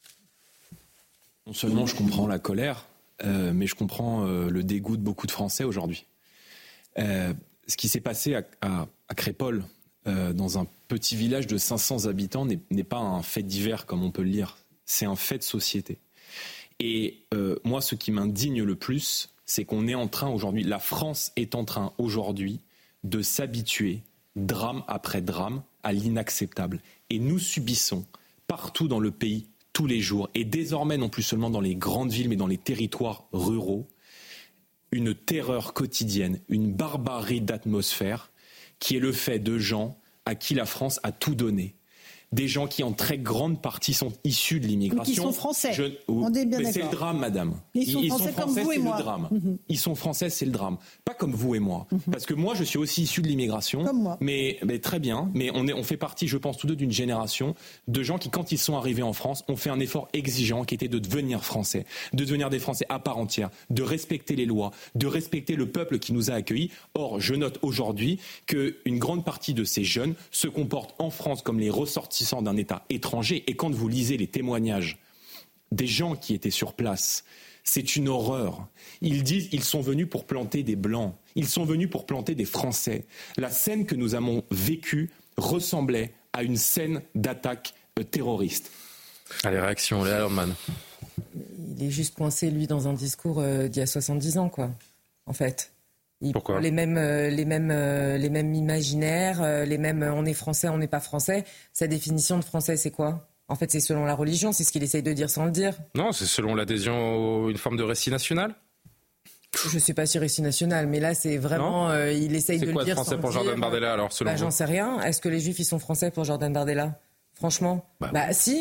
Non seulement je comprends la colère, euh, mais je comprends euh, le dégoût de beaucoup de Français aujourd'hui. Euh, ce qui s'est passé à, à, à Crépol, euh, dans un petit village de cinq cents habitants, n'est, n'est pas un fait divers comme on peut le lire. C'est un fait de société. Et euh, moi, ce qui m'indigne le plus, c'est qu'on est en train aujourd'hui, la France est en train aujourd'hui de s'habituer, drame après drame, à l'inacceptable. Et nous subissons partout dans le pays, tous les jours, et désormais non plus seulement dans les grandes villes, mais dans les territoires ruraux, une terreur quotidienne, une barbarie d'atmosphère qui est le fait de gens à qui la France a tout donné. Des gens qui, en très grande partie, sont issus de l'immigration. Qui sont français. Je... On est bien mais d'accord. C'est le drame, madame. Ils sont, Ils français, sont français comme vous et moi. C'est le drame. Mm-hmm. Ils sont français, c'est le drame. Pas comme vous et moi. Mm-hmm. Parce que moi, je suis aussi issu de l'immigration. Comme moi. Mais, mais très bien. Mais on, est, on fait partie, je pense, tous deux d'une génération de gens qui, quand ils sont arrivés en France, ont fait un effort exigeant qui était de devenir français. De devenir des Français à part entière. De respecter les lois. De respecter le peuple qui nous a accueillis. Or, je note aujourd'hui qu'une grande partie de ces jeunes se comportent en France comme les ressortissants d'un État étrangers. Et quand vous lisez les témoignages des gens qui étaient sur place, c'est une horreur. Ils disent ils sont venus pour planter des Blancs. Ils sont venus pour planter des Français. La scène que nous avons vécue ressemblait à une scène d'attaque euh, terroriste. Allez, réaction, Léa Lordman. Il est juste coincé, lui, dans un discours euh, d'il y a soixante-dix ans, quoi, en fait. Il Pourquoi les mêmes, euh, les mêmes, euh, les mêmes imaginaires, euh, les mêmes euh, on est français, on n'est pas français. Sa définition de français, c'est quoi? En fait, c'est selon la religion, c'est ce qu'il essaye de dire sans le dire. Non, c'est selon l'adhésion à une forme de récit national. Je ne sais pas si récit national, mais là, c'est vraiment... Euh, il essaye c'est de quoi le dire français sans pour dire. Jordan Bardella, alors, selon bah, vous? J'en sais rien. Est-ce que les Juifs, ils sont français pour Jordan Bardella? Franchement, bah, bah si.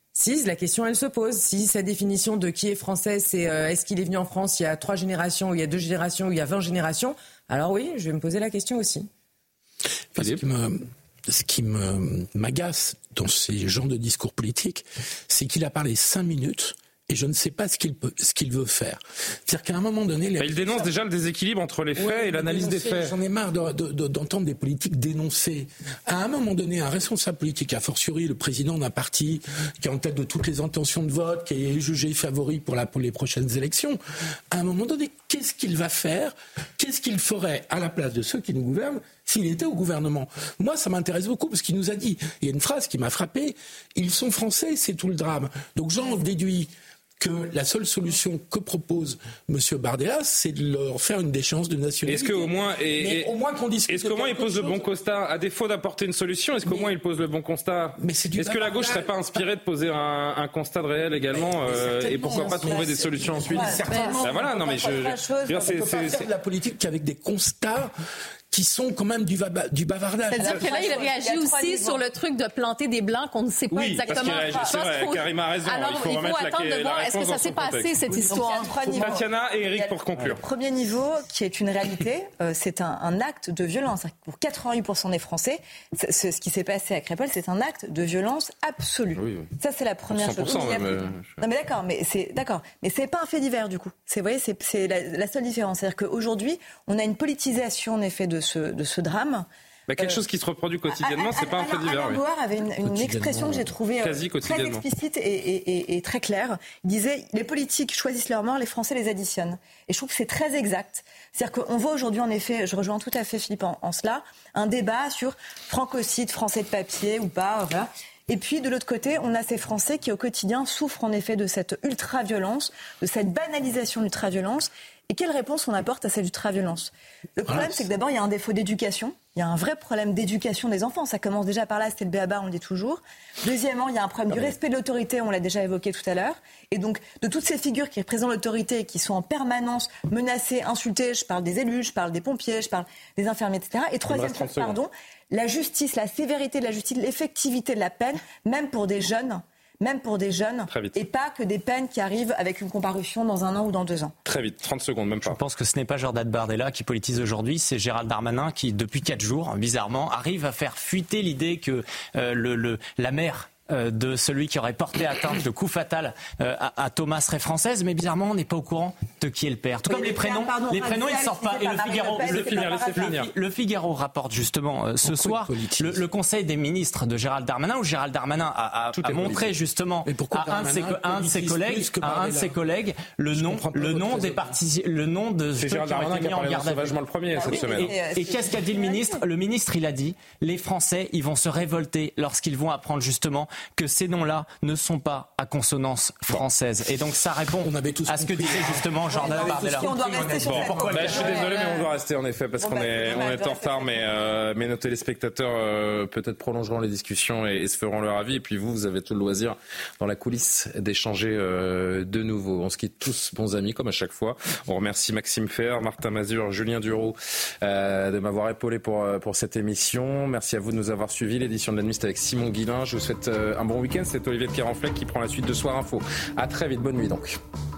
Si, la question, elle se pose. Si sa définition de qui est français, c'est euh, est-ce qu'il est venu en France il y a trois générations, ou il y a deux générations, ou il y a vingt générations, alors oui, je vais me poser la question aussi. Parce ce qui me, ce qui me, m'agace dans ces genres de discours politiques, c'est qu'il a parlé cinq minutes et je ne sais pas ce qu'il peut, ce qu'il veut faire. C'est-à-dire qu'à un moment donné... Les... Bah, il dénonce déjà le déséquilibre entre les faits ouais, et l'analyse dénoncer, des faits. J'en ai marre de, de, de, d'entendre des politiques dénoncer. À un moment donné, un responsable politique, a fortiori le président d'un parti qui est en tête de toutes les intentions de vote, qui est jugé favori pour, la, pour les prochaines élections, à un moment donné, qu'est-ce qu'il va faire ? Qu'est-ce qu'il ferait à la place de ceux qui nous gouvernent s'il était au gouvernement ? Moi, ça m'intéresse beaucoup parce qu'il nous a dit, il y a une phrase qui m'a frappé, ils sont français, c'est tout le drame. Donc j'en déduis que la seule solution que propose M. Bardella, c'est de leur faire une déchéance de nationalité. Est-ce qu'au moins, et, et, au moins qu'on discute est-ce qu'au moins il pose le bon constat, à défaut d'apporter une solution, est-ce qu'au mais, moins il pose le bon constat mais c'est Est-ce que la gauche ne serait pas inspirée de poser un, un constat de réel également mais, euh, et pourquoi pas trouver des solutions ensuite Certainement. Ben voilà, non mais je, je, je, c'est, c'est, c'est de la politique qu'avec des constats qui sont quand même du, va- du bavardage. C'est-à-dire que là, il réagit aussi sur le truc de planter des blancs qu'on ne sait pas oui, exactement. Parce qu'il réagit, c'est vrai, Karima a raison. Alors, il faut, il faut attendre la, de voir, est-ce que ça s'est passé, cette histoire? Tatiana et Eric pour conclure. Le premier niveau, qui est une réalité, euh, c'est un, un acte de violence. Pour quatre-vingt-huit pour cent des Français, c'est, c'est, ce qui s'est passé à Crépol, c'est un acte de violence absolue. Oui, oui. Ça, c'est la première chose. Même, euh, non, mais d'accord, mais c'est, d'accord. Mais c'est pas un fait divers, du coup. C'est, vous voyez, c'est, c'est la, la seule différence. C'est-à-dire qu'aujourd'hui, on a une politisation, en effet, de ce, de ce drame. Bah, quelque euh, chose qui se reproduit quotidiennement, c'est pas un fait divers. Alain Board avait une, une expression que j'ai trouvée très explicite et, et, et, et très claire. Il disait « Les politiques choisissent leur mort, les Français les additionnent ». Et je trouve que c'est très exact. C'est-à-dire qu'on voit aujourd'hui, en effet, je rejoins tout à fait Philippe en, en cela, un débat sur francocide, français de papier ou pas, voilà. Et puis, de l'autre côté, on a ces Français qui, au quotidien, souffrent en effet de cette ultra-violence, de cette banalisation de l'ultra-violence. Et quelle réponse on apporte à cette ultra-violence ? Le problème, c'est que d'abord, il y a un défaut d'éducation. Il y a un vrai problème d'éducation des enfants. Ça commence déjà par là, c'était le b a ba, on le dit toujours. Deuxièmement, il y a un problème du respect de l'autorité, on l'a déjà évoqué tout à l'heure. Et donc, de toutes ces figures qui représentent l'autorité et qui sont en permanence menacées, insultées, je parle des élus, je parle des pompiers, je parle des infirmiers, et cetera. Et troisième chose, pardon, la justice, la sévérité de la justice, l'effectivité de la peine, même pour des jeunes, même pour des jeunes, et pas que des peines qui arrivent avec une comparution dans un an ou dans deux ans. Très vite, trente secondes, même pas. Je pense que ce n'est pas Jordan Bardella qui politise aujourd'hui, c'est Gérald Darmanin qui, depuis quatre jours, bizarrement, arrive à faire fuiter l'idée que euh, le, le, la mère de celui qui aurait porté atteinte, le coup fatal euh, à, à Thomas serait française, mais bizarrement on n'est pas au courant de qui est le père. Tout oui, comme les prénoms, pardon, les prénoms ils ne sortent pas. Et le Figaro, le, finir, le, le Figaro rapporte justement euh, ce soir le, le Conseil des ministres de Gérald Darmanin, où Gérald Darmanin a, a, a montré justement à un de, ses, un de ses collègues, à un de ses collègues, le nom, le nom des partis, le nom de ceux qui ont été mis en garde à vue. Le premier cette semaine. Et, et qu'est-ce qu'a dit le ministre ? Le ministre il a dit les Français ils vont se révolter lorsqu'ils vont apprendre justement que ces noms-là ne sont pas à consonance française. Et donc ça répond à ce que disait justement Jordan Bardella. On doit rester sur bon, bah, je suis désolé, mais on doit rester en effet parce bon, qu'on bah, est, on est en retard, mais, euh, mais nos téléspectateurs euh, peut-être prolongeront les discussions et, et se feront leur avis. Et puis vous, vous avez tout le loisir dans la coulisse d'échanger euh, de nouveau. On se quitte tous bons amis comme à chaque fois. On remercie Maxime Fer, Martin Mazur, Julien Duro euh, de m'avoir épaulé pour, pour cette émission. Merci à vous de nous avoir suivis. L'édition de la nuit, c'était avec Simon Guillain. Je vous souhaite euh, un bon week-end. C'est Olivier de Kerenfleck qui prend la suite de Soir Info. À très vite, bonne nuit donc.